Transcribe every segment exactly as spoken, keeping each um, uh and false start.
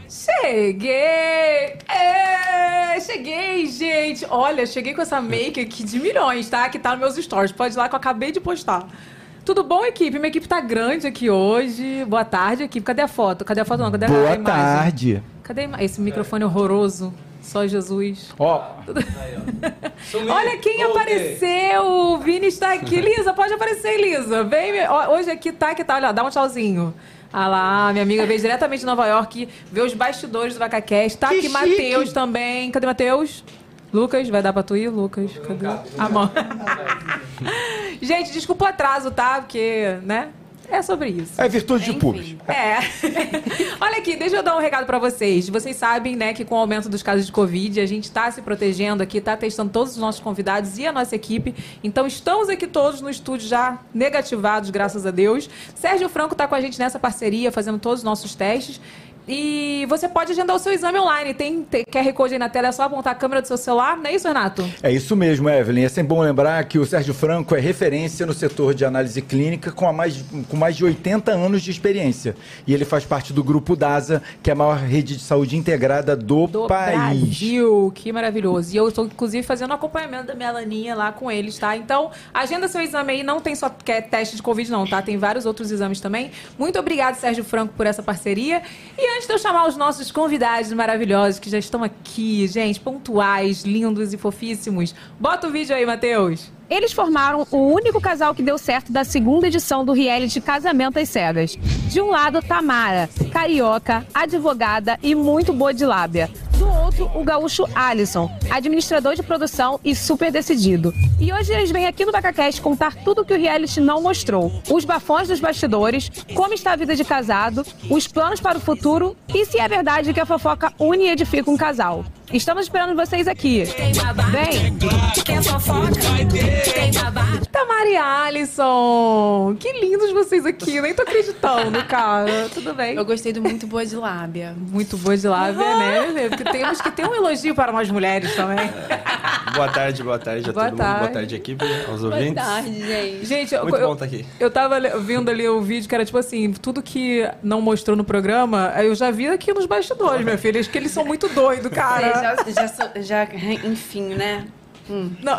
Cheguei! É, cheguei, gente! Olha, cheguei com essa make aqui de milhões, tá? Que tá nos meus stories. Pode ir lá que eu acabei de postar. Tudo bom, equipe? Minha equipe tá grande aqui hoje. Boa tarde, equipe. Cadê a foto? Cadê a foto? Não, cadê a Boa imagem? tarde. Cadê a ima- esse microfone horroroso? Só Jesus. Ó. Olha quem apareceu! O Vini está aqui. Lisa, pode aparecer, Lisa. Vem. Ó, hoje aqui tá, que tá. Olha, dá um tchauzinho. Ah lá, minha amiga veio diretamente de Nova York ver os bastidores do VacaCast. Tá Que aqui chique. Matheus também. Cadê Matheus? Lucas, vai dar pra tu ir, Lucas? Cadê? A mão. Gente, desculpa o atraso, tá? Porque, né? É sobre isso. É virtude de Enfim. público. É. Olha aqui, deixa eu dar um recado pra vocês. Vocês sabem, né, que com o aumento dos casos de Covid, a gente tá se protegendo aqui, tá testando todos os nossos convidados e a nossa equipe. Então, estamos aqui todos no estúdio já negativados, graças a Deus. Sérgio Franco tá com a gente nessa parceria, fazendo todos os nossos testes. E você pode agendar o seu exame online. Tem, tem Q R Code aí na tela, é só apontar a câmera do seu celular. Não é isso, Renato? É isso mesmo, Evelyn. É sempre bom lembrar que o Sérgio Franco é referência no setor de análise clínica com, a mais, com mais de oitenta anos de experiência. E ele faz parte do Grupo DASA, que é a maior rede de saúde integrada do, Do país. Brasil, que maravilhoso. E eu estou, inclusive, fazendo acompanhamento da minha Laninha lá com eles, tá? Então, agenda seu exame aí. Não tem só que é teste de Covid, não, tá? Tem vários outros exames também. Muito obrigado, Sérgio Franco, por essa parceria. E antes de eu chamar os nossos convidados maravilhosos, que já estão aqui, gente, pontuais, lindos e fofíssimos. Bota o vídeo aí, Matheus. Eles formaram o único casal que deu certo da segunda edição do reality Casamento às Cegas. De um lado, Tamara, carioca, advogada e muito boa de lábia. Do outro, o gaúcho Alisson, administrador de produção e super decidido. E hoje eles vêm aqui no VacaCast contar tudo que o reality não mostrou. Os bafões dos bastidores, como está a vida de casado, os planos para o futuro e se é verdade que a fofoca une e edifica um casal. Estamos esperando vocês aqui. Vem! Tamara e Alisson. Que lindos vocês aqui. Nem tô acreditando, cara. Tudo bem? Eu gostei do muito boa de lábia. Muito boa de lábia, né? Porque temos que ter um elogio para nós mulheres também. Boa tarde, boa tarde a Boa todo tarde. mundo. Boa tarde, equipe, aos ouvintes. Boa tarde, gente. Gente, eu, Muito eu, bom estar aqui. eu tava le- vendo ali o vídeo que era tipo assim, tudo que não mostrou no programa, eu já vi aqui nos bastidores, minha filha. Acho que eles são muito doidos, cara. Já, já, sou- já, enfim, né? Hum. Não.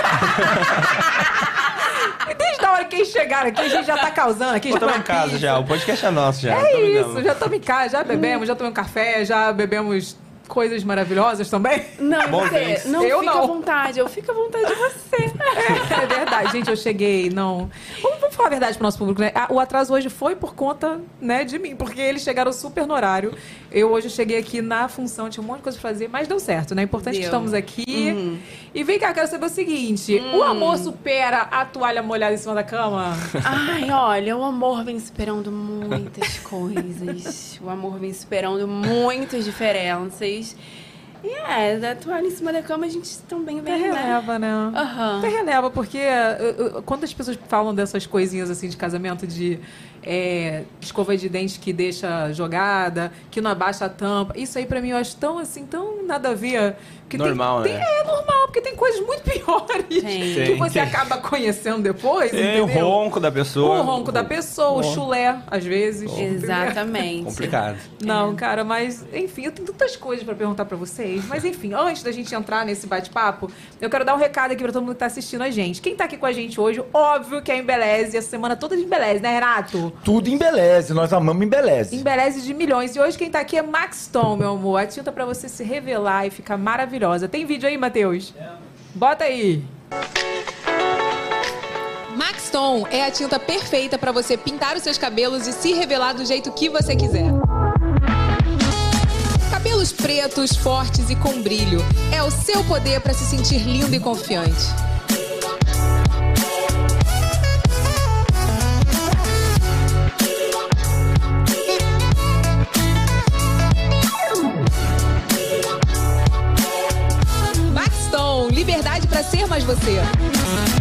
E desde a hora que eles chegaram aqui, a gente já tá causando aqui. Eu já tava põe em a casa pista. já, o podcast é nosso já. É Tamo isso, dando. já estamos em casa, já bebemos, já tomamos café, já bebemos coisas maravilhosas também. Não, Bom você, drinks. não Eu fica não. à vontade. Eu fico à vontade de você. É, é verdade, gente, eu cheguei, não... Vamos, vamos falar a verdade pro nosso público, né? Ah, o atraso hoje foi por conta, né, de mim, porque eles chegaram super no horário. Eu hoje cheguei aqui na função, tinha um monte de coisa pra fazer, mas deu certo, né? Importante que Deu. estamos aqui. Uhum. E vem cá, quero saber o seguinte, o amor supera a toalha molhada em cima da cama? Ai, olha, o amor vem superando muitas coisas. O amor vem superando muitas diferenças. E é, da toalha em cima da cama a gente também Até vem, né? releva, né? Aham. Até releva, porque uh, uh, quando as pessoas falam dessas coisinhas assim de casamento, de é, escova de dente que deixa jogada, que não abaixa a tampa, isso aí pra mim eu acho tão assim, tão nada a ver. Porque Normal, tem, né? tem- É normal, porque tem coisas muito piores Tem. que Tem, você tem. acaba conhecendo depois, Tem o entendeu? ronco da pessoa. O ronco da pessoa, o Bom. chulé, às vezes. Exatamente. Complicado. Não, É. cara, mas enfim, eu tenho tantas coisas pra perguntar pra vocês. Mas enfim, antes da gente entrar nesse bate-papo, eu quero dar um recado aqui pra todo mundo que tá assistindo a gente. Quem tá aqui com a gente hoje, óbvio que é Embeleze, a semana toda de Embeleze, né, Renato? Tudo embeleze, nós amamos embeleze. Embeleze de milhões. E hoje quem tá aqui é Max Tom, meu amor. A tinta pra você se revelar e ficar maravilhosa. Tem vídeo aí, Matheus? Bota aí. Max Tom é a tinta perfeita para você pintar os seus cabelos e se revelar do jeito que você quiser. Cabelos pretos, fortes e com brilho. É o seu poder para se sentir lindo e confiante. Max Tom, liberdade para ser mais você.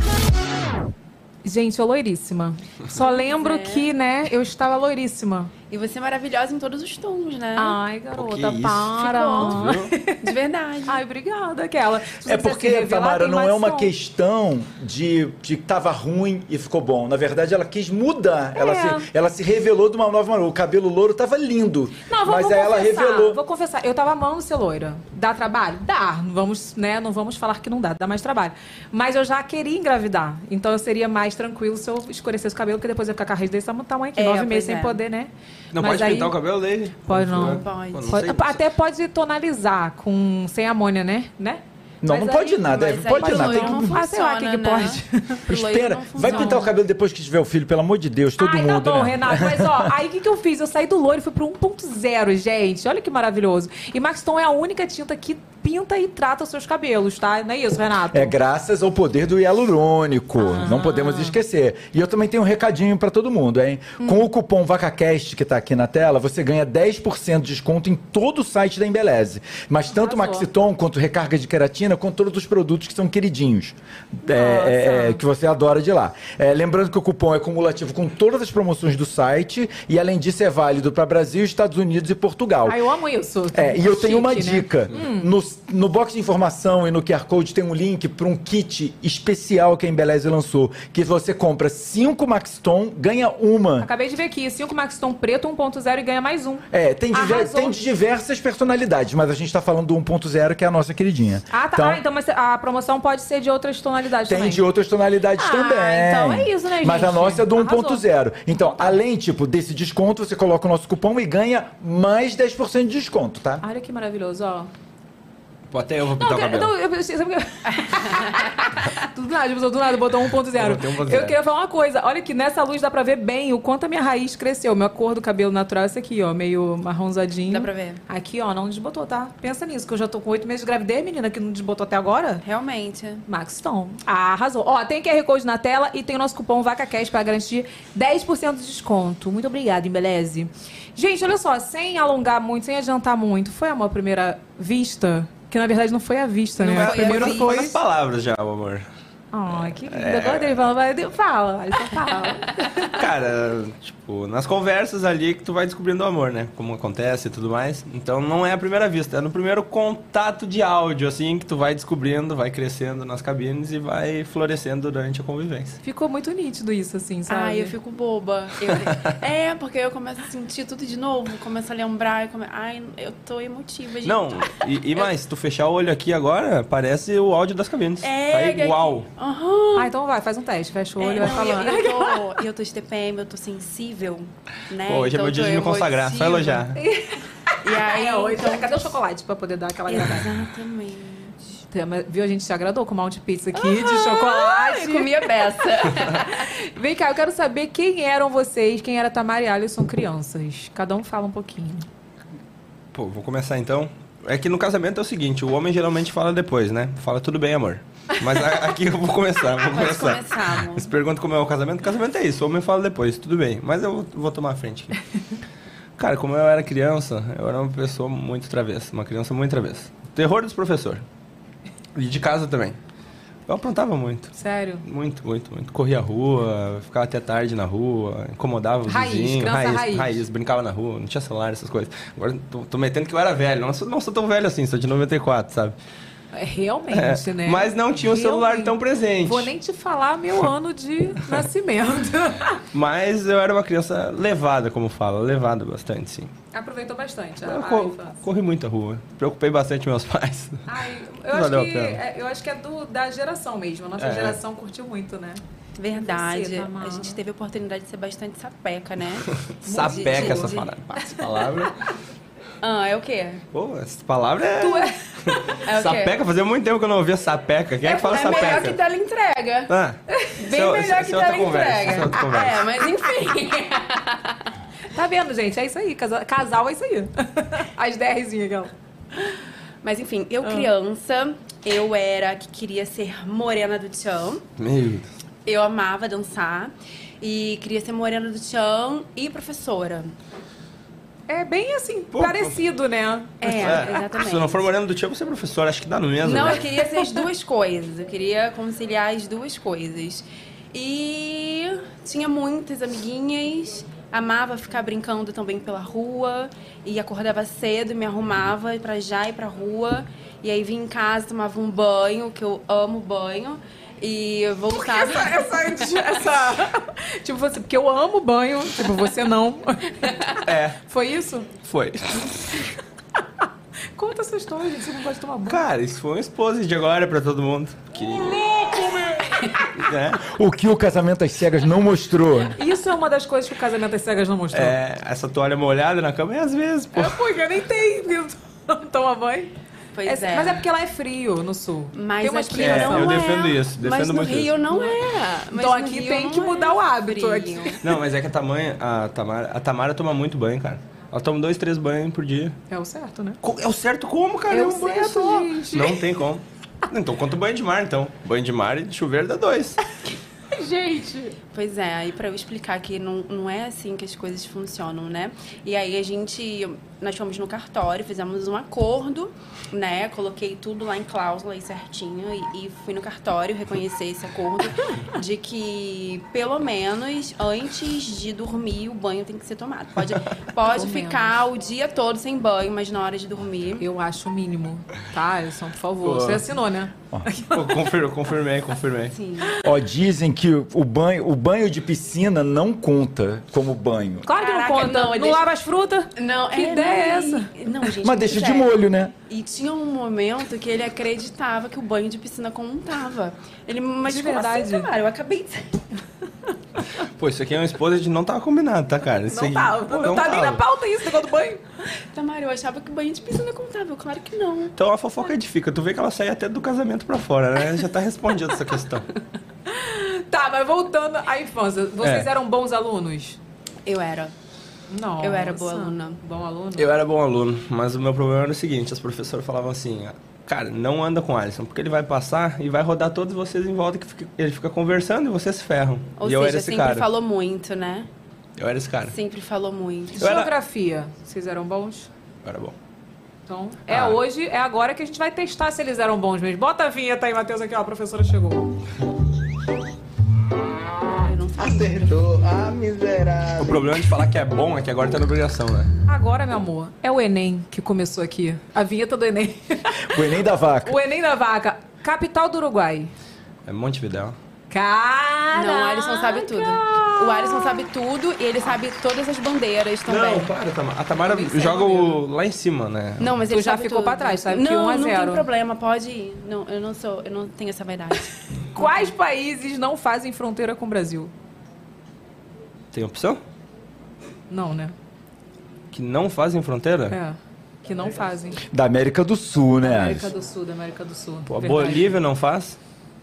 Gente, eu loiríssima. Só lembro é. que, né, eu estava loiríssima. E você é maravilhosa em todos os tons, né? Ai, Pô, garota, que isso? para. Viu? De verdade. Ai, obrigada, aquela. Se você É quiser se porque, revelar, Tamara, tem não mais é uma som. questão de, de que tava ruim e ficou bom. Na verdade, ela quis mudar. Ela, É. se, ela se revelou de uma nova maneira. O cabelo louro tava lindo. Não, vou, mas vou aí ela confessar, revelou. Vou confessar, eu tava amando ser loira. Dá trabalho? Dá. Não vamos, né, não vamos falar que não dá, dá mais trabalho. Mas eu já queria engravidar. Então eu seria mais tranquilo se eu escurecesse o cabelo, porque depois eu ia ficar com a raiz desse tamanho aqui. É, Nove pois meses sem é. poder, né? Não Mas pode aí- pintar o cabelo dele? Pode não. Não pode. Pô, não Pode- sei. até pode tonalizar com sem amônia, né? né? Não, Mas não aí- pode nada. É, Mas aí pode pro nada. Tem loiro que... não Ah, sei lá, o que que funciona, né? pode? Pro loiro Espera, não vai funciona. pintar o cabelo depois que tiver o filho, pelo amor de Deus, todo Ai, mundo, tá bom, né? Renato. Mas, ó, aí o que, que eu fiz? Eu saí do loiro e fui pro um ponto zero, gente. Olha que maravilhoso. E Maxton é a única tinta que pinta e trata os seus cabelos, tá? Não é isso, Renato? É graças ao poder do hialurônico, Ah. não podemos esquecer. E eu também tenho um recadinho pra todo mundo, hein? Hum. Com o cupom VacaCast que tá aqui na tela, você ganha dez por cento de desconto em todo o site da Embeleze. Mas tanto o Arrasou. Maxiton, quanto recarga de queratina, quanto todos os produtos que são queridinhos, é, é, é, que você adora de lá. É, lembrando que o cupom é cumulativo com todas as promoções do site e, além disso, é válido para Brasil, Estados Unidos e Portugal. Ah, eu amo isso. É, e eu tenho uma Chique, né? dica. No, no box de informação e no Q R Code tem um link para um kit especial que a Embeleze lançou, que você compra cinco Maxton, ganha uma. Acabei de ver aqui, cinco Maxton preto, um ponto zero e ganha mais um. É, tem, diver- Arrasou. tem de diversas personalidades, mas a gente tá falando do um ponto zero, que é a nossa queridinha. Ah, tá. Ah, então mas a promoção pode ser de outras tonalidades Tem também. de outras tonalidades Ah, também. então é isso, né, Mas a gente? nossa é do um Arrasou. ponto zero. Então, além, tipo, desse desconto, você coloca o nosso cupom e ganha mais dez por cento de desconto, tá? Olha que maravilhoso, ó. Pô, até eu vou Não, pintar o eu, cabelo. não, eu, sabe o que- do nada, tipo, do nada, botou um ponto zero. Eu botei um ponto zero. Eu queria falar uma coisa. Olha que nessa luz dá pra ver bem o quanto a minha raiz cresceu. Minha cor do cabelo natural é essa aqui, ó. Meio marronzadinho. Dá pra ver. Aqui, ó, não desbotou, tá? Pensa nisso, que eu já tô com oito meses de gravidez, menina, que não desbotou até agora. Realmente. Maxton. Ah, arrasou. Ó, tem Q R Code na tela e tem o nosso cupom VacaCast para garantir dez por cento de desconto. Muito obrigada, Embeleze. Gente, olha só, sem alongar muito, sem adiantar muito, foi amor à primeira vista? Que na verdade não foi à vista, Não né? foi à Primeiro vista. foi. Nas palavras já, meu amor. Ai, que lindo. Agora ele fala, vai, fala, vai, só fala. Cara, tipo, nas conversas ali que tu vai descobrindo o amor, né? Como acontece e tudo mais. Então não é a primeira vista, é no primeiro contato de áudio, assim, que tu vai descobrindo, vai crescendo nas cabines e vai florescendo durante a convivência. Ficou muito nítido isso, assim, sabe? Ai, eu fico boba. Eu- é, porque eu começo a sentir tudo de novo, começo a lembrar. E come... Ai, eu tô emotiva, gente. Não, e, e mais, se tu fechar o olho aqui agora, parece o áudio das cabines. É, tá igual. Aham. Ah, então vai, faz um teste, fecha o olho e É, vai não, e eu, falando. e eu tô, e eu tô de T P M, eu tô sensível, né? Pô, hoje Então é meu eu dia tô de me consagrar, só emotiva. elogiar. E aí, É, hoje, então... cadê o chocolate pra poder dar aquela agradada? Exatamente. Viu, a gente se agradou com o Mount Pizza aqui de chocolate. Eu comi a beça. Vem cá, eu quero saber quem eram vocês, quem era Tamara e Alisson crianças. Cada um fala um pouquinho. Pô, vou começar então. É que no casamento é o seguinte, o homem geralmente fala depois, né? Fala tudo bem, amor. Mas a- aqui eu vou começar, vou Pode começar. começar, amor. Você pergunta como é o casamento? Casamento é isso, o homem fala depois, tudo bem. Mas eu vou, vou tomar a frente aqui. Cara, como eu era criança, eu era uma pessoa muito travessa, uma criança muito travessa. Terror dos professores. E de casa também. Eu aprontava muito. Sério? Muito, muito, muito. Corria a rua, ficava até tarde na rua, incomodava os Raiz, vizinhos. criança raiz, raiz. brincava na rua, não tinha celular, essas coisas. Agora tô, tô metendo que eu era velho. Não sou, não sou tão velho assim, sou de noventa e quatro, sabe? É, realmente, É, né? mas não tinha o celular Realmente. tão presente. Vou nem te falar meu ano de nascimento. Mas eu era uma criança levada, como fala, levada bastante, sim. Aproveitou bastante a, Eu a co- infância. corri muito a rua, preocupei bastante meus pais. Ai, eu, Não acho valeu a que, pena. é, eu acho que é do, da geração mesmo. A nossa É. geração curtiu muito, né? Verdade. Você, Tamara? A gente teve a oportunidade de ser bastante sapeca, né? Sapeca, de- essa de- palavra. Essa palavra. Ah, é o quê? Pô, essa palavra é. Tu é... É o quê? Sapeca, fazia muito tempo que eu não ouvia sapeca. Quem é, que fala é sapeca? melhor que entrega. Ah, Bem isso é- melhor isso que é outra tela conversa, entrega. isso é outra conversa. É, mas enfim. Tá vendo, gente? É isso aí. Casal, casal é isso aí. As DRzinhas, aquela. Mas enfim, eu Ah. criança, eu era a que queria ser morena do Tchan. Meu Deus. Eu amava dançar. E queria ser morena do Tchan e professora. É bem assim, Pô, parecido, né? É, exatamente. Se não for moreno do tio, você é professor, acho que dá no mesmo. Não, né? eu queria ser as duas coisas. Eu queria conciliar as duas coisas. E tinha muitas amiguinhas. Amava ficar brincando também pela rua. E acordava cedo, me arrumava pra já ir pra rua. E aí vinha em casa, tomava um banho, que eu amo banho. E eu voltava... Essa, essa, essa... Tipo, você, porque eu amo banho, tipo, você não. É. Foi isso? Foi. Conta essa história, gente, você não pode tomar banho. Cara, isso foi um exposit de agora pra todo mundo. Que... louco, meu! É. O que o Casamento às Cegas não mostrou. Isso é uma das coisas que o Casamento às Cegas não mostrou. É, essa toalha molhada na cama é às vezes, pô. É porque eu nem tenho toma banho. Pois é, é. Mas é porque lá é frio no sul. Mas tem uma aqui explicação. não eu é. defendo isso, defendo Mas no muito Rio isso. não é. Mas Então no aqui Rio tem não que mudar o é hábito frio. aqui. Não, mas é que a tamanha, a Tamara, a Tamara toma muito banho, cara. Ela toma dois, três banhos por dia. É o certo, né? Co- É o certo como, cara? É É o um banho certo, só. gente. Não tem como. Então conta o banho de mar, então. Banho de mar e de chuveiro dá dois. Gente. Pois é, aí pra eu explicar que não, não é assim que as coisas funcionam, né? E aí a gente, nós fomos no cartório, fizemos um acordo, né? Coloquei tudo lá em cláusula aí certinho e, e fui no cartório reconhecer esse acordo de que, pelo menos, antes de dormir, o banho tem que ser tomado. Pode, pode Pelo ficar o dia todo sem banho, mas na hora de dormir... Eu acho o mínimo, tá, Alisson, por favor. Pô. Você assinou, né? Pô, confir- confirmei, confirmei. Sim. Ó, dizem que o banho, o banho de piscina não conta como banho. Claro que não Caraca, conta. não, Não, ele deixa- lava as frutas? Não, Que é, ideia é não, essa? e- Não, gente, Mas muito deixa de sério. molho, né? E tinha um momento que ele acreditava que o banho de piscina contava. Ele, mas De como verdade? assim, cara? Eu acabei de... Pô, isso aqui é um exposit não tava combinado, tá, cara? Isso Não aqui- tava. Pô, Não, tá nem na pauta isso, negócio do banho. Tamara, eu achava que o banho de piscina contava. Eu, claro que não. Então a fofoca edifica. Tu vê que ela sai até do casamento pra fora, né? Já tá respondida essa questão. Tá, mas voltando à infância. Vocês É. eram bons alunos? Eu era. Não. Eu era boa aluna. Bom aluno? Eu era bom aluno, mas o meu problema era o seguinte, as professoras falavam assim, cara, não anda com o Alisson, porque ele vai passar e vai rodar todos vocês em volta, que fica- ele fica conversando e vocês se ferram. Ou e eu seja, era esse sempre cara. falou muito, né? Eu era esse cara. Sempre falou muito. Eu era- Geografia. Vocês eram bons? Eu era bom. Então, é Ah. hoje, é agora que a gente vai testar se eles eram bons mesmo. Bota a vinheta aí, Matheus, aqui, ó. A professora chegou. Eu não sabia. Acertou, ah, miserável. O problema de falar que é bom é que agora tá na obrigação, né? Agora, meu amor, é o Enem que começou aqui. A vinheta do Enem. O Enem da Vaca. O Enem da Vaca. Capital do Uruguai. É Montevidéu. Cara! Não, o Alisson sabe tudo. O Alisson sabe tudo e ele sabe todas as bandeiras também. Não, para, Tamara. A Tamara Observa joga mesmo. o... lá em cima, né? Não, mas Tu ele já sabe ficou tudo. pra trás, sabe que Não, um a não zero. tem problema, pode ir. Não, eu não sou, eu não tenho essa vaidade. Quais países não fazem fronteira com o Brasil? Tem opção? Não, né? Que não fazem fronteira? É. Que não fazem. Da América do Sul, né, América Alisson? do Sul, da América do Sul. Pô, a Verdade. Bolívia não faz?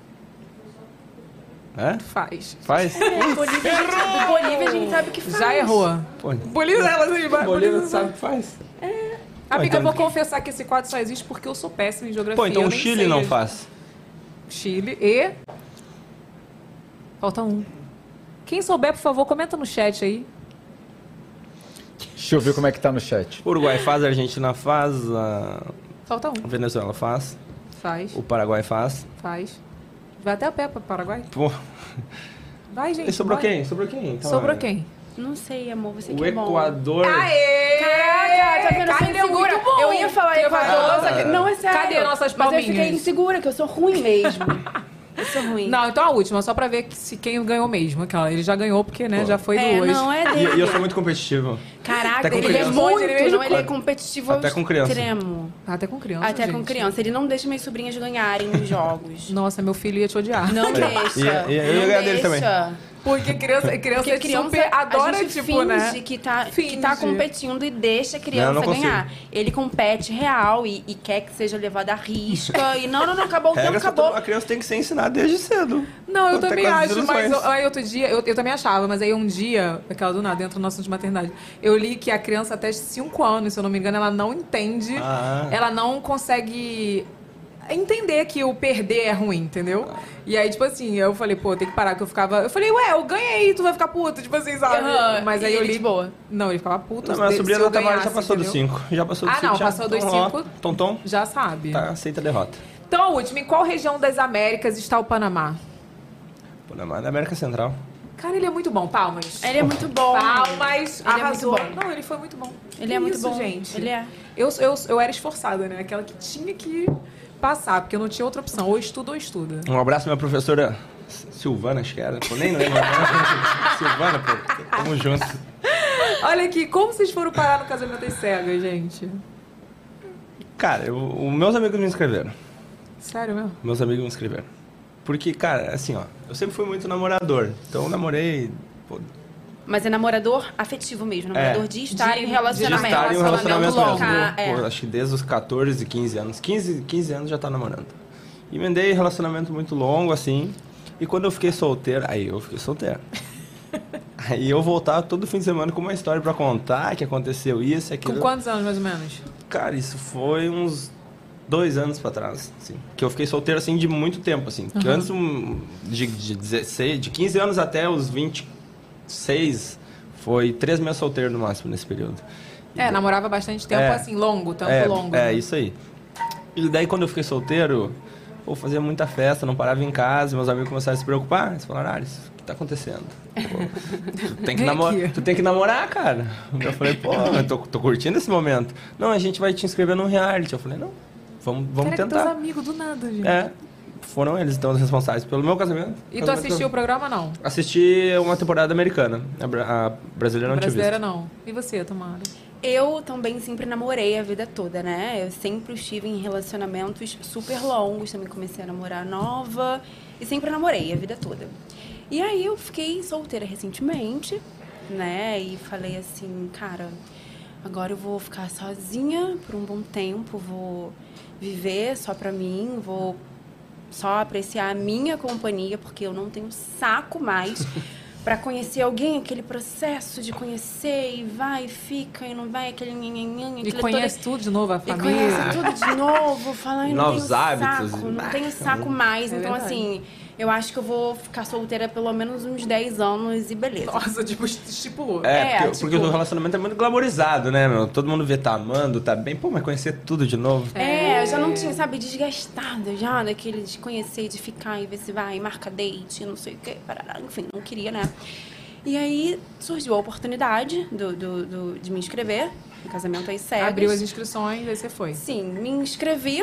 É? Faz. Faz? É, Bolívia, a gente, do Bolívia a gente sabe o que faz. Já errou. Pô, Bolívia, elas aí, Bolívia tu sabe o que faz? Amiga, então- eu vou confessar que esse quadro só existe porque eu sou péssima em geografia. Pô, então eu o nem Chile sei não as- faz. Chile e... Falta um. Quem souber, por favor, comenta no chat aí. Deixa eu ver como é que tá no chat. O Uruguai faz, a Argentina faz, a Falta um. Venezuela faz, Faz, o Paraguai faz. faz. Vai até a pé para Paraguai. Pô, Vai, gente. e sobrou vai. quem? Sobrou quem? Então, Sobrou é, quem? Não sei, amor, você que O é bom. Equador. Aê! Caraca, tá vendo? Eu sou Cadê? insegura. Muito bom. Eu ia falar Tu ia Equador, falar- só que... Não, é sério. Cadê nossas Mas eu palminhas? fiquei insegura, que eu sou ruim mesmo. Eu sou ruim. Não, então a última, só pra ver que se quem ganhou mesmo. Aquela. Ele já ganhou porque, né, Pô. já foi do É, hoje. não, é E, dele. e eu sou muito competitivo. Caraca, Até com ele é criança. muito, Ele mesmo não, ele é com- competitivo Até ao com criança. extremo. Até com criança, Até com gente. criança. Ele não deixa minhas sobrinhas ganharem nos jogos. Nossa, meu filho ia te odiar. Não deixa. E- e eu ia não ganhar dele deixa. também. Porque criança, criança, Porque criança super adora, a gente tipo, finge né? que tá, que Finge. tá competindo e deixa a criança Não, não consigo. ganhar. Ele compete real e, e quer que seja levado à risca. E não, não, não, acabou o tempo, Regras pra acabou. todo- a criança tem que ser ensinada desde cedo. Não, eu Até também com as acho, mas ilusões. eu- aí outro dia, eu, eu também achava, mas aí um dia, aquela do nada, dentro do nosso de maternidade, eu li que a criança até cinco anos, se eu não me engano, ela não entende, Ah. ela não consegue entender que o perder é ruim, entendeu? E aí, tipo assim, eu falei, pô, tem que parar, que eu ficava... Eu falei, ué, eu ganhei, tu vai ficar puto, tipo assim, sabe? Aham, Mas aí e eu ele li... de boa. Não, ele ficava puto. Não, mas a se- sobrinha se eu da Tamara já ganhasse, passou dos entendeu? cinco. Já passou dos Ah, cinco. não, já. passou dos Então, ó, cinco. Tom Tom, Já sabe. tá, aceita a derrota. Então, a última, em qual região das Américas está o Panamá? Pô, na da América Central. Cara, ele é muito bom. Palmas. Ele é muito bom. Palmas. Ele é Arrasou. muito bom. Não, ele foi muito bom. Ele Que é muito isso, bom. gente. Ele é. Eu, eu, eu era esforçada, né? Aquela que tinha que passar, porque eu não tinha outra opção. Ou estuda ou estuda. Um abraço à minha professora Silvana, acho que era. Pô, nem lembro. Silvana, pô. Tamo junto. Olha aqui, como vocês foram parar no Casamento às Cegas, gente? Cara, eu, os meus amigos me inscreveram. Sério mesmo? Meus amigos me inscreveram. Porque, cara, assim, ó, eu sempre fui muito namorador. Então eu namorei. Pô, Mas é namorador afetivo mesmo, namorador É. de estar De- em de relacionamento. estar em um relacionamento longo. mesmo. Ah, é. Pô, acho que desde os catorze, quinze anos. quinze, quinze anos já tá namorando. E emendei relacionamento muito longo, assim. E quando eu fiquei solteiro, aí eu fiquei solteiro. Aí eu voltava todo fim de semana com uma história pra contar, que aconteceu isso, aquilo. Com quantos anos, mais ou menos? Cara, isso foi uns dois anos pra trás, assim. Que eu fiquei solteiro, assim, de muito tempo, assim. Que antes, um, de, de dezesseis, de quinze anos até os vinte e seis, foi três meses solteiro no máximo nesse período. É, namorava bastante tempo, É. assim, longo, tempo é, longo. É, né? isso aí. E daí, quando eu fiquei solteiro, pô, fazia muita festa, não parava em casa, meus amigos começaram a se preocupar. Eles falaram, Ares, o que tá acontecendo? Pô, tu, tem que Vem namo- aqui. tu tem que namorar, cara. Eu falei, pô, eu tô, tô curtindo esse momento. Não, a gente vai te inscrever num reality. Eu falei, não, vamos, vamos Caraca, teus tentar. amigos do nada, gente. É, foram eles, então, os responsáveis pelo meu casamento. E tu Casamento assistiu do- o programa, não? Assisti uma temporada americana. A, bra- a brasileira não tinha Brasileira, visto. não. E você, Tamara? Eu também sempre namorei a vida toda, né? Eu sempre estive em relacionamentos super longos, também comecei a namorar nova e sempre namorei a vida toda. E aí eu fiquei solteira recentemente, né? E falei assim, cara, agora eu vou ficar sozinha por um bom tempo, vou viver só pra mim, vou só apreciar a minha companhia, porque eu não tenho saco mais pra conhecer alguém, aquele processo de conhecer e vai, e fica, e não vai, aquele nhanhanhan, E aquele conhece todo... tudo de novo, a E família. conhece tudo de novo, fala, ai, não Novos tenho hábitos. saco, não tenho saco mais. É então, verdade. assim, eu acho que eu vou ficar solteira pelo menos uns dez anos e beleza. Nossa, tipo, estipulou. É, É, porque, tipo- porque o relacionamento é muito glamorizado, né, meu? Todo mundo vê tá amando, tá bem. Pô, mas conhecer tudo de novo. É, eu já não tinha, sabe, desgastada já daquele de conhecer, de ficar e ver se vai, marca date, não sei o quê, parará, enfim, não queria, né? E aí surgiu a oportunidade do, do, do- de me inscrever no Casamento às Cegas. Abriu as inscrições, aí você foi. Sim, me inscrevi.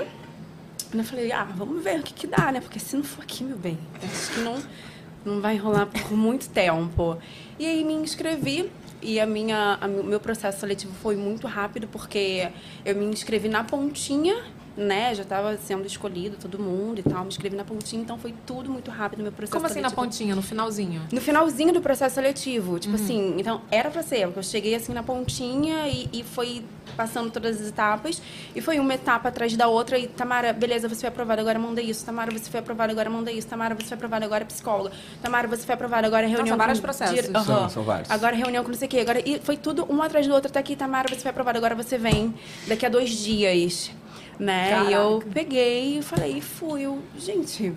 E eu falei, ah, vamos ver o que que dá, né? Porque se não for aqui, meu bem, acho que não, não vai rolar por muito tempo. E aí me inscrevi. E a minha, a, o meu processo seletivo foi muito rápido, porque eu me inscrevi na pontinha, né? Já estava sendo escolhido todo mundo e tal. Me inscrevi na pontinha, então foi tudo muito rápido, meu processo Como assim na seletivo. pontinha, no finalzinho? No finalzinho do processo seletivo. Tipo assim, então era pra ser. Porque eu cheguei assim na pontinha e, e foi passando todas as etapas. E foi uma etapa atrás da outra. E Tamara, beleza, você foi aprovada, agora manda isso. Tamara, você foi aprovada, agora manda isso. Tamara, você foi aprovada, agora é psicóloga. Tamara, você foi aprovada, agora é reunião são vários com... processos. dire- São- Aham. são vários. Agora é reunião com não sei o quê. Agora... E foi tudo um atrás do outro. Até aqui, Tamara, você foi aprovada, agora você vem. Daqui a dois dias. Né? Caraca. E eu peguei e falei, e fui. Eu, gente,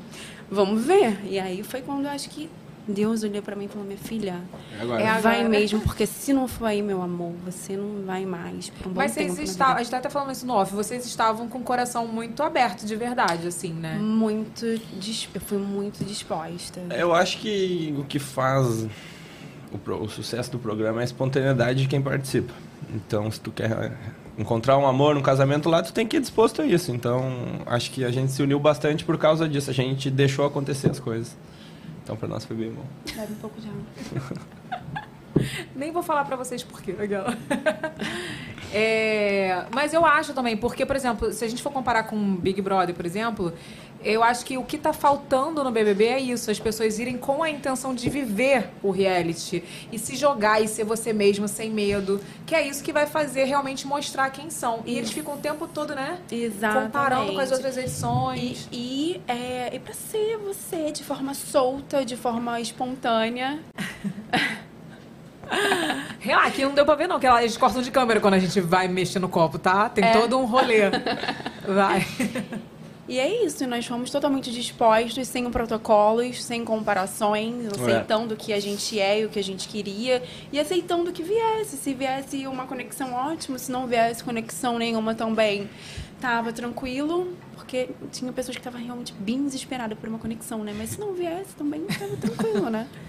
vamos ver. E aí foi quando eu acho que Deus olhou pra mim e falou, minha filha, Agora. É vai agora. mesmo, porque se não for aí, meu amor, você não vai mais por um bom Mas tempo. vocês na estavam, a vida. gente tá até falando isso no off, vocês estavam com o coração muito aberto, de verdade, assim, né? Muito, dis- eu fui muito disposta. Eu acho que o que faz o, pro- o sucesso do programa é a espontaneidade de quem participa. Então, se tu quer encontrar um amor, um casamento lá, tu tem que ir disposto a isso. Então, acho que a gente se uniu bastante por causa disso. A gente deixou acontecer as coisas. Então, pra nós foi bem bom. Bebe um pouco de água. Nem vou falar pra vocês por quê, legal. É, mas eu acho também, porque, por exemplo, se a gente for comparar com Big Brother, por exemplo, eu acho que o que tá faltando no B B B é isso, as pessoas irem com a intenção de viver o reality e se jogar e ser você mesmo, sem medo, que é isso que vai fazer realmente mostrar quem são. E eles ficam o tempo todo, né? Exatamente. Comparando com as outras edições. E, e, é, e pra ser você de forma solta, de forma espontânea. Relaxa, aqui não deu pra ver não, que eles cortam de câmera quando a gente vai mexer no copo, tá? Tem É. todo um rolê. Vai. E é isso, e nós fomos totalmente dispostos, sem protocolos, sem comparações, aceitando o que a gente é e o que a gente queria, e aceitando o que viesse. Se viesse uma conexão, ótimo, se não viesse conexão nenhuma também, tava tranquilo, porque tinha pessoas que estavam realmente bem desesperadas por uma conexão, né? Mas se não viesse também, tava tranquilo, né?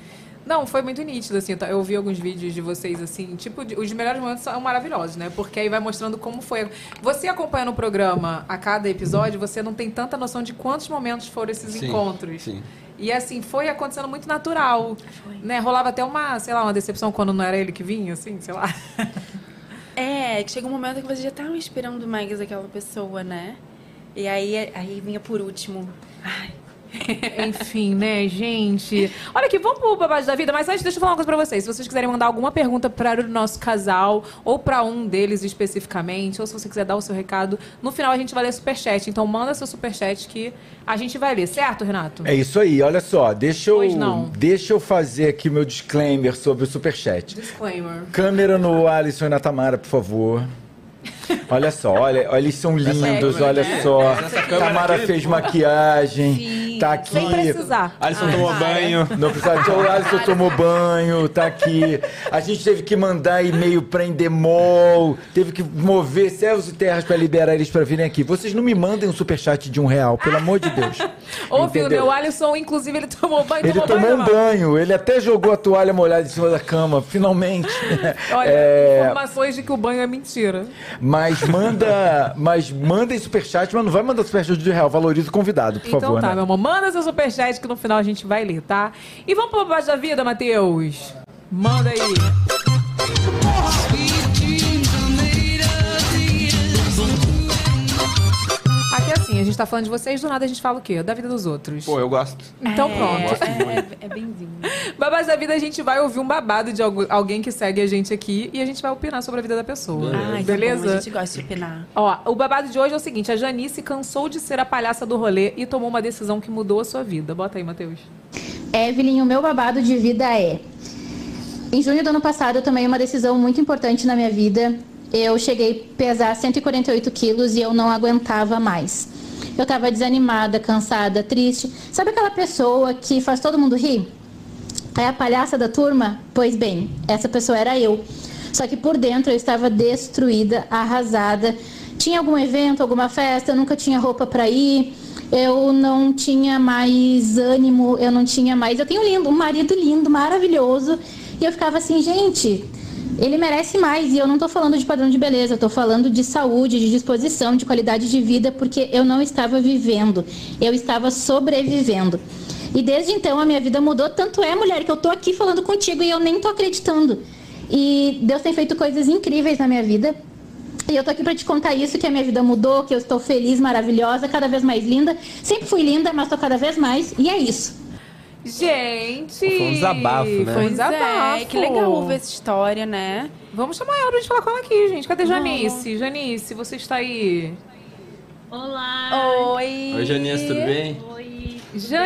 Não, foi muito nítido, assim. Eu vi alguns vídeos de vocês, assim, tipo, os melhores momentos são maravilhosos, né? Porque aí vai mostrando como foi. Você acompanhando o programa a cada episódio, você não tem tanta noção de quantos momentos foram esses Sim, encontros. sim. E assim, foi acontecendo muito natural. Né? Rolava até uma, sei lá, uma decepção quando não era ele que vinha, assim, sei lá. É, que chega um momento que você já tava esperando mais aquela pessoa, né? E aí, aí vinha por último. Ai. Enfim, né, gente? Olha aqui, vamos pro babado da vida, mas antes deixa eu falar uma coisa pra vocês. Se vocês quiserem mandar alguma pergunta para o nosso casal, ou pra um deles especificamente, ou se você quiser dar o seu recado, no final a gente vai ler superchat. Então manda seu superchat que a gente vai ler, certo, Renato? É isso aí, olha só, deixa eu, Pois não. deixa eu fazer aqui meu disclaimer sobre o superchat. Disclaimer. Câmera no Alisson e na Tamara, por favor. Olha só, olha, olha, eles são lindos, câmera, olha né? só. Essa câmera Tamara aqui, fez pô. maquiagem, Sim. tá aqui. Sem precisar. Alisson tomou banho. Não precisa, o Alisson tomou banho, tá aqui. A gente teve que mandar e-mail pra Endemol, teve que mover céus e terras pra liberar eles pra virem aqui. Vocês não me mandem um superchat de um real, pelo amor de Deus. Ouviu, Entendeu? né? O Alisson, inclusive, ele tomou banho. Ele tomou banho, um Renato? banho, ele até jogou a toalha molhada em cima da cama, finalmente. Olha, É, informações de que o banho é mentira. Mas manda, mas mandem superchat, mas não vai mandar superchat de real, valoriza o convidado, por Então favor, tá, né? meu amor, manda seu superchat que no final a gente vai ler, tá? E vamos pro babado da vida, Matheus? Manda aí. Aqui é assim, a gente tá falando de vocês, do nada a gente fala o quê? Da vida dos outros. Pô, eu gosto. Então é, pronto. É, é, é benzinho. Babado da vida, a gente vai ouvir um babado de algu- alguém que segue a gente aqui e a gente vai opinar sobre a vida da pessoa. Ai, Beleza? Tá bom, a gente gosta de opinar. Ó, o babado de hoje é o seguinte, a Janice cansou de ser a palhaça do rolê e tomou uma decisão que mudou a sua vida. Bota aí, Matheus. Evelyn, o meu babado de vida é... Em junho do ano passado, eu tomei uma decisão muito importante na minha vida. Eu cheguei a pesar cento e quarenta e oito quilos e eu não aguentava mais. Eu tava desanimada, cansada, triste. Sabe aquela pessoa que faz todo mundo rir? É a palhaça da turma? Pois bem, essa pessoa era eu. Só que por dentro eu estava destruída, arrasada. Tinha algum evento, alguma festa, eu nunca tinha roupa para ir. Eu não tinha mais ânimo, eu não tinha mais... Eu tenho lindo, um marido lindo, maravilhoso. E eu ficava assim, gente, ele merece mais. E eu não tô falando de padrão de beleza, eu tô falando de saúde, de disposição, de qualidade de vida, porque eu não estava vivendo, eu estava sobrevivendo. E desde então a minha vida mudou, tanto é, mulher, que eu tô aqui falando contigo e eu nem tô acreditando. E Deus tem feito coisas incríveis na minha vida. E eu tô aqui pra te contar isso, que a minha vida mudou, que eu estou feliz, maravilhosa, cada vez mais linda. Sempre fui linda, mas tô cada vez mais, e é isso. Gente! Foi um desabafo, né? Foi um Pois desabafo. é, que legal ouvir essa história, né? Vamos chamar ela pra gente falar com ela aqui, gente. Cadê Janice? Janice, você está aí? Olá! Oi! Oi, Janice, tudo bem? Oi!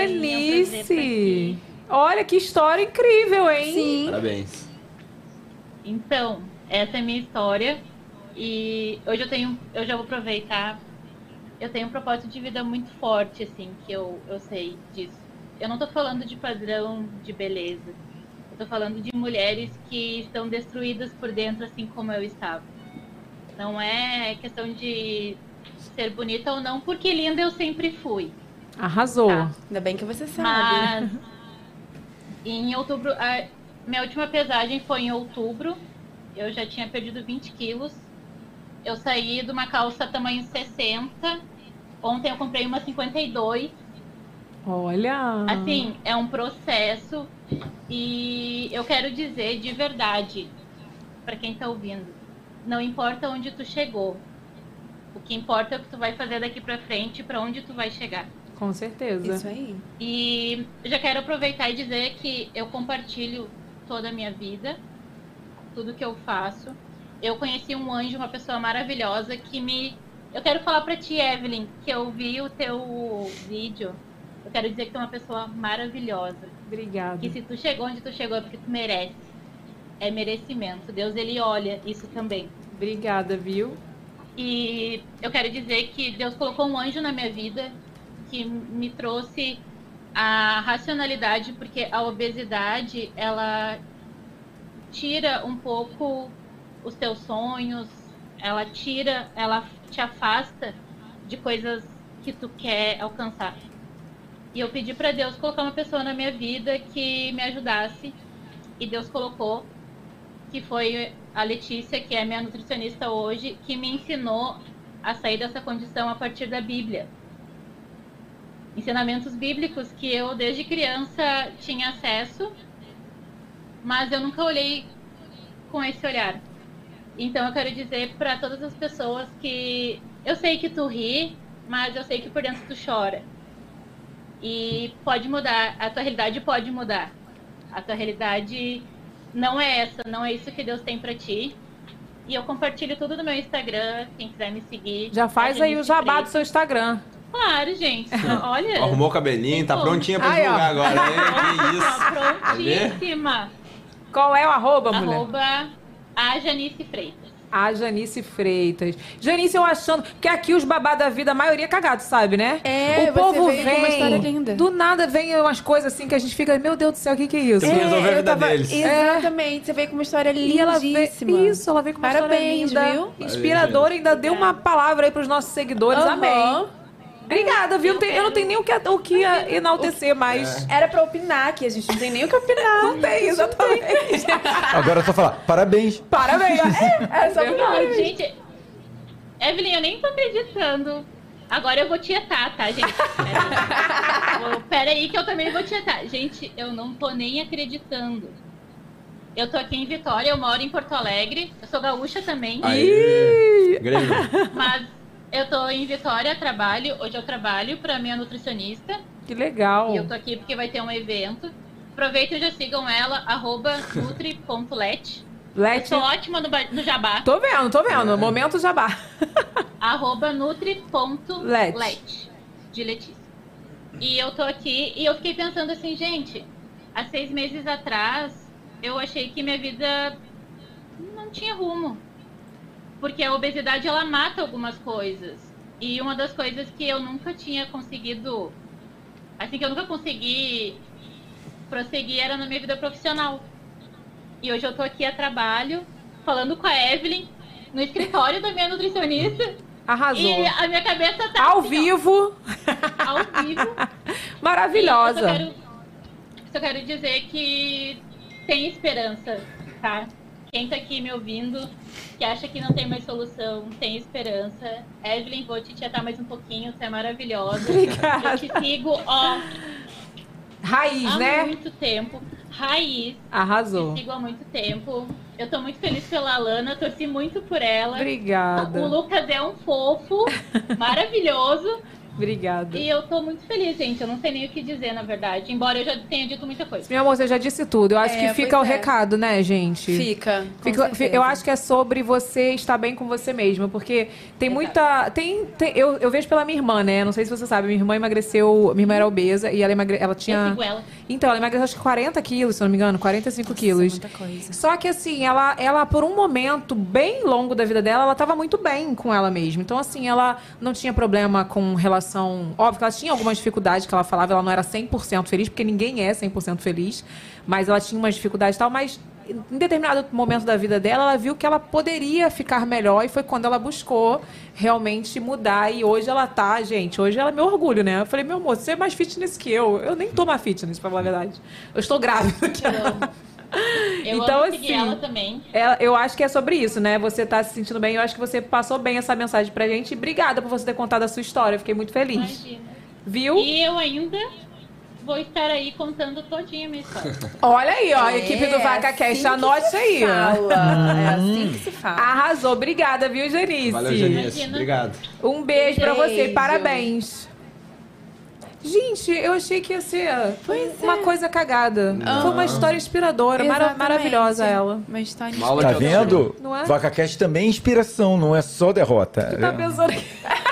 Janice! Olha que história incrível, hein? Sim. Parabéns. Então, essa é a minha história e hoje eu tenho, eu já vou aproveitar, eu tenho um propósito de vida muito forte, assim, que eu, eu sei disso. Eu não tô falando de padrão de beleza, eu tô falando de mulheres que estão destruídas por dentro, assim como eu estava. Não é questão de ser bonita ou não, porque linda eu sempre fui. Arrasou. Tá. Ainda bem que você sabe. Mas em outubro, a minha última pesagem foi em outubro. Eu já tinha perdido vinte quilos. Eu saí de uma calça tamanho sessenta. Ontem eu comprei uma cinquenta e dois. Olha! Assim, é um processo. E eu quero dizer de verdade, para quem tá ouvindo, não importa onde tu chegou. O que importa é o que tu vai fazer daqui pra frente, para onde tu vai chegar. Com certeza. Isso aí. E eu já quero aproveitar e dizer que eu compartilho toda a minha vida, tudo que eu faço. Eu conheci um anjo, uma pessoa maravilhosa que me... Eu quero falar pra ti, Evelyn, que eu vi o teu vídeo. Eu quero dizer que tu é uma pessoa maravilhosa. Obrigada. Que se tu chegou onde tu chegou é porque tu merece. É merecimento. Deus, ele olha isso também. Obrigada, viu? E eu quero dizer que Deus colocou um anjo na minha vida que me trouxe a racionalidade, porque a obesidade, ela tira um pouco os teus sonhos, ela tira, ela te afasta de coisas que tu quer alcançar. E eu pedi para Deus colocar uma pessoa na minha vida que me ajudasse e Deus colocou, que foi a Letícia, que é minha nutricionista hoje, que me ensinou a sair dessa condição a partir da Bíblia. Ensinamentos bíblicos que eu, desde criança, tinha acesso, mas eu nunca olhei com esse olhar. Então eu quero dizer para todas as pessoas que eu sei que tu ri, mas eu sei que por dentro tu chora. E pode mudar, a tua realidade pode mudar. A tua realidade não é essa, não é isso que Deus tem para ti. E eu compartilho tudo no meu Instagram, quem quiser me seguir. Já faz aí o jabá do seu Instagram. Claro, gente. Olha. Arrumou o cabelinho, tá prontinha pra Aí, divulgar ó. agora. Hein? Que isso. Tá prontíssima. Qual é o arroba, mulher? Arroba a Janice Freitas. A Janice Freitas. Janice, eu achando que aqui os babá da vida, a maioria é cagado, sabe, né? É, o povo você veio com uma história vem, linda. do nada vem umas coisas assim que a gente fica, meu Deus do céu, o que que é isso? Tem que resolver a eu vida tava- deles. Exatamente, você veio com uma história E ela veio, lindíssima. isso, ela veio com uma Parabéns, história viu? linda, inspiradora, ainda deu uma palavra aí pros nossos seguidores, Aham. amém. Obrigada, viu? Não tem- eu não tenho nem o que, o que enaltecer mais. Era pra opinar aqui, a gente não tem nem o que opinar. Não tem, exatamente. Agora é só falar, parabéns. Parabéns. É só Não, gente, Evelyn, eu nem tô acreditando. Agora eu vou tietar, tá, gente? Pera aí. Pera aí que eu também vou tietar. Gente, eu não tô nem acreditando. Eu tô aqui em Vitória, eu moro em Porto Alegre. Eu sou gaúcha também. Aê. Grêmio. Mas eu tô em Vitória, trabalho. Hoje eu trabalho pra minha nutricionista. Que legal. E eu tô aqui porque vai ter um evento. Aproveitem e já sigam ela, arroba nutri ponto let. Eu Leti. sou ótima no, ba- no jabá. Tô vendo, tô vendo. Momento jabá. Arroba nutri ponto Let. let. De Letícia. E eu tô aqui e eu fiquei pensando assim, gente, há seis meses atrás eu achei que minha vida não tinha rumo. Porque a obesidade, ela mata algumas coisas. E uma das coisas que eu nunca tinha conseguido, assim, que eu nunca consegui prosseguir era na minha vida profissional. E hoje eu tô aqui a trabalho, falando com a Evelyn, no escritório da minha nutricionista. Arrasou. E a minha cabeça tá Ao assim, ó, vivo. ao vivo. Maravilhosa. E eu só quero, só quero dizer que tem esperança, tá? Quem tá aqui me ouvindo, que acha que não tem mais solução, tem esperança. Evelyn, vou te tietar mais um pouquinho, você é maravilhosa. Obrigada. Eu te sigo, ó, Raiz, há né? muito tempo. Raiz. Arrasou. Te sigo há muito tempo. Eu tô muito feliz pela Alana, torci muito por ela. Obrigada. O Lucas é um fofo, maravilhoso. Obrigada. E eu tô muito feliz, gente. Eu não sei nem o que dizer, na verdade. Embora eu já tenha dito muita coisa. Meu amor, você já disse tudo. Eu acho É, que fica pois o é. recado, né, gente? Fica. com Fica- certeza. fi- eu acho que é sobre você estar bem com você mesma, porque tem muita. Tem, tem- eu, eu vejo pela minha irmã, né? Não sei se você sabe, minha irmã emagreceu. Minha irmã era obesa e ela, emagre, ela Eu tinha. sigo ela. Então, ela emagreceu acho que quarenta quilos, se eu não me engano, quarenta e cinco quilos. Muita coisa. Só que assim, ela, ela, por um momento bem longo da vida dela, ela tava muito bem com ela mesma. Então, assim, ela não tinha problema com relação. Óbvio que ela tinha algumas dificuldades que ela falava, ela não era cem por cento feliz, porque ninguém é cem por cento feliz, mas ela tinha umas dificuldades e tal, mas em determinado momento da vida dela, ela viu que ela poderia ficar melhor e foi quando ela buscou realmente mudar. E hoje ela tá, gente, hoje ela é meu orgulho, né? Eu falei, meu amor, você é mais fitness que eu. Eu nem tô mais fitness, pra falar a verdade. Eu estou grávida. Que Eu Então, amo seguir assim, ela também. É, eu acho que é sobre isso, né? Você tá se sentindo bem. Eu acho que você passou bem essa mensagem pra gente. E obrigada por você ter contado a sua história. Eu fiquei muito feliz. Imagina. Viu? E eu ainda vou estar aí contando todinha a minha história. Olha aí, ó. A É, equipe do Vaca Cash, assim anote que isso aí. se ó. fala. É assim que se fala. Arrasou. Obrigada, viu, Janice? Valeu, Janice. Imagina. Obrigado. Um beijo pra você. Beijo. Parabéns. Gente, eu achei que ia ser uma coisa cagada. Foi uma história inspiradora, mara- Exatamente. maravilhosa ela. Uma história Uma aula Tá de autoestima. vendo? Não é? VacaCast também é inspiração, não é só derrota. Tá pensando aqui.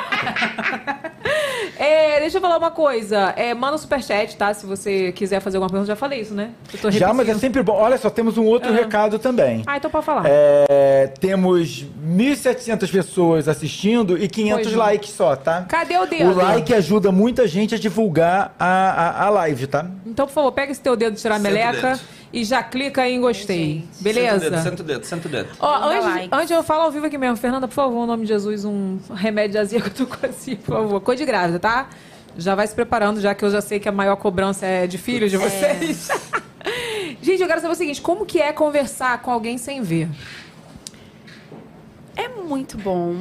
É, deixa eu falar uma coisa. É, manda um superchat, tá? Se você quiser fazer alguma pergunta, eu já falei isso, né? Eu tô Já, mas é repetindo. sempre bom. Olha só, temos um outro Ah. recado também. Ah, então pode falar. É, temos mil e setecentas pessoas assistindo e quinhentos Pois. likes só, tá? Cadê o dedo? O like ajuda muita gente a divulgar a, a, a live, tá? Então, por favor, pega esse teu dedo de tirar a Senta o meleca dedo. e já clica aí em gostei. Senta o Beleza? dedo, senta o dedo, senta o dedo. Ó, Manda antes, likes. antes eu falo ao vivo aqui mesmo. Fernanda, por favor, em nome de Jesus, um remédio de azia que eu tô com assim, por favor. Coisa de grávida, tá? Já vai se preparando, já que eu já sei que a maior cobrança é de filhos de vocês. Gente, eu quero saber o seguinte, como que é conversar com alguém sem ver? É muito bom,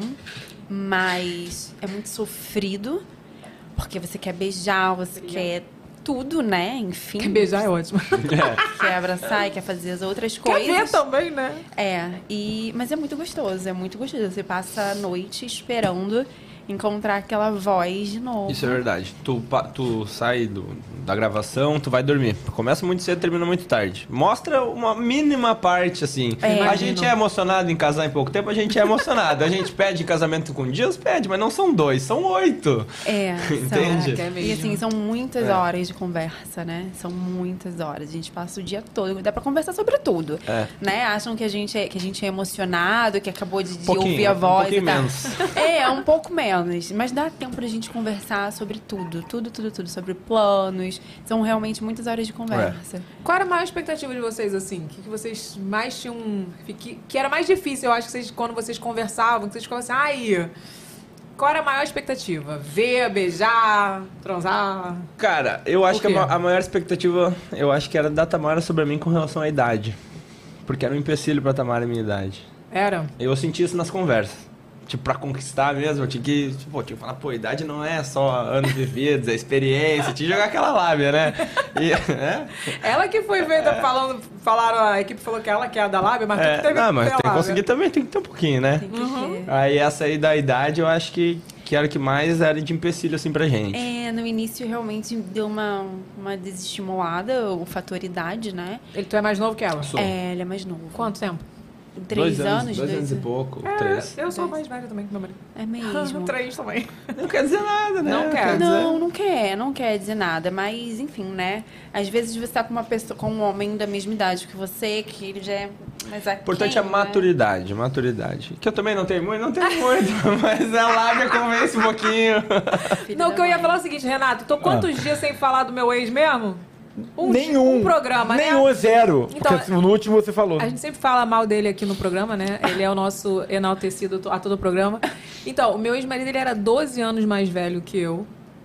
mas é muito sofrido, porque você quer beijar, você quer tudo, né? Enfim. Quer beijar é ótimo. Quer abraçar e quer fazer as outras coisas. Quer ver também, né? É, e, mas é muito gostoso, é muito gostoso. Você passa a noite esperando encontrar aquela voz de novo. Isso é verdade. Tu, pa- tu sai do, da gravação, tu vai dormir. Começa muito cedo, termina muito tarde. Mostra uma mínima parte, assim. É. A gente é emocionado em casar em pouco tempo, a gente é emocionado. A gente pede casamento com dias, pede, mas não são dois, são oito. É, Entende? são, e assim, são muitas É. horas de conversa, né? São muitas horas. A gente passa o dia todo, dá pra conversar sobre tudo. É. Né? Acham que a gente é, que a gente é emocionado, que acabou de, de Pouquinho, ouvir a um voz pouquinho e tal. menos. É, um pouco menos. Mas dá tempo pra gente conversar sobre tudo. Tudo, tudo, tudo. Sobre planos. São realmente muitas horas de conversa. Qual era a maior expectativa de vocês, assim? O que, que vocês mais tinham... Que, que era mais difícil, eu acho, que vocês, quando vocês conversavam, que vocês ficavam assim, ai... Qual era a maior expectativa? Ver, beijar, transar? Cara, eu acho O que a, quê? ma- a maior expectativa, eu acho que era da Tamara sobre mim com relação à idade. Porque era um empecilho pra Tamara a minha idade. Era? Eu senti isso nas conversas. Tipo, pra conquistar mesmo, eu tinha que, tipo, pô, tinha que falar, pô, idade não é só anos vividos, é experiência, tinha que jogar aquela lábia, né? E, é, Ela que foi feita falando... Falaram, a equipe falou que ela que é a da lábia, mas tu é, que teve não, mas ter tem que lábia. conseguir também, tem que ter um pouquinho, né? Tem que Uhum. ter. Aí essa aí da idade, eu acho que, que era o que mais era de empecilho, assim, pra gente. É, no início realmente deu uma, uma desestimulada, o fator idade, né? Ele, tu é mais novo que ela? Sou. É, ele é mais novo. Quanto tempo? Três dois anos? Dois anos e pouco, É, três. eu sou mais velha também que meu marido. É mesmo. Três também. Não quer dizer nada, né? Não quer. dizer- Não, não quer, não quer dizer nada, mas enfim, né? Às vezes você tá com uma pessoa, com um homem da mesma idade que você, que ele já é mais aquém, O importante é a né? maturidade, maturidade. Que eu também não tenho muito, não tenho muito, mas a lábia convence um pouquinho. Filho Não, da o que eu ia mãe. falar é o seguinte, Renato, tô quantos dias sem falar do meu ex mesmo? Um, Nenhum. Um programa, Nenhum né? é zero. Então, porque no último você falou. A gente sempre fala mal dele aqui no programa, né? Ele é o nosso enaltecido a todo o programa. Então, o meu ex-marido, ele era doze anos mais velho que eu.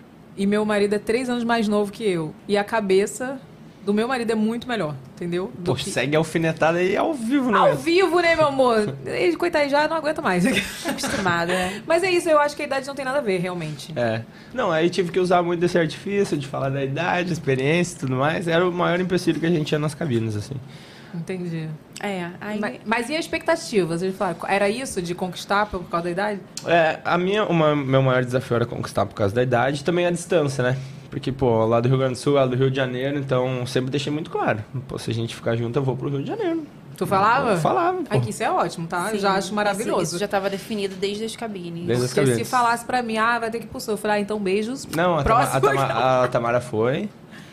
E meu marido é três anos mais novo que eu. E a cabeça do meu marido é muito melhor, entendeu? Do Pô, que- segue a alfinetada aí ao vivo, né? Ao vivo, né, meu amor? Ele, coitado, já não aguenta mais. Acostumada, né? Mas é isso, eu acho que a idade não tem nada a ver, realmente. É. Não, aí tive que usar muito desse artifício de falar da idade, experiência e tudo mais. Era o maior empecilho que a gente tinha nas cabines, assim. Entendi. É, aí... Mas, mas e as expectativas? Ele fala, era isso de conquistar por causa da idade? É, a minha, uma, meu maior desafio era conquistar por causa da idade e também a distância, né? Porque, pô, lá do Rio Grande do Sul, lá do Rio de Janeiro, então sempre deixei muito claro. Pô, se a gente ficar junto, eu vou pro Rio de Janeiro. Tu falava? Eu falava, pô. Aqui, isso é ótimo, tá? Sim, eu já acho maravilhoso. Isso, isso já estava definido desde as cabines. Desde as Porque se cabines. falasse pra mim, ah, vai ter que ir pro sul. Eu falei, ah, então beijos. Não, a, Tama, a, Próximo. Tama, a Tamara foi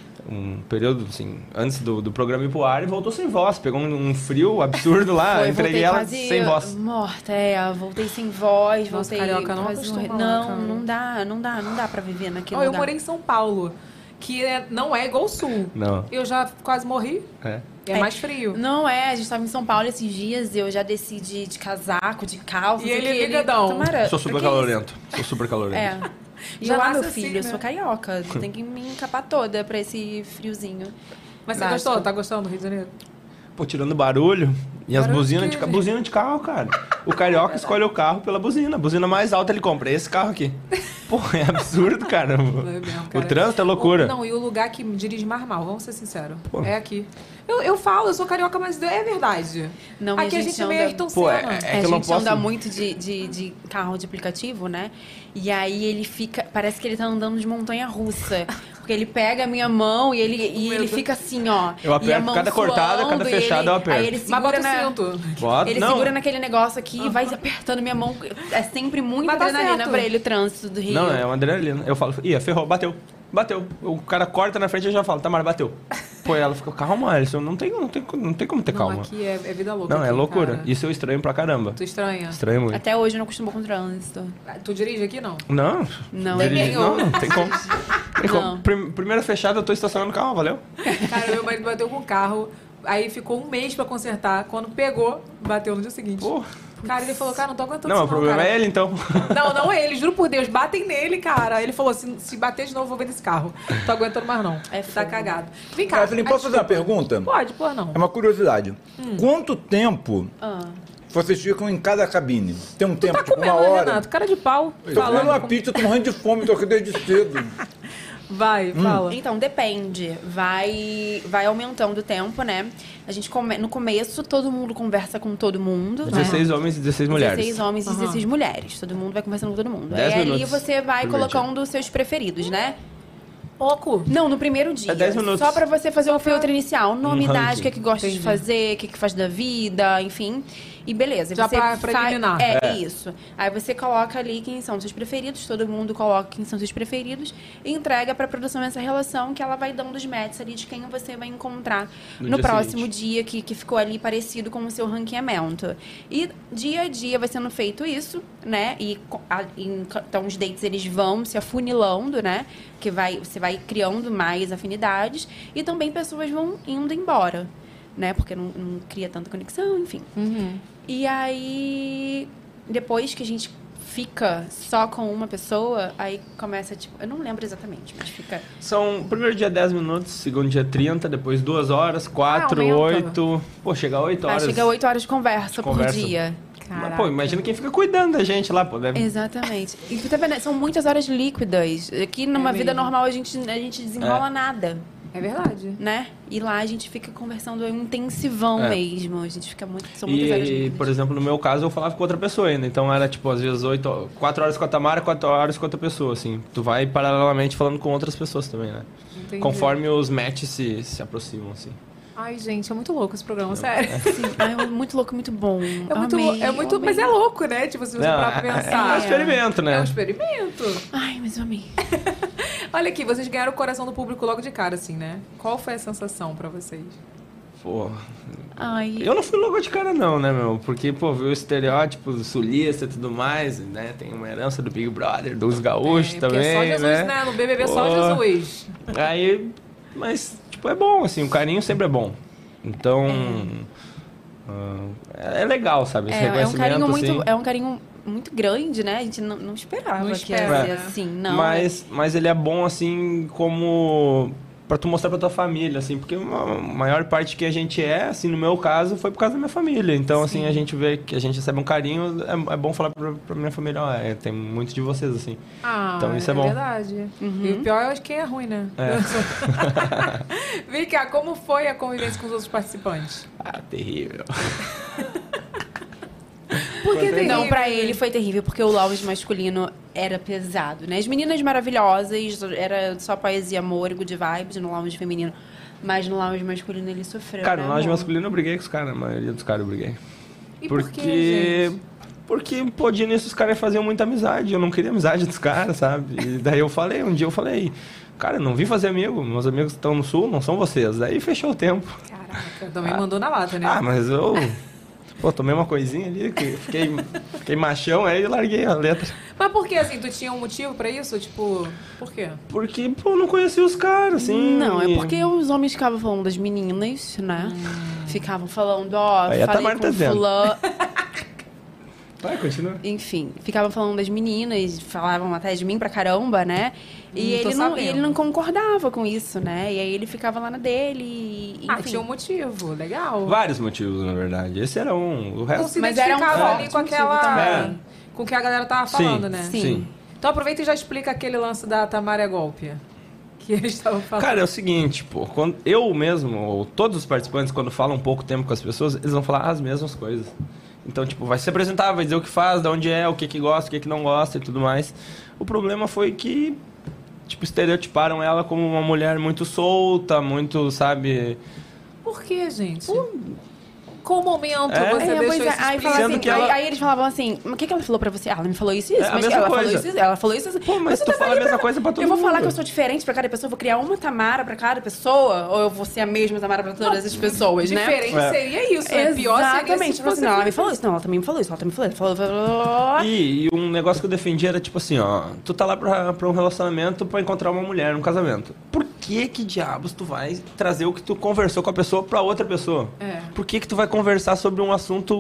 um período, assim, antes do, do programa ir pro ar e voltou sem voz. Pegou um, um frio absurdo lá, Foi, entreguei voltei ela quase sem voz. morta, é, voltei sem voz, Nossa, voltei carioca não quase acostuma morrer. lá, Não, cara. não dá, não dá, não dá pra viver naquele Ó, eu lugar. morei em São Paulo, que é- não é igual o sul. Não. Eu já quase morri. É. É, É. mais frio. Não é, a gente tava em São Paulo esses dias, eu já desci de, de casaco, de calça. E não sei ele o que, é ligadão. Tomara, Sou super que calorento. Sou super calorento. É. E Já eu, ah, nasce meu assim, filho, eu né? sou carioca, tem que me encapar toda pra esse friozinho. Mas você Básico. gostou? Tá gostando do Rio de Janeiro? Pô, tirando barulho e as Barulho buzinas que, de, ca- gente? buzina de carro, cara. O carioca escolhe o carro pela buzina. A buzina mais alta ele compra. É esse carro aqui. Pô, é absurdo, cara. É mesmo, O cara. trânsito é loucura. O- não, e o lugar que dirige mais mal, vamos ser sinceros. Pô. É aqui. Eu, eu falo, eu sou carioca, mas é verdade. Não, aqui e a gente é meio anda- Ayrton Pô, Senna. é- É, que a eu não gente posso- anda muito de, de, de carro de aplicativo, né? E aí ele fica. Parece que ele tá andando de montanha russa. Porque ele pega a minha mão e ele, e ele fica assim, ó. Eu aperto e a mão cada cortada, suando, cada e ele- fechada eu aperto. Aí ele Mas segura bota o na. cinto. Bota- Ele não. segura naquele negócio aqui e vai apertando minha mão. É sempre muita Mas tá adrenalina certo. pra ele o trânsito do Rio. Não, é uma adrenalina. Eu falo, ih, ferrou, bateu. Bateu. O cara corta na frente e eu já falo, Tamara, bateu. Pô, ela fica, calma, Alisson, não tem, não tem, não tem como ter Não, calma. aqui é, é vida louca. Não, é aqui, loucura. cara. Isso eu estranho pra caramba. Tu estranha? Estranho muito. Até hoje eu não costumo com trânsito. Tu dirige aqui, não? Não. Não, dirigir- nenhum. não, não tem como. Tem como. Não. Prim- Primeira fechada, eu tô estacionando o carro, valeu? Cara, meu marido bateu com o carro, aí ficou um mês pra consertar. Quando pegou, bateu no dia seguinte. Pô, Cara, ele falou, cara, não tô aguentando Não, isso o problema cara. é ele, então. Não, não ele, juro por Deus, batem nele, cara. Ele falou, se, se bater de novo, eu vou vender esse carro. Tô aguentando mais não. É, tá cagado. Vem cá. Evelyn, posso fazer uma pergunta? Pode, pô, não. É uma curiosidade. Hum. Quanto tempo Ah. vocês ficam em cada cabine? Tem um tempo, Tá tipo comendo, uma né, hora? Renato? Cara de pau. Tô comendo uma pizza, tô morrendo de fome, tô aqui desde cedo. Vai, Hum. fala. Então, depende. Vai, vai aumentando o tempo, né? A gente come, no começo, todo mundo conversa com todo mundo. dezesseis né? homens e dezesseis mulheres. dezesseis homens e Aham. dezesseis mulheres. Todo mundo vai conversando com todo mundo. dez Aí ali minutos você vai por colocando os seus preferidos, né? Pouco. Não, no primeiro dia. É dez minutos. Só pra você fazer o filtro inicial. Nome, Um idade, ranking. o que é que gosta de Entendi. fazer, o que é que faz da vida, enfim. E beleza. Já você pra faz- preliminar. É, É. isso. Aí você coloca ali quem são seus preferidos, todo mundo coloca quem são seus preferidos e entrega pra produção essa relação que ela vai dando os matches ali de quem você vai encontrar No no, dia próximo seguinte. dia que, que ficou ali parecido com o seu ranqueamento. E dia a dia vai sendo feito isso, né? E co- a- e então os dates eles vão se afunilando, né? Que vai, você vai criando mais afinidades e também pessoas vão indo embora, né? Porque não, não cria tanta conexão, enfim. Uhum. E aí, depois que a gente fica só com uma pessoa, aí começa, tipo... Eu não lembro exatamente, mas fica... São, primeiro dia dez minutos, segundo dia trinta, depois duas horas, quatro, Ah, aumenta. oito... Pô, chega a oito Aí horas. chega oito horas de conversa, Conversa. por dia. Mas, pô, imagina quem fica cuidando da gente lá, pô. Deve... Exatamente. E tu tá vendo? São muitas horas líquidas. Aqui numa É vida mesmo. normal a gente, a gente desenrola nada, É verdade. né? E lá a gente fica conversando um intensivão É. mesmo. A gente fica muito... São muitas horas E, líquidas. por exemplo, no meu caso, eu falava com outra pessoa ainda. Então era, tipo, às vezes, oito, quatro horas com a Tamara, quatro horas com outra pessoa, assim. Tu vai paralelamente falando com outras pessoas também, né? Entendi. Conforme os matches se, se aproximam, assim. Ai, gente, é muito louco esse programa, sério. Sim. Ai, é muito louco, muito bom. É muito, Amei, lou- é muito, amei. mas é louco, né? Tipo, se você Não, parar pra é- pensar. é um experimento, né? É um experimento. Ai, mas eu amei. Olha aqui, vocês ganharam o coração do público logo de cara, assim, né? Qual foi a sensação pra vocês? Pô, Ai, eu não fui logo de cara não, né, meu? Porque, pô, viu o estereótipo do sulista e tudo mais, né? Tem uma herança do Big Brother, dos gaúchos É, porque também, só Jesus, né? né? No B B B só Pô. Jesus. Aí, mas, tipo, é bom, assim, o carinho sempre é bom. Então, ah, é, é legal, sabe? Esse é, é um reconhecimento, carinho muito, assim. é um carinho muito grande, né? A gente não, não esperava Não que espera. ia ser É. assim, não. Mas, mas ele é bom, assim, como... Pra tu mostrar pra tua família, assim. Porque a maior parte que a gente é, assim, no meu caso, foi por causa da minha família. Então, assim, a gente vê que a gente recebe um carinho, é, é bom falar pra, pra minha família, ó, é, tem muito de vocês, assim. Ah, Então, isso é bom. verdade. E o pior é quem é ruim, né? É. Vem cá, como foi a convivência com os outros participantes? Ah, terrível. Por que terrível? Não, pra ele foi terrível, porque o lounge masculino era pesado, né? As meninas maravilhosas, era só poesia, amor e good vibes no lounge feminino. Mas no lounge masculino ele sofreu, Cara, né, no lounge amor? masculino eu briguei com os caras, a maioria dos caras eu briguei. E por Porque... quê, gente? Porque, pô, de início os caras faziam muita amizade, eu não queria amizade dos caras, sabe? E daí eu falei, um dia eu falei, cara, eu não vim fazer amigo, meus amigos que estão no sul não são vocês. Daí fechou o tempo. Caraca, também mandou na lata, né? Ah, mas eu... Pô, tomei uma coisinha ali, que fiquei, fiquei machão, aí larguei a letra. Mas por que, assim, tu tinha um motivo pra isso? Tipo, por quê? Porque, pô, eu não conhecia os caras, assim. Não, é e- porque os homens ficavam falando das meninas, né? Ficavam falando, ó, Aí a falei Tamara com tá dizendo. fulano... Vai, continua. Enfim, ficavam falando das meninas, falavam até de mim pra caramba, né? E, Hum, tô ele, não, e sabendo. ele não concordava com isso, né? E aí ele ficava lá na dele, e, enfim. Ah, tinha um motivo, legal. Vários motivos, na verdade. Esse era um. O resto... Não se Mas era um identificava ali forte com aquela... motivo também. Com o que a galera tava Sim, falando, né? Sim. Sim. Então aproveita e já explica aquele lance da Tamara é golpe. Que eles estavam falando. Cara, é o seguinte, pô, quando eu mesmo, ou todos os participantes, quando falam um pouco tempo com as pessoas, eles vão falar as mesmas coisas. Então, tipo, vai se apresentar, vai dizer o que faz, de onde é, o que que gosta, o que que não gosta e tudo mais. O problema foi que, tipo, estereotiparam ela como uma mulher muito solta, muito, sabe... Por quê, gente? Qual momento É? você É, deixou pois é, isso aí, explícito? fala Sendo assim, que ela- aí, aí eles falavam assim, mas o que, que ela falou pra você? Ah, ela me falou isso e isso, É a mas mesma ela falou coisa. isso, isso, ela falou isso, isso. Pô, mas você tu tá fala a ali mesma pra- coisa pra todo Eu vou falar mundo. que eu sou diferente pra cada pessoa, vou criar uma Tamara pra cada pessoa, ou eu vou ser a mesma Tamara pra todas as pessoas, né? Diferente É. seria isso, né? Pior seria Exatamente. se Tipo assim, fosse não, ela me diferente. falou isso, não, ela também me falou isso, ela também me falou isso, ela falou... falou... E, e um negócio que eu defendia era tipo assim, ó, tu tá lá pra, pra um relacionamento pra encontrar uma mulher, um casamento. Por que que diabos tu vai trazer o que tu conversou com a pessoa pra outra pessoa? É. Por que que tu vai conversar sobre um assunto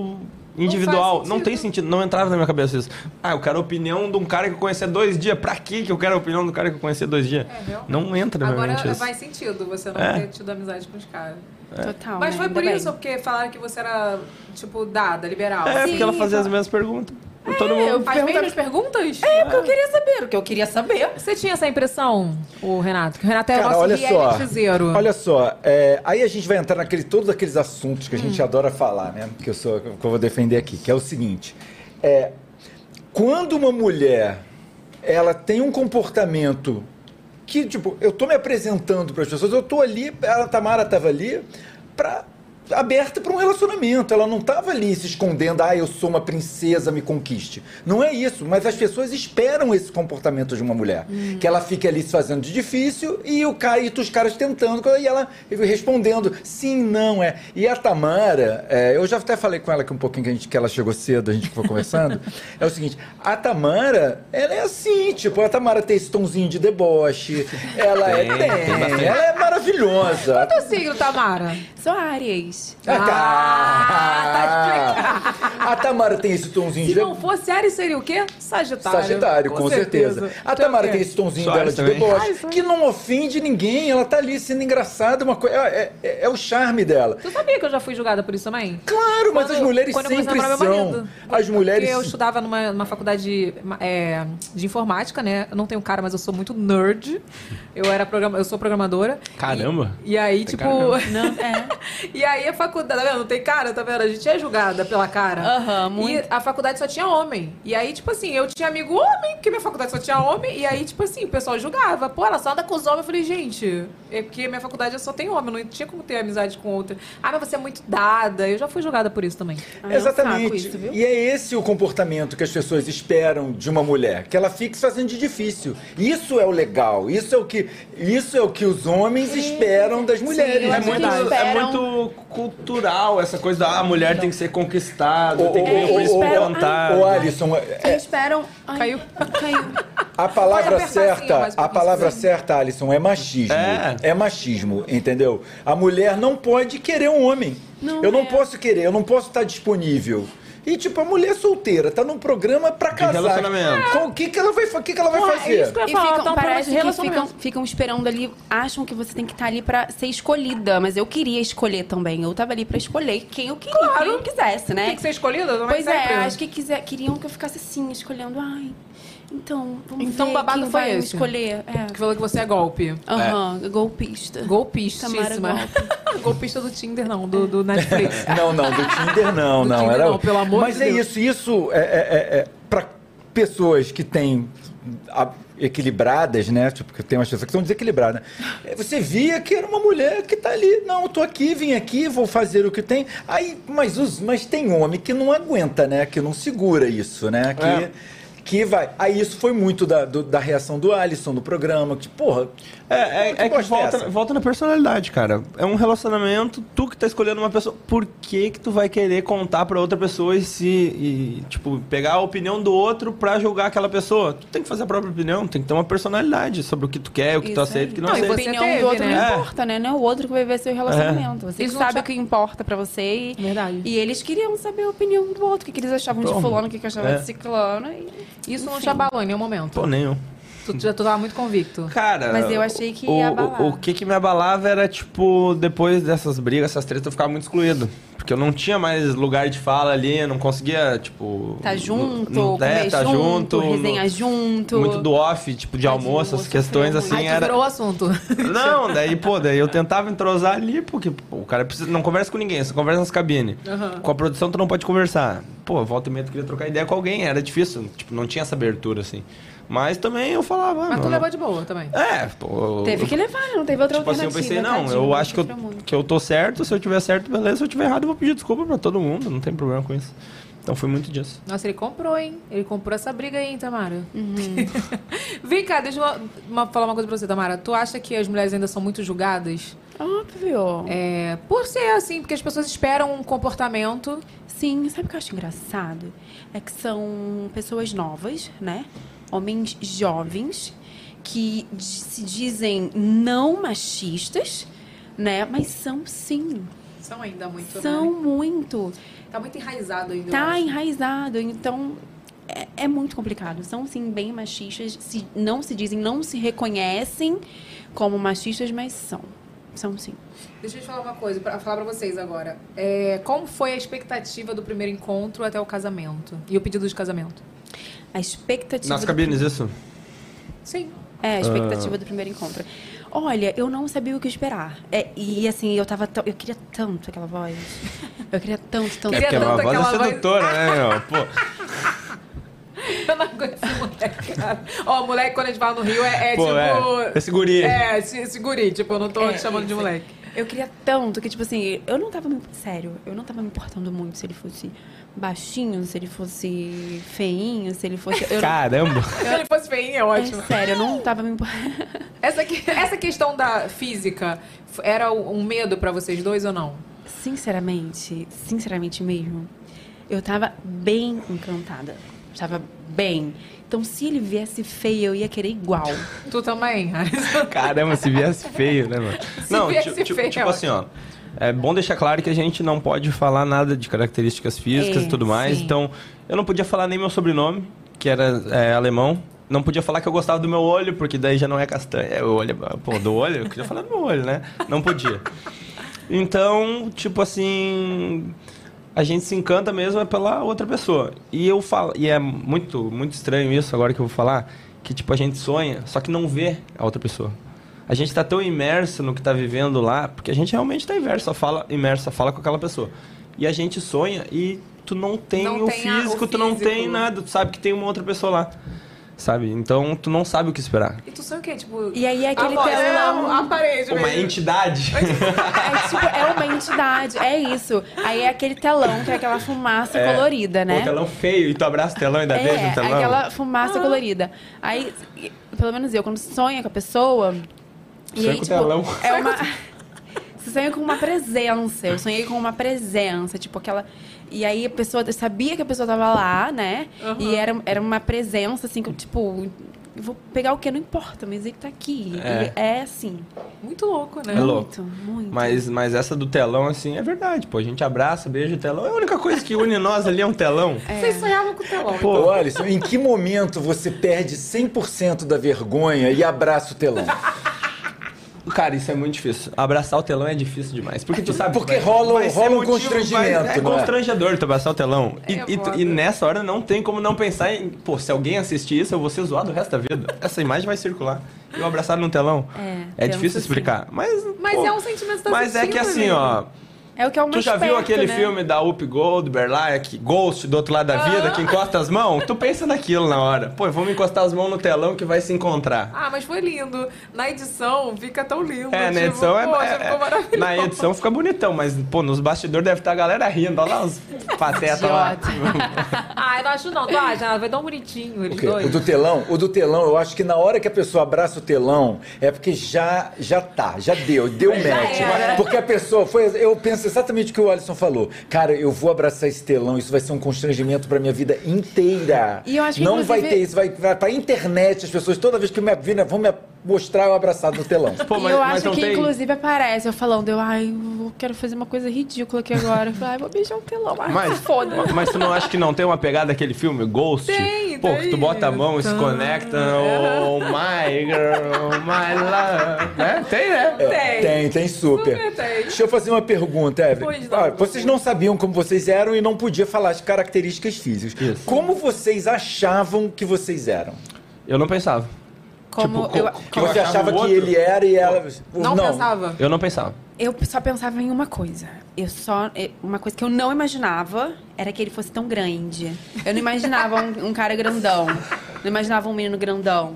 individual. Não Não, faz tem sentido. Não entrava na minha cabeça isso. Ah, eu quero a opinião de um cara que eu conheci há dois dias. Pra quê que eu quero a opinião do cara que eu conheci há dois dias? É, não entra na minha mente Agora isso. faz sentido você não É. ter tido amizade com os caras. Total, Mas né? foi Ainda por bem. isso, porque falaram que você era, tipo, dada, liberal. É, Sim, porque ela fazia então- as mesmas perguntas. Todo eu mundo. As perguntava- mesmas perguntas? É, porque eu queria saber, o que eu queria saber. Você tinha essa impressão, o Renato? Que o Renato é o Cara, nosso olha só, realityzeiro. olha só, é, aí a gente vai entrar naquele, todos aqueles assuntos que a gente adora falar, né? Que eu, sou, que eu vou defender aqui, que é o seguinte, é, quando uma mulher, ela tem um comportamento que, tipo, eu tô me apresentando para as pessoas, eu tô ali, a Tamara tava ali pra... aberta para um relacionamento, ela não estava ali se escondendo, ah, eu sou uma princesa, me conquiste. Não é isso, mas as pessoas esperam esse comportamento de uma mulher, hum. que ela fique ali se fazendo de difícil e o cara, e os caras tentando, e ela respondendo, sim, não, é. E a Tamara, é, eu já até falei com ela aqui um pouquinho, que, a gente, que ela chegou cedo, a gente foi conversando, é o seguinte, a Tamara, ela é assim, tipo, a Tamara tem esse tomzinho de deboche, ela Tem, é, tem tem, bastante. ela é maravilhosa. Qual é o teu signo, Tamara? Sou Áries. Ah, tá a Tamara tem esse tomzinho Se de... não fosse Ares, seria o quê? Sagitário. Sagitário, com, certeza. A Tamara tem esse tomzinho Só dela Ares de também. deboche, Ai, que não ofende ninguém. Ela tá ali sendo engraçada, uma coisa. É, é, é o charme dela. Tu sabia que eu já fui julgada por isso também? Claro, mas Quando- as mulheres quando eu comecei a sempre namorar meu são. marido. As mulheres. Porque eu estudava numa, numa faculdade de, é, de informática, né? Eu não tenho cara, mas eu sou muito nerd. Eu era programa, eu sou programadora. Caramba. E, e aí, Tem tipo. cara, Não, é. E aí a faculdade, tá vendo? Não tem cara, tá vendo? A gente é julgada pela cara. Aham, muito. E a faculdade só tinha homem. E aí, tipo assim, eu tinha amigo homem, porque minha faculdade só tinha homem. E aí, tipo assim, o pessoal julgava. Pô, ela só anda com os homens. Eu falei, gente, é porque minha faculdade só tem homem. Não tinha como ter amizade com outra. Ah, mas você é muito dada. Eu já fui julgada por isso também. Ah, é um saco Exatamente. isso, viu? E é esse o comportamento que as pessoas esperam de uma mulher, que ela fique se fazendo de difícil. Isso é o legal, isso é o que, isso é o que os homens esperam das mulheres. eu É acho muito, que eles é esperam- muito cultural essa coisa da ah, a mulher tem que ser conquistada, Ô, tem que ô, vir ô, o príncipe ô, encantado. Ô, Alisson, é- Eles esperam... Ai, Caiu. Caiu. a palavra Pode apertar assim, ó, certa, mais um a pouquinho. palavra certa, Alisson, é machismo. É. É machismo, entendeu? A mulher não pode querer um homem. Não eu não é. posso querer, eu não posso estar disponível. E tipo, a mulher solteira tá num programa pra casar. relacionamento. Com o que que ela vai, o que que ela vai Porra, é fazer? isso que eu ia E falar, ficam, tá um programa parece de que relacionamento. ficam, ficam esperando ali, acham que você tem que estar ali pra ser escolhida, mas eu queria escolher também. Eu tava ali pra escolher quem eu queria, Claro. quem eu quisesse, né? Tem que ser escolhida também Pois sempre. é, acho que quiser, queriam que eu ficasse assim, escolhendo. Ai, então, vamos Então, ver o babado quem foi vai me esse. escolher. É. Que falou que você é golpe. Aham, golpista. Golpistíssima. Tamara Golpista do Tinder, não, do, do Netflix. Não, não, do Tinder não, Do não. Tinder era... não, pelo amor Mas de é Deus. isso, isso é, é, é, é para pessoas que têm a- equilibradas, né? Tipo, que tem umas pessoas que são desequilibradas. É, Você via que era uma mulher que tá ali, não, eu tô aqui, vim aqui, vou fazer o que tem. Aí, mas, os, mas tem homem que não aguenta, né? Que não segura isso, né? Que, É. que vai. Aí isso foi muito da, do- da reação do Alisson no programa, que, porra. É, é, que é que bosta é volta, essa? volta na personalidade, cara. É um relacionamento, tu que tá escolhendo uma pessoa. Por que que tu vai querer contar pra outra pessoa e se, e, tipo, pegar a opinião do outro pra julgar aquela pessoa? Tu tem que fazer a própria opinião, tem que ter uma personalidade sobre o que tu quer, o que tu Isso aceita e aí. o que não, Não, e A aceita. você opinião teve, do outro né? não É. importa, né? Não é o outro que vai ver seu relacionamento. Você que Isso não sabe te- o que importa pra você. E, Verdade. e eles queriam saber a opinião do outro, o que, que eles achavam de Como? fulano, o que, que achavam É. de ciclano. E... Isso não Enfim. te abalou em nenhum momento. Pô, nenhum. Tu já tu tava muito convicto. Cara, Mas eu achei que o, ia abalar. O, o que que me abalava era, tipo, depois dessas brigas, essas tretas, eu ficava muito excluído. Porque eu não tinha mais lugar de fala ali, eu não conseguia, tipo... Tá junto, não, comer é, tá junto, junto, resenhar no- junto. Muito do off, tipo, de Ai, almoço, de essas almoço, questões sofreu assim, Aí tu era... virou o assunto. Não, daí, pô, daí eu tentava entrosar ali, porque pô, o cara precisa, não conversa com ninguém, você conversa nas cabines. Aham. Com a produção tu não pode conversar. Pô, volta e meia tu queria trocar ideia com alguém, era difícil, tipo, não tinha essa abertura, assim. Mas também eu falava... ah, Mas tu não, levou de boa também. É, pô... Teve eu- que levar, né? Não teve outra Tipo assim, eu alternativa. pensei, não, tadinho, eu acho que eu, sofreu muito. que eu tô certo, se eu tiver certo, beleza, se eu tiver errado, eu vou pedir desculpa pra todo mundo, não tem problema com isso. Então foi muito disso. Nossa, ele comprou, hein? Ele comprou essa briga aí, hein, Tamara? Uhum. Vem cá, deixa eu uma- falar uma coisa pra você, Tamara. Tu acha que as mulheres ainda são muito julgadas? Óbvio. É, por ser assim, porque as pessoas esperam um comportamento. Sim, sabe o que eu acho engraçado? É que são pessoas novas, né? Homens jovens que d- se dizem não machistas, né? Mas são sim. São ainda muito, São né? muito. Tá muito enraizado ainda, eu Tá acho. enraizado, então é, é muito complicado. São, sim, bem machistas, se, não se dizem, não se reconhecem como machistas, mas são. São, sim. Deixa eu te falar uma coisa, pra falar pra vocês agora. É, como foi a expectativa do primeiro encontro até o casamento? E o pedido de casamento? A expectativa... Nas do- cabines, isso? Sim. É, a expectativa do primeiro encontro. Olha, eu não sabia o que esperar. É, e assim, eu tava tão, eu queria tanto aquela voz. Eu queria tanto, tanto. É Queria porque a tanto voz é aquela voz. sedutora, né, meu? Pô, Eu não aguento esse moleque, cara. Ó, moleque, quando a gente fala no Rio, é, é pô, tipo... é. Esse guri. É, esse, esse guri. Tipo, eu não tô É, chamando de isso. moleque. Eu queria tanto que, tipo assim, eu não tava me... Sério, eu não tava me importando muito se ele fosse baixinho, se ele fosse feinho, se ele fosse... Eu não- Caramba. Se ele fosse feinho, é ótimo. É sério, eu não tava me importando. Essa, que- essa questão da física f- era um medo pra vocês dois ou não? Sinceramente, sinceramente mesmo, eu tava bem encantada. Tava bem. Então, se ele viesse feio, eu ia querer igual. Tu também, Alisson? Caramba, se viesse feio, né, mano? Se não, viesse ti- ti- feio, tipo é assim, ó. É bom deixar claro que a gente não pode falar nada de características físicas É, e tudo mais. sim. Então, eu não podia falar nem meu sobrenome, que era é, alemão. Não podia falar que eu gostava do meu olho, porque daí já não é castanho. É o olho, pô, do olho? Eu queria falar do meu olho, né? Não podia. Então, tipo assim, a gente se encanta mesmo é pela outra pessoa. E eu falo, e é muito, muito estranho isso agora que eu vou falar, que tipo a gente sonha, só que não vê a outra pessoa. A gente tá tão imerso no que tá vivendo lá, porque a gente realmente tá imerso, só fala, imerso, só fala com aquela pessoa. E a gente sonha e tu não tem, Não o, tem a- o físico, tu não físico. tem nada, tu sabe que tem uma outra pessoa lá. Sabe? Então tu não sabe o que esperar. E tu sonha o quê? Tipo... E aí é aquele a voz, telão. é, a parede Uma mesmo. entidade. É, tipo, é uma entidade, é isso. Aí é aquele telão, que é aquela fumaça É. colorida, né? Pô, telão feio e tu abraça o telão e ainda É, beija o telão. aquela fumaça colorida. Aí, pelo menos eu, quando sonho com a pessoa... E Sonha aí, com o tipo, telão. é uma... Você sonha com uma presença. Eu sonhei com uma presença, tipo aquela... E aí a pessoa... Eu sabia que a pessoa tava lá, né? E era, era uma presença, assim, que eu, tipo... Eu vou pegar o que? Não importa, mas ele tá aqui. É. Ele é assim. Muito louco, né? É louco. Muito, muito. Mas, mas essa do telão, assim, é verdade. Pô, a gente abraça, beija o telão. É a única coisa que une nós ali é um telão. Vocês sonhavam com o telão. Ô, Alisson, em que momento você perde cem por cento da vergonha e abraça o telão? Cara, isso é muito difícil. Abraçar o telão é difícil demais. Porque tu sabe... Porque vai- rola- vai ser rola um motivo, constrangimento, vai- É não é? constrangedor tu abraçar o telão. E, É e tu- foda. e nessa hora não tem como não pensar em... Pô, se alguém assistir isso, eu vou ser zoado o resto da vida. Essa imagem vai circular. Eu abraçar num telão. É, É penso difícil assim. explicar. Mas, Mas pô, é um sentimento que tá Mas é que sentindo, assim, amigo. ó... É o que é o mais Tu já viu perto, aquele né? filme da Whoopi Goldberg lá, que Ghost, do outro lado da vida, que encosta as mãos? Tu pensa naquilo na hora. Pô, vamos encostar as mãos no telão que vai se encontrar. Ah, mas foi lindo. Na edição fica tão lindo. É, na tipo, edição é, poxa, é- ficou maravilhoso. Na edição fica bonitão, mas, pô, nos bastidores deve estar a galera rindo. Olha lá os patetas lá. Ah, eu não acho não. Tu acha? Ah, vai tão bonitinho eles O quê? dois. O do telão? O do telão, eu acho que na hora que a pessoa abraça o telão, é porque já, já tá, já deu, deu match. era. Porque a pessoa foi. Eu penso exatamente o que o Alisson falou. Cara, eu vou abraçar esse telão, isso vai ser um constrangimento pra minha vida inteira. E eu acho que, Não vai inclusive- ter isso, vai, vai pra internet, as pessoas, toda vez que me virem, vão me mostrar eu abraçado no telão. Pô, E mas, eu mas acho não que, tem... inclusive, aparece eu falando, eu, ai, eu quero fazer uma coisa ridícula aqui agora. Eu falei, ai, vou beijar um telão. Ai, Mas, foda. mas tu não acha que não tem uma pegada daquele filme, Ghost? Tem, Pô, que tem. tu bota a mão e se conecta. Oh my girl, my love. Né? Tem, né? Tem. Tem, tem super. Super tem. Deixa eu fazer uma pergunta, Evelyn. Pois não, Ah, doutor. vocês não sabiam como vocês eram e não podia falar as características físicas. Isso. Como vocês achavam que vocês eram? Eu não pensava. Como Tipo, eu, co- Que eu você achava achava o que outro? ele era e ela... Não, pensava? Eu não pensava. eu só pensava em uma coisa. Eu só. eu- Uma coisa que eu não imaginava era que ele fosse tão grande. Eu não imaginava um, um cara grandão. Não imaginava um menino grandão.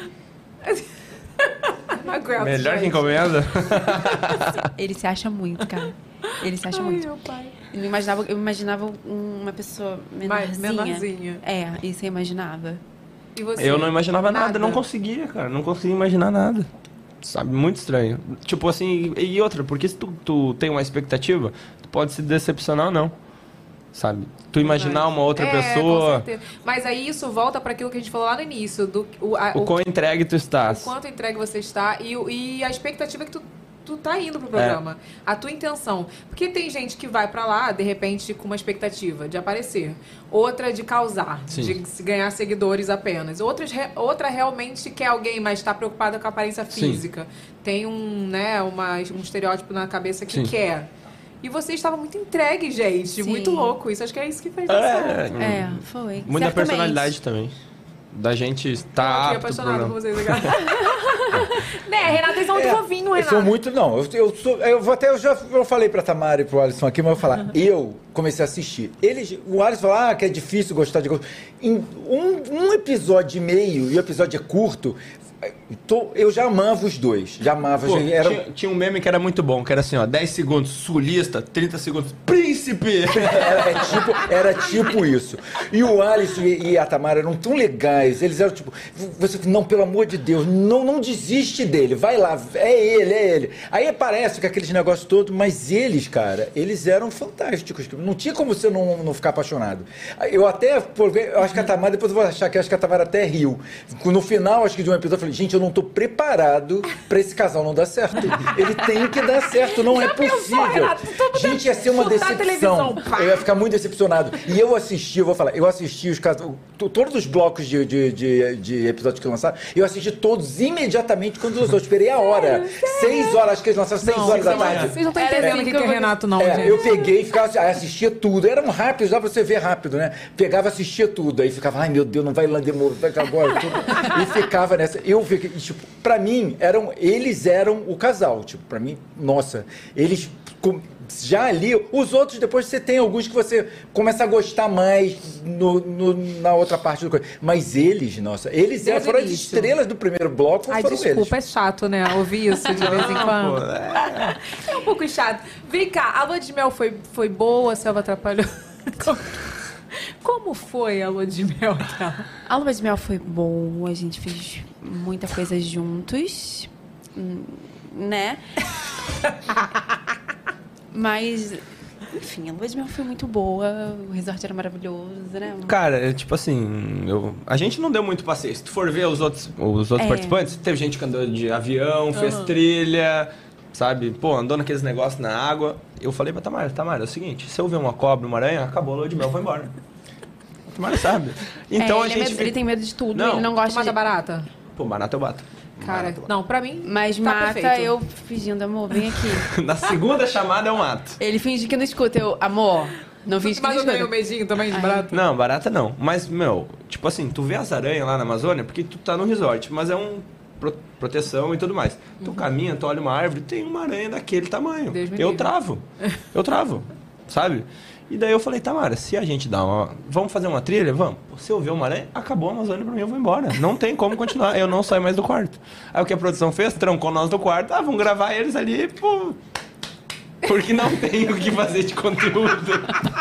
Não aguento, Melhor que gente. encomenda. Ele se acha muito, cara. Ele se acha Ai, muito. meu pai. Eu, não imaginava, eu imaginava um- uma pessoa Mais menorzinha. menorzinha. É, isso eu imaginava. E você? Eu não imaginava nada, não conseguia, cara. Não conseguia imaginar nada. Sabe? Muito estranho. Tipo assim, e outra, porque se tu, tu tem uma expectativa, tu pode se decepcionar ou não. Sabe? Tu imaginar uma outra É, pessoa, com certeza. Mas aí isso volta para aquilo que a gente falou lá no início, do o, a, o o, quão entregue tu o estás. quanto entregue você está e, o- e a expectativa que tu, tu tá indo pro programa. É. A tua intenção. Porque tem gente que vai pra lá, de repente, com uma expectativa de aparecer. Outra de causar, Sim. de ganhar seguidores apenas. Outras, outra realmente quer alguém, mas tá preocupada com a aparência física. Sim. Tem um, né, uma, um estereótipo na cabeça que Sim. quer. E você estava muito entregue, gente. Sim. Muito louco. Isso acho que é isso que fez é, é, é, foi. Muita Certamente. personalidade também. Da gente estar apto pro programa. Com vocês agora. Né, Renato, eles são muito fofinhos, Renato. Eu sou muito, não. Eu, eu, sou, eu vou até, eu já eu falei pra Tamara e pro Alisson aqui, mas eu vou falar. Uhum. Eu comecei a assistir. Eles, o Alisson falou, ah, que é difícil gostar de... Em um, um episódio e meio, e o episódio é curto... Tô, eu já amava os dois. Já amava. Pô, já, era... tinha, tinha um meme que era muito bom, que era assim, ó, dez segundos sulista, trinta segundos príncipe. Era, é tipo, era tipo isso. E o Alisson e, e a Tamara eram tão legais. Eles eram tipo, você, não, pelo amor de Deus, não, não desiste dele. Vai lá, é ele, é ele. Aí aparece com aqueles negócios todos, mas eles, cara, eles eram fantásticos. Não tinha como você não, não ficar apaixonado. Eu até, eu acho que a Tamara, depois eu vou achar que acho que a Tamara até riu. No final, acho que de um episódio, eu falei, gente, eu não tô preparado pra esse casal não dar certo. Ele tem que dar certo, não Já é possível. Pensou, Renato, gente, ia ser uma decepção. Eu ia ficar muito decepcionado. E eu assisti, eu vou falar, eu assisti os casais, todos os blocos de, de, de, de episódios que lançaram, eu assisti todos imediatamente quando lançou. Eu esperei a hora. Seis horas, acho que eles lançaram seis horas da tarde. Vocês não estão entendendo o que é Renato, não, é, gente. Eu peguei e ficava, assistia tudo. Era um rápido, dá pra você ver rápido, né? Pegava, assistia tudo. Aí ficava, ai meu Deus, não vai lá demorar, vai agora. Tudo. E ficava nessa. Eu fiquei. Tipo, pra mim, eram, eles eram o casal. Tipo, pra mim, nossa, eles já ali, os outros depois você tem alguns que você começa a gostar mais no, no, na outra parte do coisa. Mas eles, nossa, eles eram, foram as estrelas do primeiro bloco. Ai, foram desculpa, eles. É chato, né? Ouvir isso de vez em quando. Pô, é. é um pouco chato. Vem cá, a lua de mel foi, foi boa, a selva atrapalhou? Como foi a lua de mel dela? A lua de mel foi boa, a gente fez muita coisa juntos, né? Mas, enfim, a lua de mel foi muito boa, o resort era maravilhoso, né? Cara, é tipo assim, eu, a gente não deu muito passeio. Se tu for ver os outros, os outros é. participantes, teve gente que andou de avião, uhum. fez trilha, sabe? Pô, andou naqueles negócios na água. Eu falei pra Tamara, Tamara, é o seguinte, se eu ver uma cobra, uma aranha, acabou a lua de mel, eu vou embora. Tamara sabe. Então é, a ele gente... É medo, fica... Ele tem medo de tudo, não, ele não gosta de... barata? Pô, barata eu bato. Cara, barata, não, pra mim Mas tá mata perfeito. Eu fingindo, amor, vem aqui. Na segunda chamada eu mato. Ele finge que não escuta, eu, amor... Não finge que não escuta. Mas eu tenho medinho também de Ai. barata? Não, barata não. Mas, meu, tipo assim, tu vê as aranhas lá na Amazônia porque tu tá no resort, mas é um... proteção e tudo mais. Uhum. Tu caminha, tu olha uma árvore, tem uma aranha daquele tamanho. Deus me eu livre. travo. Eu travo. Sabe? E daí eu falei, Tamara, se a gente dá uma... Vamos fazer uma trilha? Vamos. Se eu ver uma aranha, acabou a Amazônia pra mim, eu vou embora. Não tem como continuar. Eu não saio mais do quarto. Aí o que a produção fez? Trancou nós do quarto. Ah, vamos gravar eles ali, pô... Porque não tem o que fazer de conteúdo.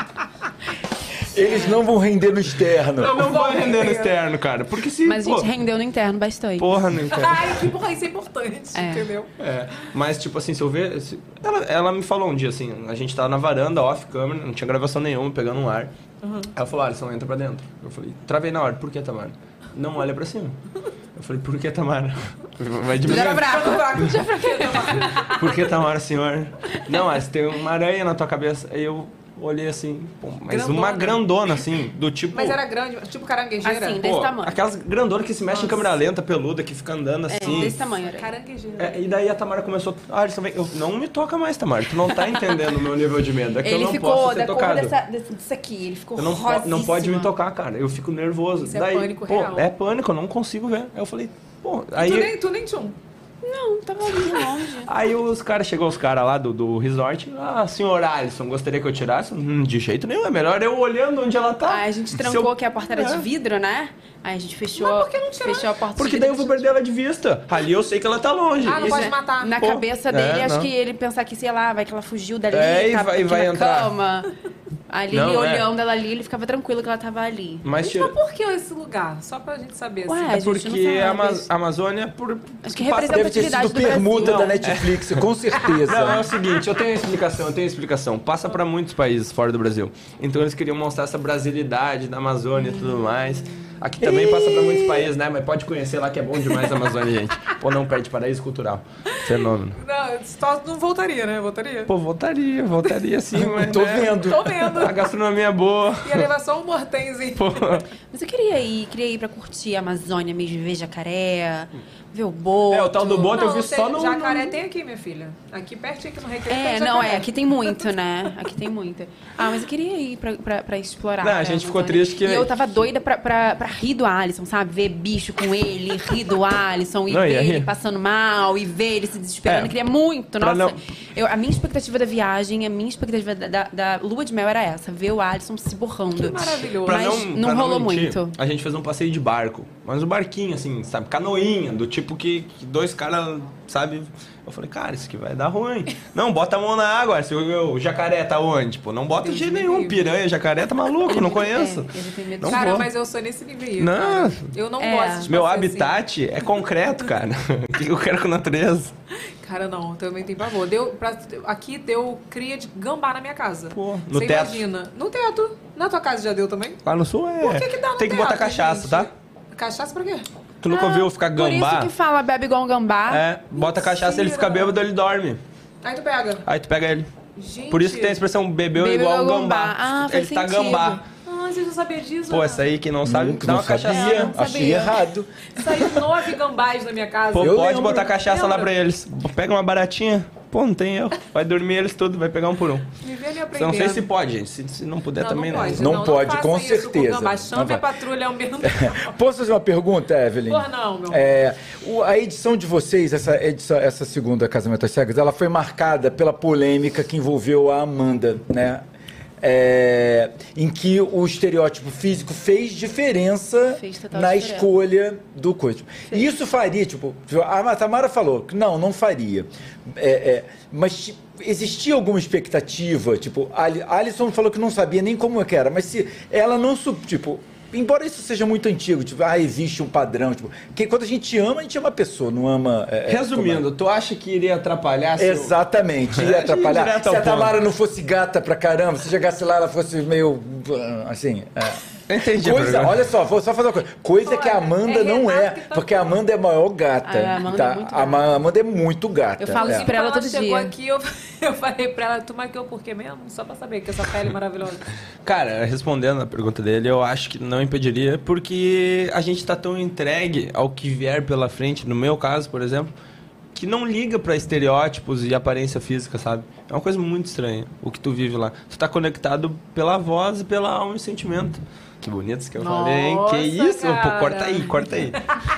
Eles não vão render no externo. Não, não vão render no externo, cara. Porque se... Mas a pô, gente rendeu no interno bastante. Porra, no interno. Ai, que porra, isso é importante, é. entendeu? É, mas tipo assim, se eu ver... Se... Ela, ela me falou um dia assim, a gente tava na varanda, off câmera, não tinha gravação nenhuma, pegando um ar. Uhum. Ela falou, Alisson, entra pra dentro. Eu falei, travei na hora, por que, Tamara? Não olha pra cima. Eu falei, por que, Tamara? Vai diminuir. Já fraco, fraco, já fraco, Tamara. Por que, Tamara, senhor? Não, mas tem uma aranha na tua cabeça. Aí eu... olhei assim, pô, mas grandona. Uma grandona, assim, do tipo... Mas era grande, tipo caranguejeira? Assim, pô, desse tamanho. Aquelas grandonas que se mexem em câmera lenta, peluda, que fica andando assim. É, desse tamanho era. Caranguejeira. É, e daí a Tamara começou... Ah, eles também... Eu, não me toca mais, Tamara, tu não tá entendendo o meu nível de medo. É que ele eu não ficou posso ser da tocado. Cor dessa, desse, disso aqui, ele ficou eu não, não pode me tocar, cara, eu fico nervoso. Isso daí, é pânico pô, real. É pânico, eu não consigo ver. Aí eu falei, pô... Aí, tu nem, tu nem tchum. Não, tava ali longe. Aí os caras, chegou os caras lá do, do resort. Ah, senhor Alisson, gostaria que eu tirasse? Hum, de jeito nenhum, é melhor eu olhando onde ela tá. Aí a gente trancou eu... que a porta era é. de vidro, né? Aí a gente fechou, Mas por que não tirou? fechou a porta Porque de daí vidro. eu vou perder ela de vista. Ali eu sei que ela tá longe. Ah, não Isso pode é... matar. Na Pô, cabeça dele, é, acho não. que ele pensar que, sei lá, vai que ela fugiu dali, É, e tá vai- aqui vai na entrar. cama. Ali, Não, ele é. olhando ela ali, ele ficava tranquilo que ela tava ali. Mas, Mas tira... por que esse lugar? Só pra gente saber. Ué, assim. a é gente não porque sabe. a Ama- a Amazônia... Por... Acho que passa- representa- Deve ter sido Atividade do permuta Brasil. da Netflix, com certeza. Não, é o seguinte, eu tenho explicação, eu tenho explicação. Passa pra muitos países fora do Brasil. Então eles queriam mostrar essa brasilidade da Amazônia e tudo mais. Aqui também passa pra muitos países, né? Mas pode conhecer lá que é bom demais a Amazônia, gente. Pô, não perde paraíso cultural. Fenômeno. Não, só, só não voltaria, né? Voltaria? Pô, voltaria, voltaria sim, mas. Tô né? vendo. Tô vendo. A gastronomia é boa. Ia levar só um mortenzinho. Pô. Mas eu queria ir, queria ir pra curtir a Amazônia mesmo, ver jacaré, ver o boto. É, o tal do boto eu vi sei, só no... Jacaré no... tem aqui, minha filha. Aqui pertinho, aqui no Recreio. É, tem não, jacaré. é, aqui tem muito, né? Aqui tem muito. Ah, mas eu queria ir pra, pra, pra explorar. Não, a né, gente ficou Amazônia. triste que- E eu tava doida pra, pra, pra rir do Alisson, sabe? Ver bicho com ele, rir do Alisson, e Não, ver ia ele rir. passando mal, e ver ele se desesperando. É, Eu queria muito, pra nossa. não- Eu, a minha expectativa da viagem, a minha expectativa da, da, da lua de mel era essa, ver o Alisson se borrando. Que maravilhoso. Pra Mas não, não pra rolou mentir, muito. A gente fez um passeio de barco. Mas um barquinho, assim, sabe? Canoinha, do tipo que, que dois caras, sabe? Eu falei, cara, isso aqui vai dar ruim. Não, bota a mão na água. Se o, o jacaré tá onde? Pô, não bota de jeito me nenhum. livre. Piranha, jacaré, tá maluco, não conheço. É, ele tem medo Não de- Cara, vou. mas eu sou nesse nível aí. Não. cara. Eu não É. gosto de Meu passeio habitat é concreto, cara. O que eu quero com a natureza? assim. Cara, não, também tem pavor. Deu, pra, aqui deu cria de gambá na minha casa. Pô, no Você teto. imagina. No teto. Na tua casa já deu também? Lá no sul é. Por que, que dá no Tem que teto, botar cachaça, gente? tá? Cachaça pra quê? Tu nunca ouviu ficar Por isso gambá? que fala bebe igual um gambá. É, bota cachaça, ele fica bêbado, ele dorme. Aí tu pega. Aí tu pega ele. Gente. Por isso que tem a expressão bebeu Bebeu igual um igual gambá. gambá. Ah, ele faz tá sentido. gambá. Ah, você já sabia disso? Pô, essa aí que não sabe, Nunca, dá não uma cachaça. sabia. não Achei sabia. errado. Saiu nove gambás na minha casa. Pô, Eu pode lembro. botar cachaça lá Lembra? pra eles. Pega uma baratinha. Pô, não tem erro. Vai dormir eles tudo, vai pegar um por um. Vivendo e Eu aprendendo. não sei se pode, gente. Se, se não puder Não, também não não. pode. Não pode, faça com isso certeza. gambá. Não Chame vai. a patrulha ambiental. Posso fazer uma pergunta, Evelyn? Por não, meu. É, o- a edição de vocês, essa, edição, essa segunda Casamento às Cegas, ela foi marcada pela polêmica que envolveu a Amanda, né? É, em que o estereótipo físico fez diferença Fez total na diferença. escolha do coisa. E isso faria, tipo, a Tamara falou que não, não faria. É, é, mas tipo, existia alguma expectativa? Tipo, a Ali- a Alison falou que não sabia nem como é que era, mas se ela não, sub- tipo, embora isso seja muito antigo, tipo, ah, existe um padrão, tipo, que quando a gente ama, a gente ama a pessoa, não ama... é, é, Resumindo, tu acha que iria atrapalhar se eu- Exatamente, ia É, atrapalhar. direto Se ao a Tamara ponto. não fosse gata pra caramba, se chegasse lá, ela fosse meio. Assim. É. Eu entendi a Coisa, pergunta. olha só, vou só fazer uma coisa. Coisa que a Amanda é não é, Renato que tá porque a Amanda é a maior gata. Ah, a Amanda tá? é muito A Ma- Amanda é muito gata. Eu falo é. isso pra ela Quando todo chegou dia. aqui, eu, eu falei pra ela, tu maquiou por quê mesmo? Só pra saber que essa pele é maravilhosa. Cara, respondendo a pergunta dele, eu acho que não impediria, porque a gente tá tão entregue ao que vier pela frente, no meu caso, por exemplo, que não liga pra estereótipos e aparência física, sabe? É uma coisa muito estranha o que tu vive lá. Tu tá conectado pela voz, pela alma e sentimento. Que bonito isso que eu falei, hein? Nossa, Que isso? Pô, cara. corta aí, corta aí.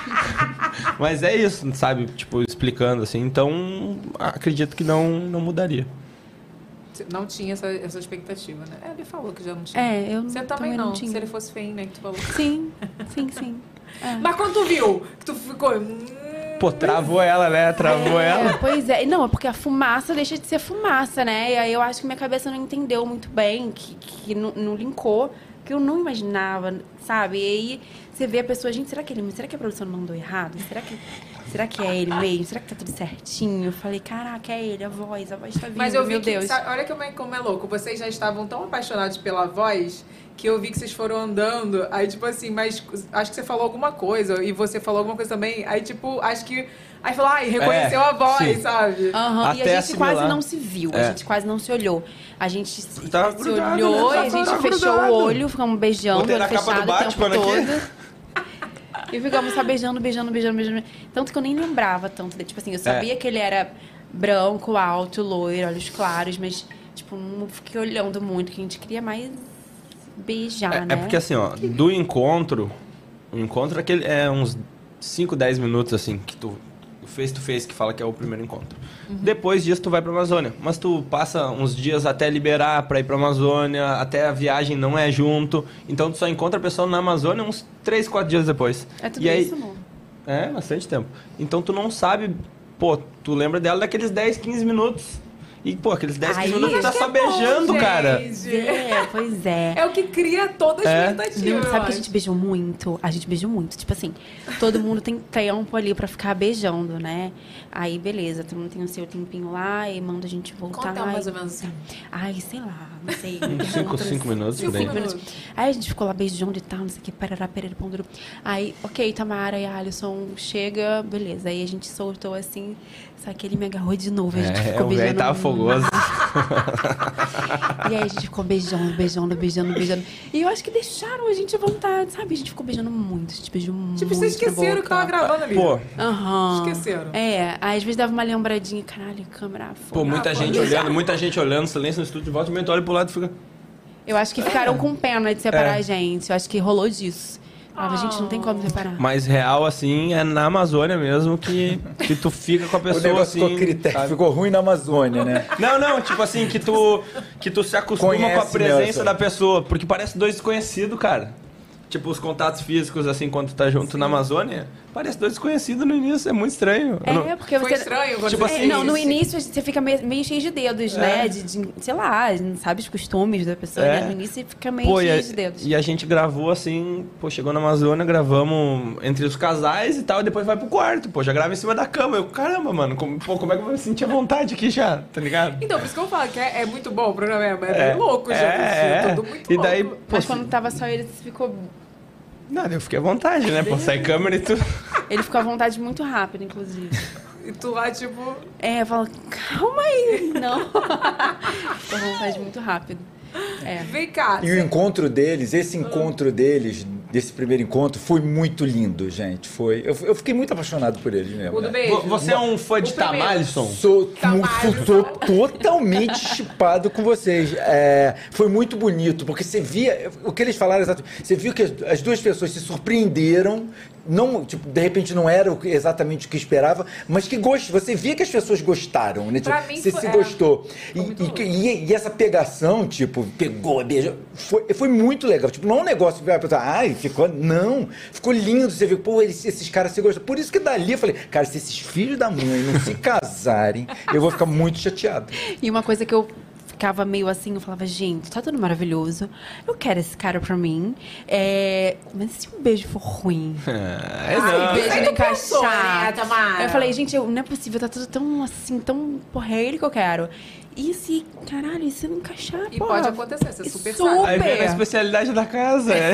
Mas é isso, sabe? Tipo, explicando assim. Então, acredito que não, não mudaria. Não tinha essa, essa expectativa, né? É, ele falou que já não tinha. É, eu Você também, também não, não tinha. se ele fosse feio, né, que tu falou. Sim, sim, sim. É. Mas quando tu viu, que tu ficou... hum, Pô, travou ela, né? Travou É, ela. pois é. Não, é porque a fumaça deixa de ser fumaça, né? E aí eu acho que minha cabeça não entendeu muito bem, que, que não, não linkou, que eu não imaginava, sabe? E aí você vê a pessoa, gente, será que ele, será que a produção não mandou errado? Será que, será que é ele mesmo? Será que tá tudo certinho? Eu falei, caraca, é ele, a voz, a voz tá vindo, Mas eu vi meu que, Deus. sabe, olha como é, como é louco, vocês já estavam tão apaixonados pela voz que eu vi que vocês foram andando, aí tipo assim, mas acho que você falou alguma coisa e você falou alguma coisa também, aí tipo, acho que, aí falou, ai, reconheceu É, a voz, sim. sabe? Aham, e Até a gente assimilar. quase não se viu, É. a gente quase não se olhou. A gente se, Tava se grudado, olhou né? e a gente Tava fechou grudado. o olho, ficamos beijando, Botei olho na capa do fechado o tempo Batman aqui. todo. E ficamos só beijando, beijando, beijando, beijando. Tanto que eu nem lembrava tanto dele. Tipo assim, eu sabia que ele era branco, alto, loiro, olhos claros, mas, tipo, não fiquei olhando muito, que a gente queria mais beijar, É, né? é porque assim, ó, do encontro, o encontro é, aquele, é uns cinco, dez minutos, assim, que tu, o face to face que fala que é o primeiro encontro. Depois disso tu vai pra Amazônia, mas tu passa uns dias até liberar pra ir pra Amazônia, até a viagem não é junto, então tu só encontra a pessoa na Amazônia uns três, quatro dias depois. É tudo E aí, isso, amor. É, bastante tempo. Então tu não sabe, pô, tu lembra dela daqueles dez, quinze minutos. E, pô, aqueles dez Aí- minutos tu tá Acho só que é bom, beijando, cara. gente. É, pois é. É o que cria toda a É. expectativa. Não, eu sabe que a acho. gente beijou muito? A gente beijou muito. Tipo assim, todo mundo tem tempo ali pra ficar beijando, né? Aí, beleza, todo mundo tem o seu tempinho lá e manda a gente voltar Quanto tempo lá. mais e- ou menos assim? Ai, sei lá, não sei. Cinco, cinco minutos, Cinco, bem. cinco minutos. Aí a gente ficou lá beijando e tal, não sei o que, parará, perere, ponduru. Aí, ok, Tamara e Alisson, chega, beleza. Aí a gente soltou assim, só que ele me agarrou de novo. A gente É, ficou o velho beijando. tava fogoso. E aí a gente ficou beijando, beijando, beijando, beijando. E eu acho que deixaram a gente à vontade, sabe? A gente ficou beijando muito, a gente beijou muito. Tipo, vocês na esqueceram boca. que tava gravando ali. Pô, Aham. Esqueceram. É, aí às vezes dava uma lembradinha, caralho, câmera pô, foda. muita gente olhando, muita gente olhando, silêncio no estúdio, de volta e meia, tu olha pro lado e fica... Eu acho que ficaram com pena de separar É. a gente. Eu acho que rolou disso. Falava, gente, não tem como separar. Mas real, assim, é na Amazônia mesmo que, que tu fica com a O pessoa, negócio assim... ficou critério, sabe? ficou ruim na Amazônia, né? Não, não, tipo assim, que tu, que tu se acostuma Conhece, com a presença Nelson. da pessoa, porque parece dois desconhecidos, cara. Tipo, os contatos físicos, assim, quando tu tá junto na Amazônia, parece dois desconhecidos no início, é muito estranho. Eu não- É, porque Foi você... estranho quando Tipo você assim, É, não, no disse. início você fica meio, meio cheio de dedos, né? De, de- sei lá, não sabe os costumes da pessoa, É. né? No início você fica meio Pô, e cheio a, de dedos. e a gente gravou assim, pô, chegou na Amazônia, gravamos entre os casais e tal, e depois vai pro quarto, pô, já grava em cima da cama. Eu, caramba, mano, como, pô, como é que eu vou me sentir à vontade aqui já, tá ligado? Então, por isso que eu falo que é, é muito bom o programa. É, é, É, bem louco, já. é, É, tudo muito e daí, louco. pô, Mas se- quando tava só ele, você ficou... Nada, eu fiquei à vontade, né, pô, sai câmera e tudo. Ele ficou à vontade muito rápido, inclusive. E tu lá, tipo... É, eu falo, calma aí. Não. Ficou à vontade muito rápido. É. Vem cá. E o encontro deles, esse encontro deles, desse primeiro encontro, foi muito lindo, gente. Foi. Eu, eu fiquei muito apaixonado por eles mesmo. O do né? beijo. Vo- Você é um fã de O primeiro. Tamalisson? Sou, Tamalho. mu- sou totalmente chipado com vocês. É, foi muito bonito, porque você via. O que eles falaram exatamente. Você viu que as, as duas pessoas se surpreenderam. Não, tipo, de repente não era o que- exatamente o que esperava, mas que gost, você via que as pessoas gostaram, né? Tipo, Pra mim você foi- se é, gostou. E, muito e- louco. e- e essa pegação, tipo, pegou, beijou, foi, foi muito legal. Tipo, não é um negócio que vai pensar, ai, ficou. Não, ficou lindo. Você viu, pô, eles- esses caras se gostam. Por isso que dali eu falei, cara, se esses filhos da mãe não se casarem, eu vou ficar muito chateado. E uma coisa que eu ficava meio assim, eu falava, gente, tá tudo maravilhoso. Eu quero esse cara pra mim. É... Mas se um beijo for ruim? É, Se o não. beijo Aí não tu pensou, né, encaixar. Tamara? Eu falei, gente, eu- não é possível, tá tudo tão assim, tão. Porra, é ele que eu quero. E se, caralho, e se não encaixar? E porra, pode acontecer, você super super. sabe. Aí vem a especialidade da casa, é.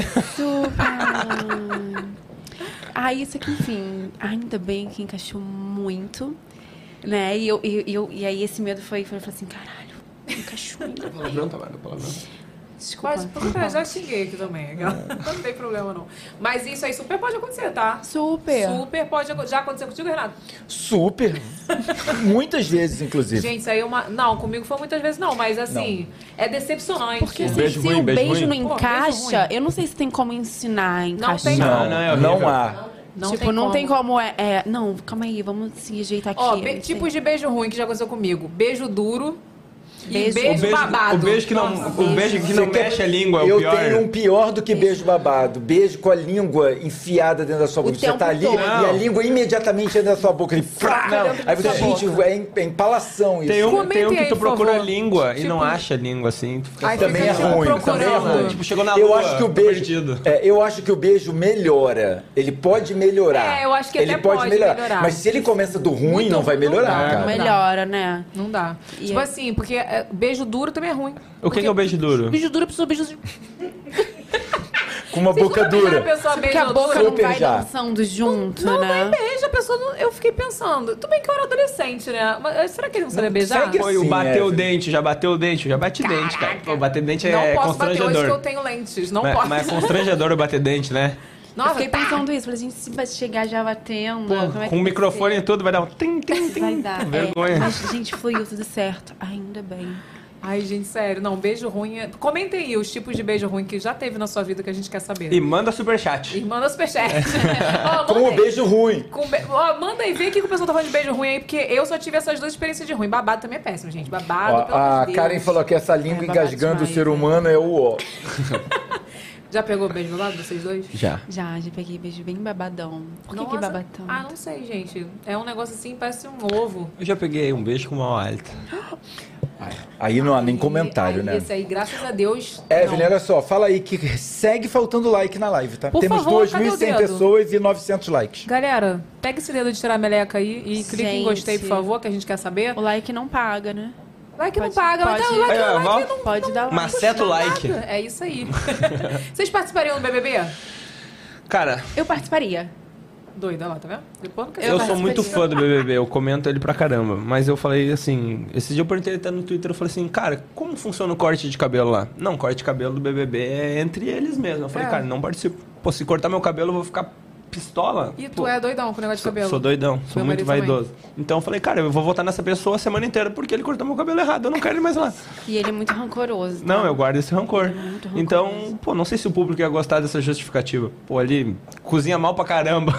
Super. Aí, isso aqui, enfim, ainda bem que encaixou muito, né? E, eu, e, e eu, e aí esse medo foi, foi, eu falei assim, caralho, encaixou ainda. Palavrão, Tamara, palavrão. Desculpa. Pode, pode, já xinguei aqui também. Não tem problema, não. Mas isso aí super pode acontecer, tá? Super. Super pode acontecer. Já aconteceu contigo, Renato? Super. Muitas vezes, inclusive. Gente, isso aí é uma... Não, comigo foi muitas vezes não, mas assim, é decepcionante. Porque assim, Beijo se ruim, o beijo beijo ruim. não Pô, beijo encaixa, ruim. eu não sei se tem como ensinar a encaixar. tem Não, Não, é não, horrível. há. Não tipo, tem não como. tem como é, é- Não, calma aí, vamos se ajeitar aqui. Ó, eu be- não sei. tipos de beijo ruim que já aconteceu comigo. Beijo duro Beijo- e beijo, O beijo, babado. o beijo que não, Nossa, o beijo que não Você quer- mexe a língua é o Eu pior. tenho um pior do que beijo babado. Beijo com a língua enfiada dentro da sua boca. Você tempo tá ali todo. e a língua imediatamente dentro da sua boca. Ele, frá, Não. aí você, Dentro da gente, boca. é, em- é empalação isso. Tem um, Comentem tem um que aí, tu por procura a favor. língua e Tipo- não acha a língua assim. Tu fica Aí Também fica, é tipo, ruim, também é procurando. ruim. Tipo, chegou na eu lua, acho que o tô beijo, perdido. é, eu acho que o beijo melhora. Ele pode melhorar. É, eu acho que ele até pode, pode melhorar. melhorar. Mas se ele começa do ruim, Muito não vai ruim, não melhorar, dá. cara. Não Melhora, né? Não dá. E tipo é- assim, porque é, beijo duro também é ruim. O que, que é o beijo duro? Beijo duro, a pessoa beija... Com uma boca Vocês nunca beijaram dura. a pessoa Porque beija a boca duro? não Super vai já. dançando junto, Não, né? nem beija, a pessoa não... Eu fiquei pensando, tudo bem que eu era adolescente, né? Mas será que ele não sabia beijar? segue Foi o Sim, bateu é. o dente, já bateu o dente, eu já bati dente, cara. Pô, bater dente Não é posso bater hoje que eu constrangedor. tenho lentes. Não Mas, posso. mas é constrangedor o bater dente, né? Eu Nossa, fiquei tá. pensando isso. Falei, gente, se vai chegar já batendo, Pô, como é que com o vai microfone ser? e tudo vai dar um tim, tim, tim. Vai dar. Vergonha. É, mas, gente, fluiu tudo certo. Ainda bem. Ai, gente, sério. Não, beijo ruim... É... Comentem aí os tipos de beijo ruim que já teve na sua vida que a gente quer saber. E manda superchat. E manda superchat. Ó, Com manda o aí. beijo ruim. Com be... Ó, manda aí, vê o que que o pessoal tá falando de beijo ruim aí, porque eu só tive essas duas experiências de ruim. Babado também é péssimo, gente. Babado, Ó, pelo a amor de Deus. Karen falou que essa língua É, babado engasgando o demais, ser né? humano é o ó. Já pegou beijo babado, vocês dois? Já. Já, já peguei beijo bem babadão. Por que, que Nossa. baba tanto? Ah, não sei, gente. É um negócio assim, parece um ovo. Eu já peguei um beijo com mau hálito. Aí não há nem Aí- comentário, aí né? Esse aí, graças a Deus. Evelyn, não. olha só, fala aí que segue faltando like na live, tá? Por Temos favor, duas cadê mil e o cem dedo? pessoas e novecentos likes. Galera, pega esse dedo de tirar a meleca aí e clique em Gente. gostei, por favor, que a gente quer saber. O like não paga, né? Like não Pode- paga, mas pode- não, like, Aí, ó, like Val, não, Pode dar like. Maceta o like. nada. É isso aí. Vocês participariam do B B B? Cara, Eu participaria. Doida lá, tá vendo? Depois não quer eu saber. sou muito fã do B B B, eu comento ele pra caramba. Mas eu falei assim, esse dia eu perguntei até no Twitter, eu falei assim, cara, como funciona o corte de cabelo lá? Não, corte de cabelo do B B B é entre eles mesmo. Eu falei, É. cara, não participo. Pô, se cortar meu cabelo eu vou ficar pistola. E tu Pô, é doidão com o negócio de Sou, cabelo? sou doidão, sou Meu muito marido vaidoso. Então eu falei, cara, eu vou votar nessa pessoa a semana inteira porque ele cortou meu cabelo errado, eu não quero ele mais lá. E ele é muito rancoroso. Não, tá? eu guardo esse rancor. muito rancoroso. Então, pô, não sei se o público ia gostar dessa justificativa. Pô, ele cozinha mal pra caramba.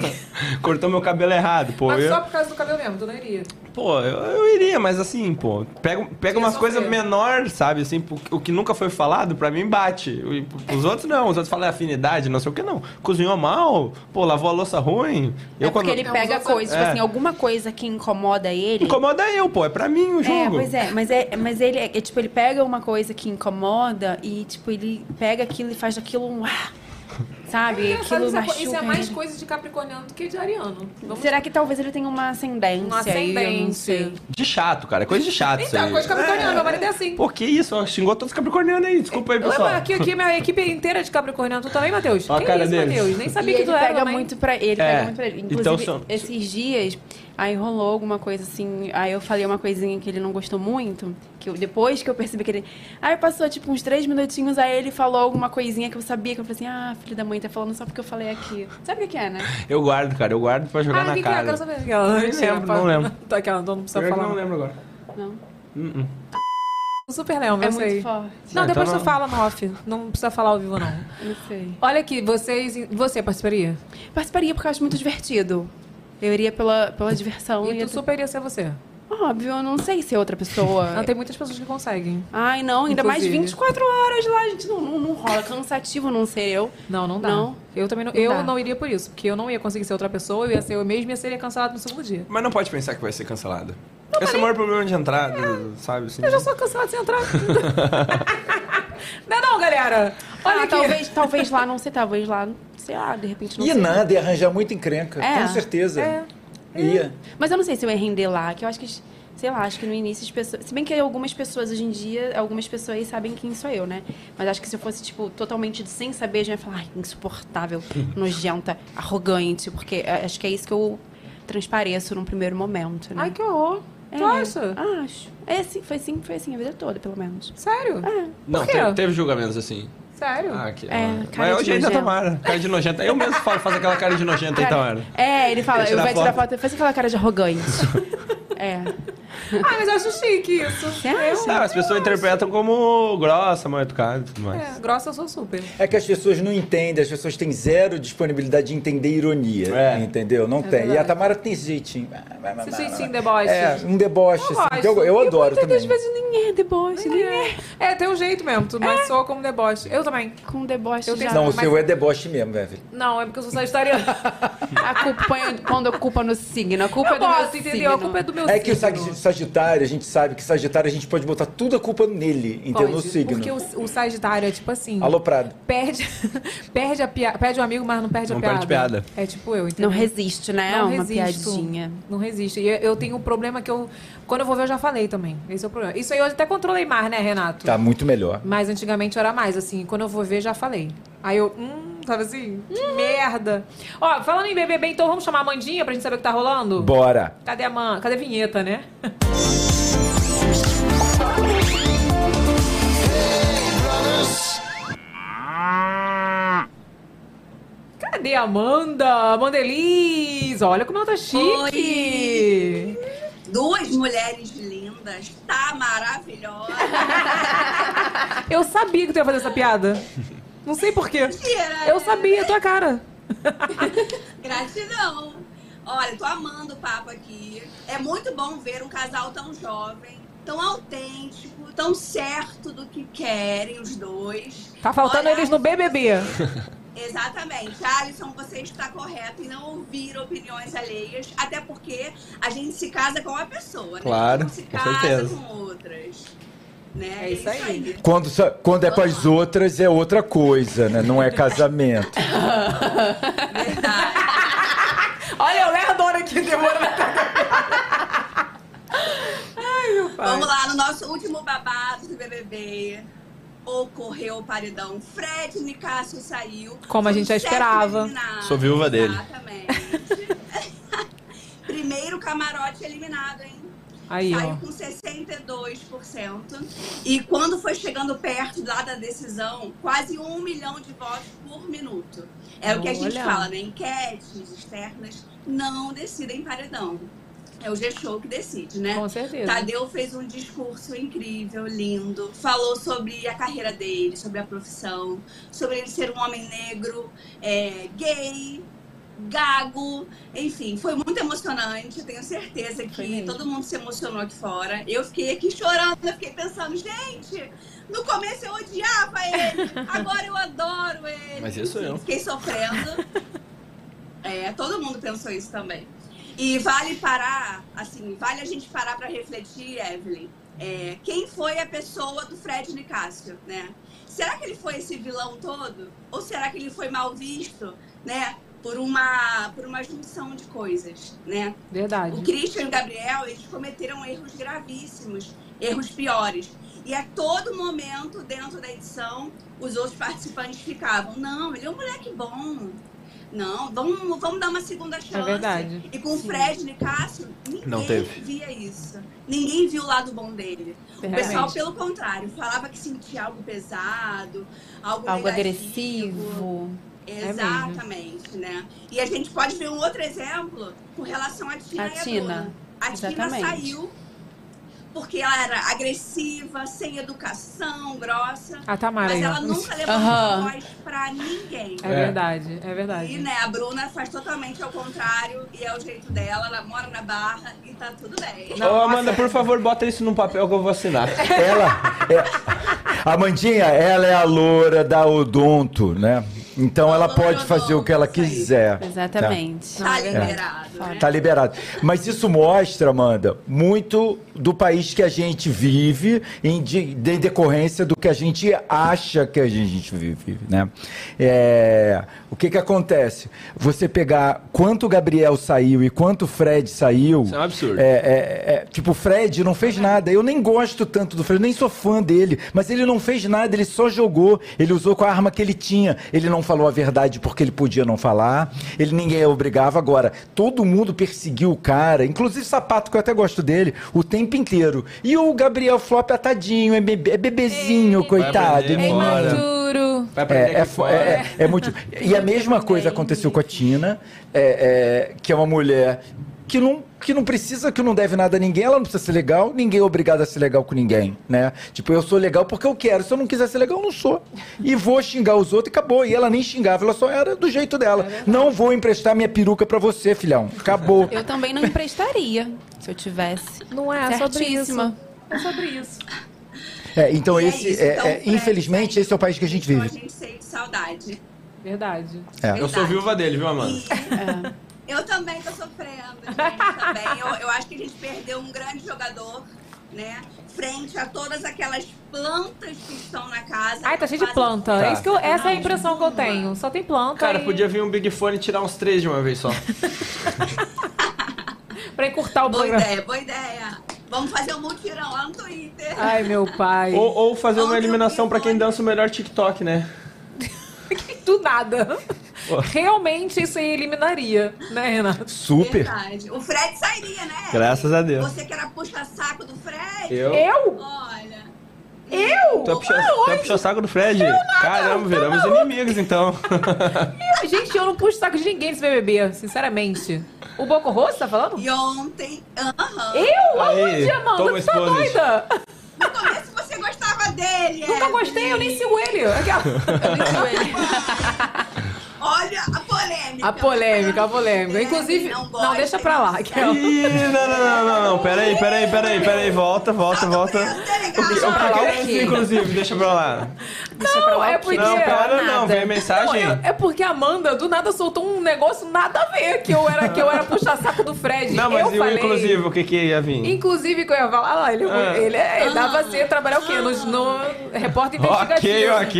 Cortou meu cabelo errado, pô. Mas eu- só por causa do cabelo mesmo, tu não iria. Pô, eu, eu iria, mas assim, pô, pega, pega Ia umas sofrer. coisas menores, sabe? Assim, o que nunca foi falado, pra mim bate. E os outros não, os outros falam afinidade, não sei o que, não. Cozinhou mal, pô, lavou a louça ruim. É Eu porque quando... ele pega Não, os coisas, tipo é. assim, alguma coisa que incomoda ele. Incomoda eu, pô, é pra mim o É, jogo. pois é, mas, é, mas ele, é, é, tipo, ele pega uma coisa que incomoda e, tipo, ele pega aquilo e faz daquilo um... ah, sabe? Engraçado, Aquilo isso, é, machuca isso é mais ele. coisa de capricorniano do que de ariano. Vamos Será que talvez ele tenha uma ascendência? Uma aí, eu não ascendência. sei. De chato, cara, é coisa de chato isso Então, aí. coisa de capricorniano, meu marido é assim. Pô, que isso, ó, xingou todos os capricornianos aí, desculpa aí, pessoal. Lembra aqui, aqui, minha equipe inteira é de capricorniano. Tu também, Matheus? Ó a Que cara isso, deles. Matheus? Nem E sabia que ele tu era pega também. muito pra ele, É, pega muito pra ele. Inclusive, então são- esses dias, aí rolou alguma coisa assim, aí eu falei uma coisinha que ele não gostou muito, que eu, depois que eu percebi que ele... Aí passou, tipo, uns três minutinhos, aí ele falou alguma coisinha que eu sabia, que eu falei assim, ah, filho da mãe, tá falando só porque eu falei aqui. Sabe o que que é, né? Eu guardo, cara, eu guardo pra jogar Ah, na o que que é? cara. Eu quero saber. Aquela, Nem mentira, lembro, pá. não lembro. Tá aquela, então não precisa Pior que falar. não lembro agora. Não. Uh-uh. O Super Leão, É eu sei. muito forte. Não, Ah, depois então tu não. fala no off. Não precisa falar ao vivo, não. Eu não sei. Olha aqui, vocês... Você participaria? Participaria porque eu acho muito divertido. Eu iria pela, pela diversão. E ia tu super iria ser você? Óbvio, eu não sei ser outra pessoa. Não, tem muitas pessoas que conseguem. Ai, não, ainda mais Inclusive. vinte e quatro horas lá, gente. Não, não, não rola. Cansativo não ser eu. Não, não dá. Não? Eu também não, Não eu dá. não iria por isso, porque eu não ia conseguir ser outra pessoa, eu ia ser eu mesma e ia ser cancelado no segundo dia. Mas não pode pensar que vai ser cancelado. Esse é o maior problema de entrada, sabe? Assim, Eu já sou cancelada sem entrar. Não é não, galera? Olha Ah, aqui. talvez, talvez lá, não sei, talvez lá, sei lá, de repente não E sei. nada, ia arranjar muita encrenca, É. com certeza. É. Ia. Mas eu não sei se eu ia render lá, que eu acho que, sei lá, acho que no início as pessoas... Se bem que algumas pessoas hoje em dia, algumas pessoas aí sabem quem sou eu, né? Mas acho que se eu fosse, tipo, totalmente sem saber, já ia falar, ai, insuportável, nojenta, arrogante, porque é, acho que é isso que eu transpareço num primeiro momento, né? Ai, que horror. É, Tu acha? Acho. É assim, foi assim, foi assim a vida toda, pelo menos. Sério? É. Não, Por quê? teve, teve julgamentos assim. Sério? Ah, que... É, cara Mas de hoje ainda nojento. Tamara. Cara de nojenta. Eu mesmo falo, faço aquela cara de nojenta aí, Tamara. É, ele fala, Vai eu tirar vai tirar foto. foto, faz aquela cara de arrogante. É. Ai, mas eu acho chique isso. Você acha? Não, as pessoas interpretam como grossa, mal educada e tudo mais. É, grossa eu sou super. É que as pessoas não entendem, as pessoas têm zero disponibilidade de entender ironia, É. entendeu? Não tem. E a verdade. Tamara tem esse jeitinho. Esse jeitinho deboche. É, um deboche, Eu assim, que eu, gosto. eu E adoro Muitas também. das vezes nem é deboche, nem é. É, tem um jeito mesmo, tu mas soa como deboche. Eu também. Com deboche Eu tenho- já. Não, o Mas- seu é deboche mesmo, Evelyn. Não, é porque eu sou sagitariana. A culpa, põe, pondo a culpa no signo. A culpa Eu é do meu gosto, entendeu? signo. A culpa é do meu É que o signo. sag- Sagitário, a gente sabe que Sagitário a gente pode botar tudo a culpa nele, entendeu? No Pode, signo. Porque o, o Sagitário é tipo assim... Aloprado. Perde, perde, a pia, perde o amigo, mas não perde Não a piada. perde piada. É tipo eu, entendeu? Não resiste, né? Não Uma resisto. piadinha. Não resiste. E eu, eu tenho um problema que eu... Quando eu vou ver, eu já falei também. Esse é o problema. Isso aí eu até controlei mais, né, Renato? Tá muito melhor. Mas antigamente eu era mais, assim. Quando eu vou ver, já falei. Aí eu... Hum, sabe assim? Que merda. Ó, falando em B B B, então vamos chamar a Amandinha pra gente saber o que tá rolando? Bora. Cadê a Man? Cadê a vinheta, né? Cadê a Amanda? Amanda Elis! Olha como ela tá chique! Duas mulheres lindas, tá maravilhosa. Eu sabia que tu ia fazer essa piada. Não sei porquê. Mentira, Eu sabia, tua cara. Gratidão. Olha, tô amando o papo aqui. É muito bom ver um casal tão jovem, tão autêntico, tão certo do que querem os dois. Tá faltando Olha, eles no B B B. Exatamente. Alisson, você está correto em não ouvir opiniões alheias, até porque a gente se casa com uma pessoa, né? Claro, não se com casa certeza. com outras. Né? É isso aí. Quando, quando é com as outras é outra coisa, né? Não é casamento. Verdade. Olha, eu levo a dona aqui, demora na Ai, meu pai. Vamos lá, no nosso último babado do B B B. Ocorreu o paredão. Fred Nicásio saiu. Como a Foi gente já o sétimo esperava. eliminado. Sou viúva dele. Exatamente. Primeiro camarote eliminado, hein? Aí, Saiu ó. com sessenta e dois por cento. E quando foi chegando perto lá da decisão, quase um milhão de votos por minuto. É o que a gente Olha. fala, né? Enquetes externas não decidem paredão. É o G-Show que decide, né? Com certeza. Tadeu fez um discurso incrível, lindo. Falou sobre a carreira dele, sobre a profissão, sobre ele ser um homem negro, é, gay, gago. Enfim, foi muito emocionante. Eu tenho certeza que todo mundo se emocionou aqui fora. Eu fiquei aqui chorando, eu fiquei pensando, gente, no começo eu odiava ele, agora eu adoro ele. Mas isso Enfim, eu. Fiquei sofrendo. É, todo mundo pensou isso também. E vale parar, assim, vale a gente parar para refletir, Evelyn, é, quem foi a pessoa do Fred Nicásio, né? Será que ele foi esse vilão todo? Ou será que ele foi mal visto, né? Por uma, por uma junção de coisas, né? Verdade. O Christian e o Gabriel, eles cometeram erros gravíssimos, erros piores. E a todo momento, dentro da edição, os outros participantes ficavam, não, ele é um moleque bom. Não, vamos, vamos dar uma segunda chance. É verdade. E com o Fred Nicásio, ninguém Não teve. via isso. Ninguém viu o lado bom dele. O Realmente. pessoal, pelo contrário, falava que sentia algo pesado, algo, Algo negativo. agressivo. Exatamente, né? E a gente pode ver um outro exemplo com relação à Tina A e a Tina. Bruna. A Tina Exatamente. saiu porque ela era agressiva, sem educação, grossa. A Tamara Mas aí, ó. ela nunca levantou Aham. voz pra ninguém. É verdade, é E, verdade. né, a Bruna faz totalmente ao contrário e é o jeito dela. Ela mora na Barra e tá tudo bem. Ô, Amanda, por favor, bota isso num papel que eu vou assinar. Ela é... Amandinha, ela é a loura da Odonto, né? Então ela pode fazer o que ela quiser. Exatamente. Tá É. liberado, né? Tá liberado. Mas isso mostra, Amanda, muito do país que a gente vive em de, de decorrência do que a gente acha que a gente vive, né? É, o que que acontece? Você pegar quanto o Gabriel saiu e quanto o Fred saiu... Isso é um absurdo. É, é, é, tipo, o Fred não fez nada. Eu nem gosto tanto do Fred, nem sou fã dele. Mas ele não fez nada, ele só jogou. Ele usou com a arma que ele tinha. Ele não falou a verdade porque ele podia não falar. Ele ninguém obrigava. Agora, todo mundo perseguiu o cara, inclusive o Sapato, que eu até gosto dele, o tempo inteiro. E o Gabriel Flop é tadinho, é, bebê, é bebezinho, coitado. aprender é fora. Imaturo. Vai aprender É, é, aqui fo- fora. é, é muito. E a mesma coisa aconteceu com a Tina, é, é, que é uma mulher que não, que não precisa, que não deve nada a ninguém, ela não precisa ser legal, ninguém é obrigado a ser legal com ninguém, né? Tipo, eu sou legal porque eu quero, se eu não quiser ser legal, eu não sou. E vou xingar os outros e acabou. E ela nem xingava, ela só era do jeito dela. Não vou emprestar minha peruca pra você, filhão. Acabou. Eu também não emprestaria, se eu tivesse. Não é sobre isso. Certíssima. É sobre isso. É, então, E é esse, isso, é, então, é, Fred, infelizmente, saiu. esse é o país que a gente Então a vive. gente sente saudade. Verdade. É. Eu sou viúva dele, viu, Amanda? E eu também tô sofrendo, gente, também. Eu, eu acho que a gente perdeu um grande jogador, né? Frente a todas aquelas plantas que estão na casa. Ai, tá cheio de Fazem- planta. Tá. É isso que eu- essa é a impressão que eu tenho. Só tem planta. Cara, e... podia vir um Big Fone e tirar uns três de uma vez só. Pra encurtar o Boa programa. ideia, boa ideia. Vamos fazer um mutirão lá no Twitter. Ai, meu pai. Ou, ou fazer uma Ontem eu eliminação vi pra quem fone. dança o melhor TikTok, né? Do nada. Pô. Realmente isso aí eliminaria, né, Renato? Super. Verdade. O Fred sairia, né? Graças a Deus. Você que era puxa-saco do Fred? Eu? Eu? Olha. Eu? Tu é puxa, tu é puxa-saco do Fred? Caramba, viramos inimigos, então. Gente, eu não puxo saco de ninguém nesse B B B, sinceramente. O Boco Rosso tá falando? E ontem. Aham. Eu? Aí, Aonde, Amanda? toma Você tá esposa. doida? No começo você gostava dele. Nunca Evelyn. gostei, eu nem sigo ele. Aquela- Eu nem sigo ele. Olha a polêmica. A polêmica, a polêmica. Inclusive, não, não, deixa pra lá. Que é o... Ih, não, não, não, não, não. Peraí, peraí, peraí, peraí. Volta, volta, volta. Deixa pra lá o quê? Inclusive, deixa pra lá. Deixa pra lá é porque... Não, para não, vem a mensagem. Não, é, é porque a Amanda, do nada, soltou um negócio nada a ver, que eu era, que eu era puxa-saco do Fred. Não, mas eu e o falei... inclusive, o que que ia vir? Inclusive, que eu ia falar, ah, ele, Ah. ele, é- ele dava assim, trabalhar o quê? No, no repórter investigativo. Ok, ok.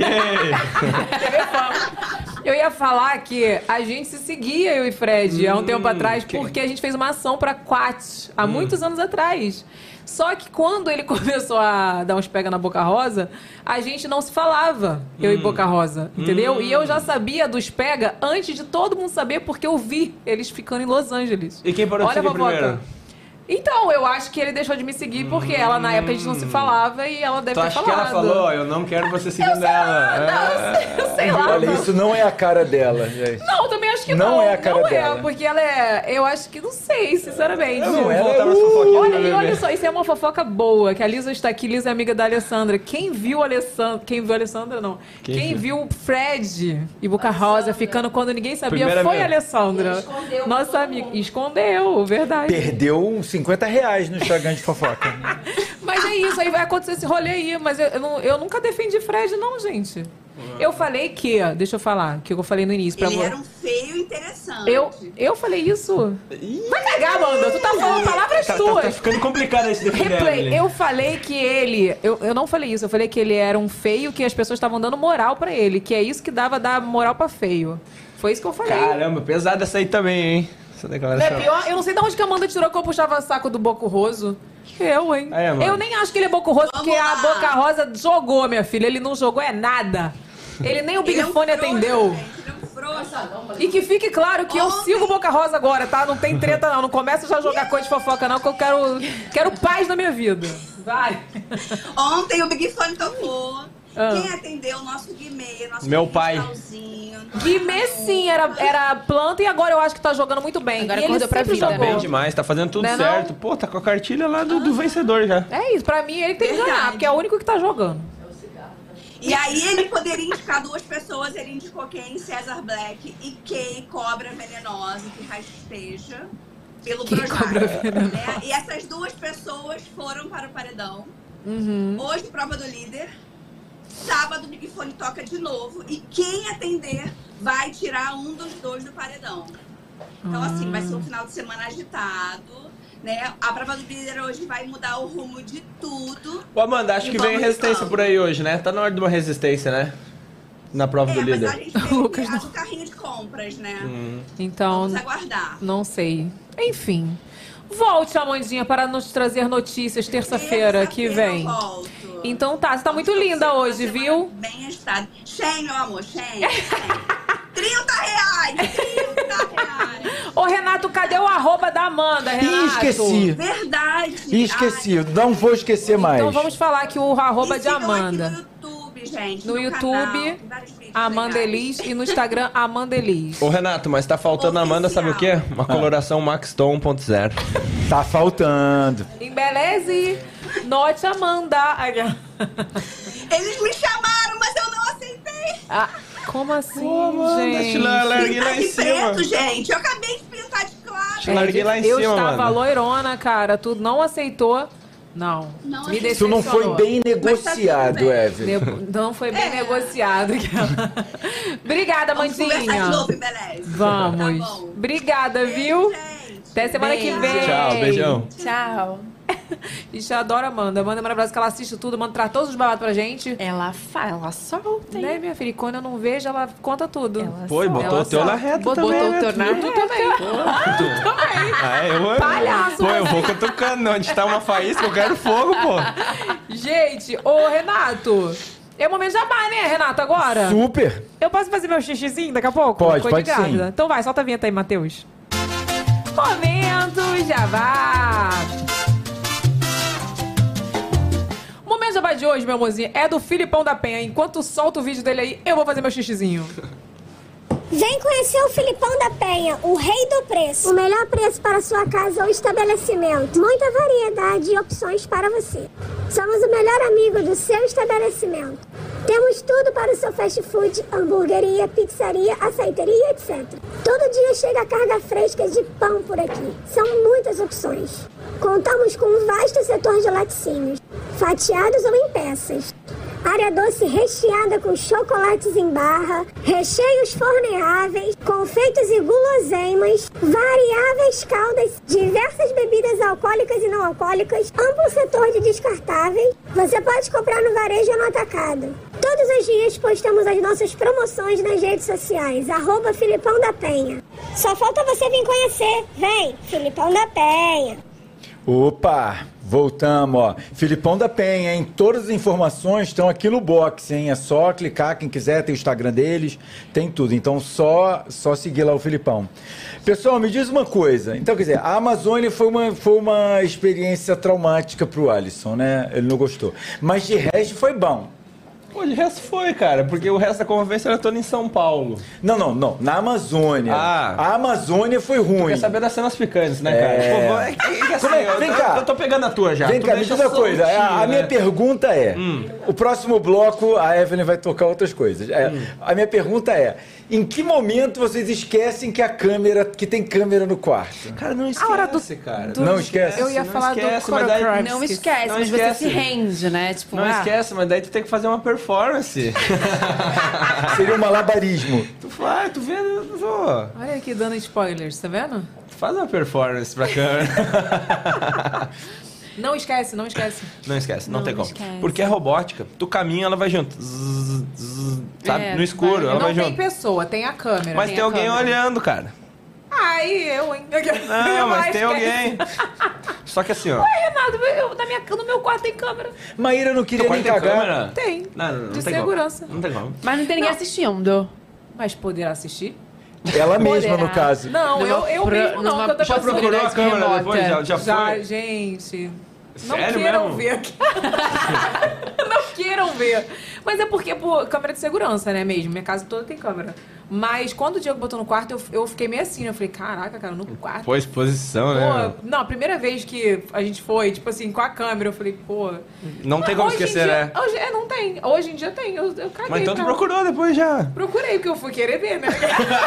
T V Fama. Eu ia falar que a gente se seguia, eu e Fred, há um tempo atrás, porque a gente fez uma ação pra Quat, há muitos anos atrás. Só que quando ele começou a dar uns pega na Boca Rosa, a gente não se falava, eu e Boca Rosa, entendeu? E eu já sabia dos pega antes de todo mundo saber, porque eu vi eles ficando em Los Angeles. E quem parou de Olha a seguir fofoca. primeiro? Então, eu acho que ele deixou de me seguir porque ela, na época, a gente não se falava e ela deve Tu ter acha falado. que ela falou, eu não quero você seguindo ela. Não, eu sei lá. Olha, isso não é a cara dela, gente. Não, eu também acho que não. Não é a cara não dela. é, porque ela é... Eu acho que não sei, sinceramente. Não, ela voltar é... nas fofoquinhas Olha, pra e beber. olha só, isso é uma fofoca boa, que a Lisa está aqui, Lisa é amiga da Alessandra. Quem viu a Alessandra... Quem viu a Alessandra, não. Quem Quem, viu? viu o Fred e Boca Rosa ficando quando ninguém sabia Primeira foi vez. a Alessandra. Nossa amiga. Escondeu, verdade. Perdeu uns cinquenta reais no Instagram de fofoca. Mas é isso, aí vai acontecer esse rolê aí. Mas eu, eu, não- eu nunca defendi Fred, não, gente. Eu falei que... Deixa eu falar, que eu falei no início pra Ele você. era um feio interessante. Eu, eu falei isso? Vai cagar, Amanda. Tu tá falando palavras Tá, tá, tuas. tá ficando complicado esse defender Replay. Evelyn. Eu falei que ele... Eu, eu não falei isso. Eu falei que ele era um feio, que as pessoas estavam dando moral pra ele. Que é isso que dava dar moral pra feio. Foi isso que eu falei. Caramba, pesada essa aí também, hein? Essa Não é declaração. pior? Eu não sei de onde que a Amanda tirou que eu puxava saco do Boco Roso. Eu, hein? É, mano. eu nem acho que ele é Boco Roso, porque lá. a Boca Rosa jogou, minha filha. Ele não jogou é nada. Ele nem o Big Ele é um Fone frouxo, atendeu. gente, ele é um frouxo. E que fique claro que eu Ontem- sigo o Boca Rosa agora, tá? Não tem treta, não. Não começa já a jogar coisa de fofoca, não, que eu quero, quero paz na minha vida. Vai. Ontem o Big Fone tocou. Ah. Quem atendeu? O nosso Guimê, nosso Meu pai. cristalzinho. Guimê, sim, era, era planta e agora eu acho que tá jogando muito bem. Agora e ele acordou pra sempre vida, Tá jogou. bem demais, tá fazendo tudo Não é não? certo. Pô, tá com a cartilha lá do, do vencedor já. É isso, pra mim ele tem que Verdade. ganhar, porque é o único que tá jogando. E aí ele poderia indicar duas pessoas, ele indicou quem? César Black e Kay, Cobra Venenosa, que rasteja pelo Kay, Projac. Cobra Venenosa. Né? E essas duas pessoas foram para o paredão. Uhum. Hoje, prova do líder. Sábado, Big Fone toca de novo. E quem atender vai tirar um dos dois do paredão. Então, assim, vai ser um final de semana agitado. Né? A prova do líder hoje vai mudar o rumo de tudo. Ô, Amanda, acho E que vem vamos resistência então. por aí hoje, né? Tá na hora de uma resistência, né? Na prova É, do mas a líder. gente tem Lucas a do carrinho de compras, né? Hum. Então, Vamos aguardar. não sei. Enfim. Volte, Amandinha, para nos trazer notícias terça-feira que Terça-feira vem. eu volto. Então tá, você tá muito Vamos linda torcer hoje, pra uma viu? semana Bem agitada. Shen, meu amor, Shen. trinta reais! trinta reais! Ô, Renato, cadê o arroba da Amanda, Renato? Ih, esqueci. Verdade! Ih, esqueci. Não vou esquecer mais. Então vamos falar que o arroba Ai, de e sigam aqui Amanda. no YouTube, gente. No No YouTube, canal, tem vários vídeos Amanda legais. Elis e no Instagram, Amanda Elis. Ô, Renato, mas tá faltando a Amanda, sabe o quê? Uma coloração Max Tom um ponto zero. Tá faltando. Embeleze. Note Amanda. Eles me chamaram, mas eu não aceitei. Ah, como assim, Te gente? la- larguei Pintar lá em de cima. preto, gente. Eu acabei de pintar de claro. Te larguei lá em Eu cima, estava mano. loirona, cara. Tu não aceitou. Não. Não, Me Isso não foi decepcionou. bem Mas tá tudo negociado, bem. Evelyn. Ne- Não foi bem É. negociado. Obrigada, Vamos conversar de Mandinha. novo, beleza? Vamos. Tá bom. Obrigada, viu? Gente. Até semana que Beijo. vem. Tchau, beijão. Tchau. Ixi, eu adoro a Amanda. Amanda é maravilhosa, que ela assiste tudo, manda traz todos os babados pra gente. Ela fala, ela solta, hein? Né, minha filha? E quando eu não vejo, ela conta tudo. Ela Pô, e solta. botou o teu só- na reta botou também, o né? teu na Tu- reta também. Tu também. Ah, eu vou... Palhaço, Pô, eu você. vou cutucando. Onde tá uma faísca, eu quero fogo, pô. Gente, ô Renato, é o momento de jabá, né, Renato, agora? Super. Eu posso fazer meu xixizinho daqui a pouco? Pode, Coisa de pode sim. grávida. Então vai, solta a vinheta aí, Matheus. Momento jabá. O momento jabá de hoje, meu amorzinho, é do Filipão da Penha. Enquanto solta o vídeo dele aí, eu vou fazer meu xixizinho. Vem conhecer o Filipão da Penha, o rei do preço. O melhor preço para sua casa ou estabelecimento. Muita variedade e opções para você. Somos o melhor amigo do seu estabelecimento. Temos tudo para o seu fast food, hamburgueria, pizzaria, açaiteria, etcétera. Todo dia chega a carga fresca de pão por aqui. São muitas opções. Contamos com um vasto setor de laticínios, fatiados ou em peças. Área doce recheada com chocolates em barra, recheios forneáveis, confeitos e guloseimas, variáveis caldas, diversas bebidas alcoólicas e não alcoólicas, amplo setor de descartáveis. Você pode comprar no varejo ou no atacado. Todos os dias postamos as nossas promoções nas redes sociais, arroba Filipão da Penha. Só falta você vir conhecer. Vem, Filipão da Penha. Opa, voltamos, ó. Filipão da Penha, hein? Todas as informações estão aqui no box, hein? É só clicar, quem quiser, tem o Instagram deles, tem tudo. Então, só, só seguir lá o Filipão. Pessoal, me diz uma coisa. Então, quer dizer, a Amazônia foi uma, foi uma experiência traumática pro Alisson, né? Ele não gostou. Mas de resto foi bom. Pô, de resto foi, cara, porque o resto da convivência era toda em São Paulo. Não, não, não. Na Amazônia. Ah. A Amazônia foi ruim. Tu quer saber das cenas picantes, né, cara? É. Pô, é que, é que assim, Vem, eu, vem eu, cá. eu tô pegando a tua já. Vem Tu cá, me deixa diz uma coisa. A, a soltinho, minha né? pergunta é... Hum. O próximo bloco, a Evelyn vai tocar outras coisas. É, Hum. A minha pergunta é... Em que momento vocês esquecem que a câmera... Que tem câmera no quarto? Cara, não esquece, A hora do- cara. do- Não esquece? Eu ia não falar esquece, do mas daí- Chorocrops. Não esquece, Não mas esquece. você se rende, né? Tipo, Não ah, esquece, mas daí tu tem que fazer uma performance. Seria um malabarismo. Tu vai, tu vê, tu vê. Olha aqui dando spoilers, tá vendo? Faz uma performance pra câmera. Não esquece, não esquece. Não esquece, não, Não tem como. esquece. Porque é robótica. Tu caminha, ela vai junto. Zzz, zzz, sabe? É, no escuro, vai. ela Não vai tem junto. pessoa, tem a câmera. Mas tem, a alguém câmera. olhando, cara. Ai, eu, hein? Não, mas tem esquece. alguém. Só que assim, ó. Ai, Renato, eu, na minha, no meu quarto tem câmera. Maíra não queria Teu nem quarto tem cagar. câmera? Tem. Não, não, não De tem segurança. Como. Não tem como. mas não tem ninguém Não. assistindo. Mas poderá assistir? Ela mesma, no Poderá. caso. Não, Numa eu, eu pro- mesmo não, numa que eu tô Já passando. procurou a possibilidade câmera remota. depois? Já, já Já, foi? gente. Não Sério queiram mesmo? ver aqui. Não queiram ver. Mas é porque, pô, câmera de segurança, né, mesmo? Minha casa toda tem câmera. Mas quando o Diego botou no quarto, eu, eu fiquei meio assim, né? Eu falei, caraca, cara, no quarto. Pô, exposição, né? Pô, não, a primeira vez que a gente foi, tipo assim, com a câmera, eu falei, pô... Não tem como hoje em esquecer, dia- né? Hoje, é, não tem. Hoje em dia tem. Eu, eu caguei Mas então tu pra- procurou depois já. Procurei, porque eu fui querer ver, né?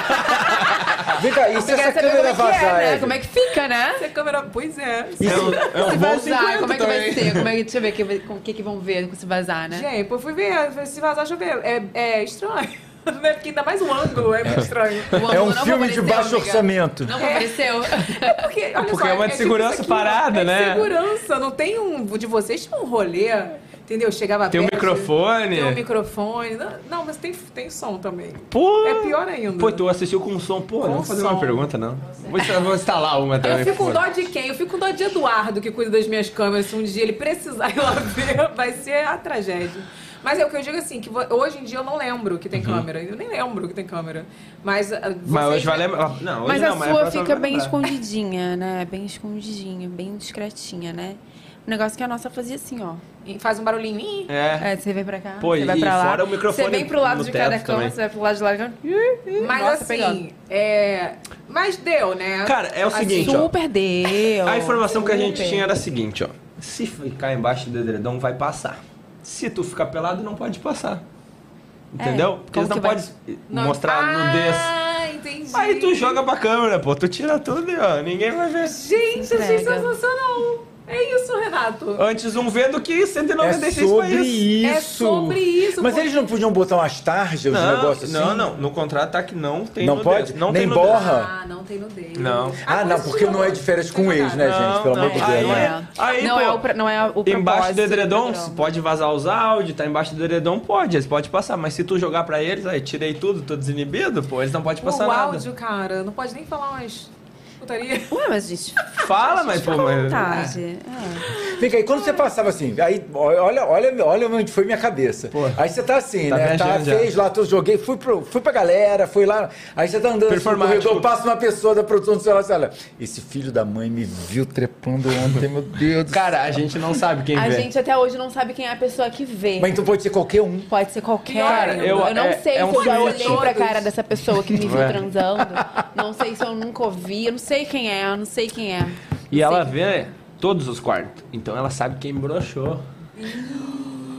Vem cá, e se essa câmera como é que é, vazar, né? Evelyn? Como é que fica, né? Essa câmera... Pois é. É um, é um Se bom vazar, cinquenta como é que vai também. ser? Como é que, deixa eu ver que- o que, que vão ver se vazar, né? Gente, pô, eu fui ver, eu falei, se vazar, deixa eu ver. É, é estranho. Né? Porque ainda mais o ângulo é muito estranho. O ângulo É um não filme de favoreceu, baixo amiga. orçamento. Não favoreceu. É porque, olha Porque só, é uma de tipo segurança isso aqui, parada, é né? segurança, não tem um... De vocês tinha um rolê, entendeu? Chegava Tem um perto, microfone. Tem um microfone. Não, não, mas tem, tem som também. Pô! É pior ainda. Pô, tu assistiu com som. Pô, não vou fazer uma som. pergunta, não. Vou, vou instalar uma também. Eu fico com pô. dó de quem? Eu fico com dó de Eduardo, que cuida das minhas câmeras. Se um dia ele precisar ir lá ver, vai ser a tragédia. Mas é o que eu digo assim, que vo- hoje em dia eu não lembro que tem câmera. Eu nem lembro que tem câmera. Mas, uh, Mas vocês- hoje vai lembrar. Não, hoje Mas não, a mas sua próxima fica vai bem lembrar. escondidinha, né? Bem escondidinha, bem discretinha, né? O negócio que a nossa fazia assim, ó. E faz um barulhinho. Ih. É. É, você vem pra cá, Pô, você vai e pra lá. fora o microfone Você vem pro lado no de cada teto cama, também. você vai pro lado de lá. Mas Nossa, assim, pegando. é... Mas deu, né? Cara, é o Assim, seguinte, ó. Super deu. A informação que a gente super. tinha era a seguinte, ó. Se ficar embaixo do edredom, vai passar. Se tu ficar pelado, não pode passar. Entendeu? Porque como eles não que vai- podem Não- mostrar nudez. Ah, entendi. Aí tu joga pra câmera, pô. Tu tira tudo e ó, ninguém vai ver. Gente, Se achei entrega. sensacional. É isso, Renato. Antes um vê do que cento e É noventa e seis sobre países. isso. É sobre isso, Mas pô. eles não podiam botar umas tarjas, os Não, negócios assim? não, não. No contrato tá que não tem Não nudez. pode? Não Nem tem nudez. borra? Ah, não tem nudez. Não. Ah, não, porque não é de férias com ex, né, gente? Não, Pelo não. amor de Deus, Aí, né? aí, não, pô, é o, pra- não é o propósito Embaixo do edredom, programa. se pode vazar os áudios, tá embaixo do edredom, pode, eles podem passar. Mas se tu jogar pra eles, aí tirei tudo, tô desinibido, pô, eles não podem passar o nada. áudio, cara, não pode nem falar umas putaria. Ué, mas gente, Fala, mas pô, mas... vontade. É. Vem cá, e quando você passava assim, aí olha, olha, olha onde foi minha cabeça. Pô. Aí você tá assim, Tá né? Tá, viajando já. fez lá, tu joguei, fui, pro, fui pra galera, fui lá. Aí você tá andando assim, no Performático. corredor, passa uma pessoa da produção do celular, você olha, esse filho da mãe me viu trepando ontem, meu Deus do Cara, a gente não sabe quem A vê. gente até hoje não sabe quem é a pessoa que vê. Mas então pode ser qualquer um. Pode ser qualquer. Cara, um. eu- eu não é- sei é um se eu já tweet. olhei pra cara dessa pessoa que me viu É. transando. Não sei se eu nunca ouvi. Eu não sei quem é, eu não sei quem é. E Não ela sei vê todos os quartos. Então ela sabe quem broxou.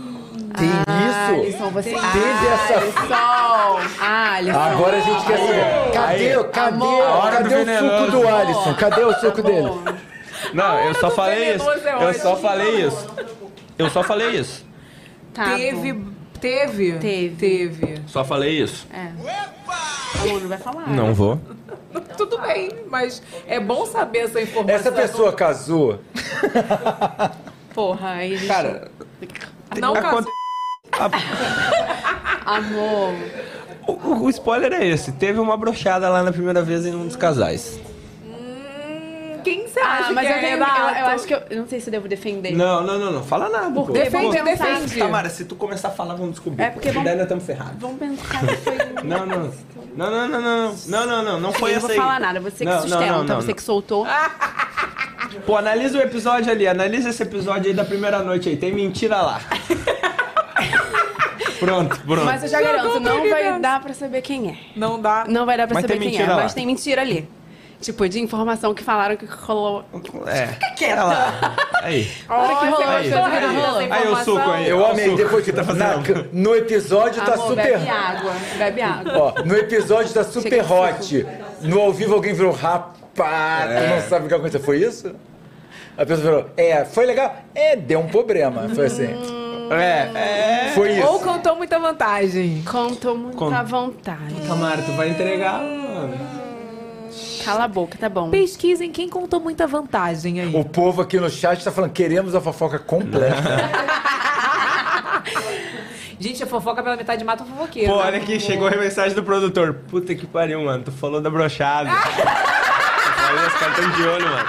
Tem Ah, isso? Alisson, você... Teve ah, essa... Alisson! Ah, Alisson! Agora a gente quer saber. Cadê, Aí. cadê, Amor. A hora do cadê o venenoso. suco do Alisson? Cadê o suco dele? Não, eu só do falei isso. venenoso é Eu ótimo. só falei isso. Eu só falei isso. Tá Teve, bom. teve? Teve. Teve. Só falei isso. É. Amor, não vai falar. Não vou. Tudo bem, mas é bom saber essa informação. Essa pessoa casou? Porra, aí... gente- Cara, Não casou. Amor... o, o- o spoiler é esse. Teve uma brochada lá na primeira vez em um dos casais. Quem você acha Ah, mas que eu, é, tenho, eu, Renato? eu acho que eu... Eu não sei se eu devo defender. Não, não, não, não. Fala nada. Porque pô. Defende, vamos pensar- defende. Tamara, se tu começar a falar, vamos descobrir. É porque porque vamos- daí nós estamos ferrados. Vamos pensar que foi... Não, não. Não, não, não, não. Não, não, não. Não foi eu não essa vou aí. falar nada, você que Não, não, sustenta, não, não, você não. que soltou. Pô, analisa o episódio ali. Analisa esse episódio aí da primeira noite aí. Tem mentira lá. Pronto, pronto. Mas eu já Jogou garanto, pra não vai criança. dar pra saber quem é. Não dá. Não vai dar pra Mas saber tem quem é, mentira lá. mas tem mentira ali. Tipo, de informação que falaram que rolou... É. Fica lá. Aí. Hora que rolou, aí, coisa aí. que rolou. Aí o suco aí. Eu ó, o amei. suco Depois que tá na- fazendo. no episódio tá Amor, super... bebe água, bebe água. Ó, no episódio tá super Chega de hot. No ao vivo alguém virou, rapaz, tu não sabe o que aconteceu. Foi isso? A pessoa falou, é, foi legal? É, deu um problema. Foi assim. É, é. Foi isso. Ou contou muita vantagem. Contou muita Conta. vontade. Tamara, tu vai entregar, mano. Cala a boca, tá bom. Pesquisem quem contou muita vantagem aí. O povo aqui no chat tá falando, queremos a fofoca completa. Gente, a fofoca pela metade mata o fofoqueiro. Pô, né? olha aqui, chegou a mensagem do produtor. Puta que pariu, mano. Tu falou da brochada. Eu falei, os caras tão de olho, mano.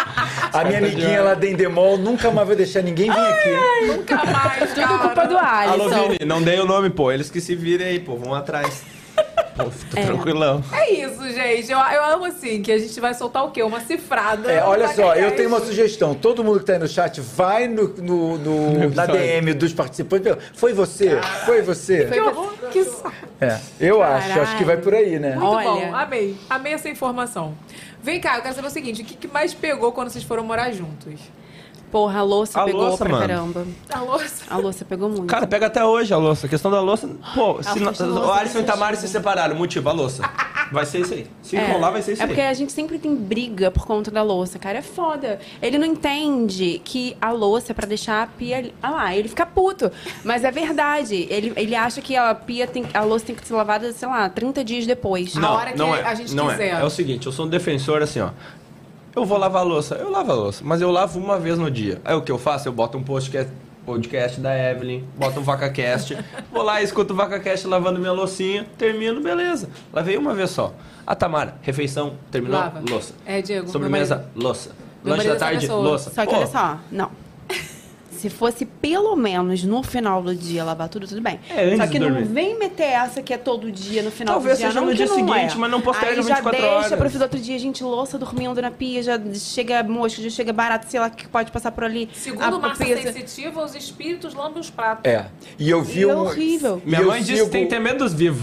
A minha amiguinha lá da Endemol nunca mais vai deixar ninguém vir aqui. Nunca mais, Tudo cara. culpa do Alô, Alisson. Vini, não dei o nome, pô. Eles que se virem aí, pô. Vão atrás. Pô, tô É. tranquilão. É isso, gente. Eu, eu amo assim, que a gente vai soltar o quê? Uma cifrada. É, olha Uma só, eu caguete. tenho uma sugestão. Todo mundo que tá aí no chat, vai no, no- no- na episódio. D M dos participantes. Foi você? Foi você? Que horror, que saco. É, eu acho. Caralho. Acho que vai por aí, né? Muito Olha. bom, amei. Amei essa informação. Vem cá, eu quero saber o seguinte, o que, que mais pegou quando vocês foram morar juntos? Porra, a louça A pegou louça, pra mano. caramba. A louça. A louça pegou muito. Cara, pega até hoje a louça. A questão da louça. Pô, se não- questão da o louça Alisson e Tamara se separaram. Motivo, a louça. Vai ser isso aí. Se rolar, vai ser isso É aí. porque a gente sempre tem briga por conta da louça, cara. É foda. Ele não entende que a louça é pra deixar a pia... ali- Ah lá, ele fica puto. Mas é verdade. Ele, ele acha que a pia tem... A louça tem que ser lavada, sei lá, trinta dias depois. A hora que não é, a gente não quiser. É. É o seguinte, eu sou um defensor assim, ó. Eu vou lavar a louça, eu lavo a louça, mas eu lavo uma vez no dia. Aí o que eu faço? Eu boto um podcast, podcast da Evelyn, boto um VacaCast, vou lá, escuto o VacaCast lavando minha loucinha, termino, beleza. Lavei uma vez só. A Tamara, refeição, terminou, Lava. louça. É, Diego. Sobremesa, meu marido. louça. Meu Lanche marido da é essa tarde, pessoa. louça. Só que Pô, olha só, não. Se fosse pelo menos no final do dia lavar tudo, tudo bem. É, antes Só que de não dormir. vem meter essa que é todo dia no final Talvez do dia. seja não no que dia não seguinte, é. mas não posterga Aí já vinte e quatro deixa horas. pro fim do outro dia, a gente, louça dormindo na pia, já chega mosca, já chega barato, sei lá, que pode passar por ali. Segundo A massa pia- sensitiva, os espíritos lambem os pratos. É. E eu vi E é um. horrível. Minha e eu mãe disse que sigo- tem que ter medo dos vivos.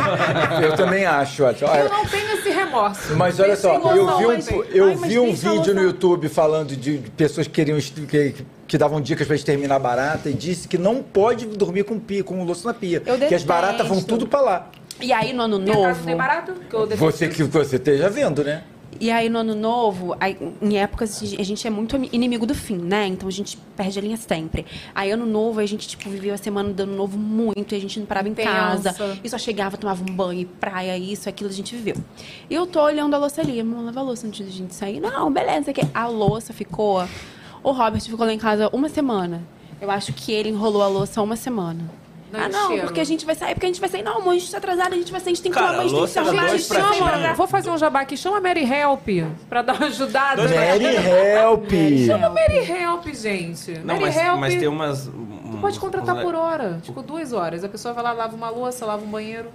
Eu também acho, olha. Eu não tenho esse remorso. Mas olha só, Pensei em eu louça vi um, ontem. eu Ai, mas vi um deixa a vídeo no louça- YouTube falando de de pessoas que queriam est- que, que davam dicas para exterminar barata e disse que não pode dormir com pia, com louça na pia, Eu que as baratas vão detesto. tudo para lá. E aí no ano Minha casa novo. tem barato? Que eu detesto. Você que você esteja vendo, né? E aí, no ano novo, aí, em épocas, a gente é muito inimigo do fim, né? Então, a gente perde a linha sempre. Aí, ano novo, a gente, tipo, viveu a semana do ano novo muito. E a gente não parava em Intensa. casa. E só chegava, tomava um banho, praia, isso, aquilo, a gente viveu. E eu tô olhando a louça ali. Vamos lavar a louça antes da gente sair? Não, beleza. Que a louça ficou... O Robert ficou lá em casa uma semana. Eu acho que ele enrolou a louça uma semana. Não, ah, não, cheiro. porque a gente vai sair, porque a gente vai sair. Não, amor, a gente tá atrasado, a gente vai sair, a gente tem que Cara, tomar banho, a gente tem que se louça era arrumar, a dois gente tem que pratinhos. tomar- Vou fazer um jabá aqui. Chama a Mary Help pra dar uma ajudada. Dois Mary Help! Chama a Mary Help, gente. Não, Mary mas, Help. mas tem umas... Tu pode contratar uns- por hora. Tipo, duas horas. A pessoa vai lá, lava uma louça, lava um banheiro.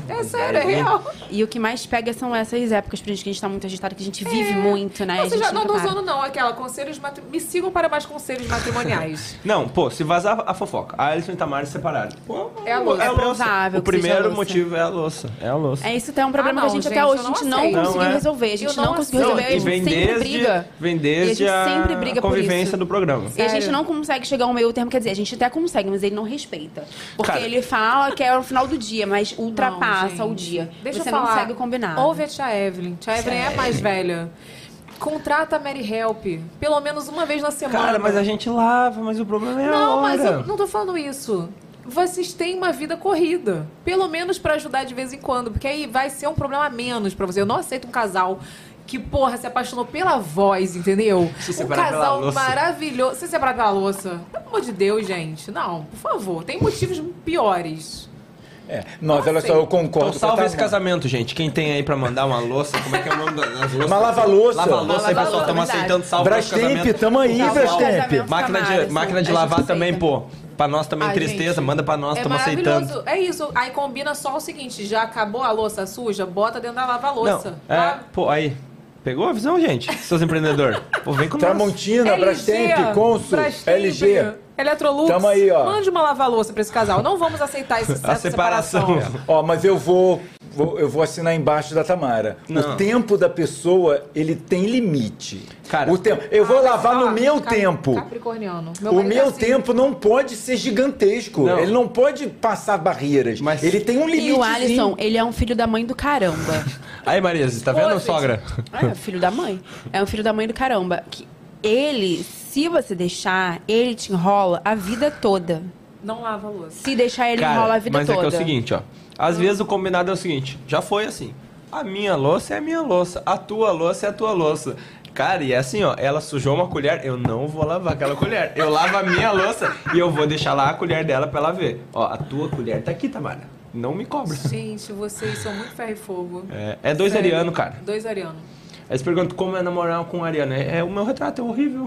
É sério, é real. E o que mais pega são essas épocas pra gente que a gente tá muito agitado, que a gente vive muito, né? Não, A você gente já, não nunca tô para. usando não, aquela conselhos matri... Me sigam para mais conselhos matrimoniais. Não, pô, se vazar a fofoca, a Alisson e Tamara se separaram. Pô, É a louça. É É a louça. provável O que seja a primeiro louça. motivo é a louça. É a louça. É, isso até é um problema Ah, não, que a gente, gente, até hoje eu a não gente não aceito. conseguiu Não é. resolver. A gente Eu não, não conseguiu aceito. resolver. A E gente vem sempre desde, briga. vem E desde a a, gente sempre briga por convivência isso. do programa. E a gente Sério? não consegue chegar ao meio termo, quer dizer, a gente até consegue, mas ele não respeita. Porque Cara, ele fala que é no final do dia, mas ultrapassa Não, o gente. dia. Deixa Você eu falar. não segue o combinado. Ouve a tia Evelyn. Tia Evelyn é mais velha. Contrata a Mary Help. Pelo menos uma vez na semana. Cara, mas a gente lava, mas o problema é a Não, hora. mas eu não tô falando isso. Vocês têm uma vida corrida. Pelo menos pra ajudar de vez em quando. Porque aí vai ser um problema a menos pra você. Eu não aceito um casal que, porra, se apaixonou pela voz, entendeu? Se Um separar pela casal louça. maravilhoso. Se separar pela louça. Pelo amor de Deus, gente. Não, por favor. Tem motivos piores. É, nós, olha só, sei. eu concordo. Então salva com a esse Tamara. casamento, gente. Quem tem aí pra mandar uma louça, como é que é o nome das louças? Uma lava-louça. Lava-louça aí, pessoal. Lava-louça, Estamos verdade. aceitando salva nosso Brastemp, casamento. tamo aí, Salva o Brastemp. casamento. Máquina Tamara, de, máquina de a gente lavar aceita. também, pô. Pra nós também, Ai, tristeza. gente, Manda pra nós, é estamos maravilhoso. aceitando. É isso. Aí combina só o seguinte: já acabou a louça suja, bota dentro da lava-louça. Não, é, tá? pô, aí. Pegou a visão, gente? Seus empreendedores. Pô, vem com nós. Tramontina, L G, Brastemp, Consul, Brastemp, L G. Electrolux. Tamo aí, ó. Mande uma lava-louça pra esse casal. Não vamos aceitar esse A essa separação. separação. Ó, mas eu vou, vou- eu vou assinar embaixo da Tamara. Não. O tempo da pessoa, ele tem limite. Cara, o tempo. Eu vou Ah, mas lavar ó, no meu Cap- tempo. Capricorniano. O marido é meu assim. tempo não pode ser gigantesco. Não. Ele não pode passar barreiras. Mas- ele tem um limite. E o Alisson, ele é um filho da mãe do caramba. Aí, Marisa, tá Pô, vendo, gente. sogra? É, filho da mãe. É um filho da mãe do caramba. Que ele, se você deixar, ele te enrola a vida toda. Não lava a louça. Se deixar, ele Cara, enrola a vida mas toda. é que é o seguinte, ó. Às vezes o combinado é o seguinte. Já foi assim. A minha louça é a minha louça. A tua louça é a tua louça. Cara, e é assim, ó. Ela sujou uma colher, eu não vou lavar aquela colher. Eu lavo a minha louça e eu vou deixar lá a colher dela pra ela ver. Ó, a tua colher tá aqui, Tamara. Não me cobra. Gente, vocês são muito ferro e fogo. É, é dois Sério. ariano, cara. Dois ariano. Aí você pergunta como é namorar com um ariano. É, é o meu retrato, é horrível.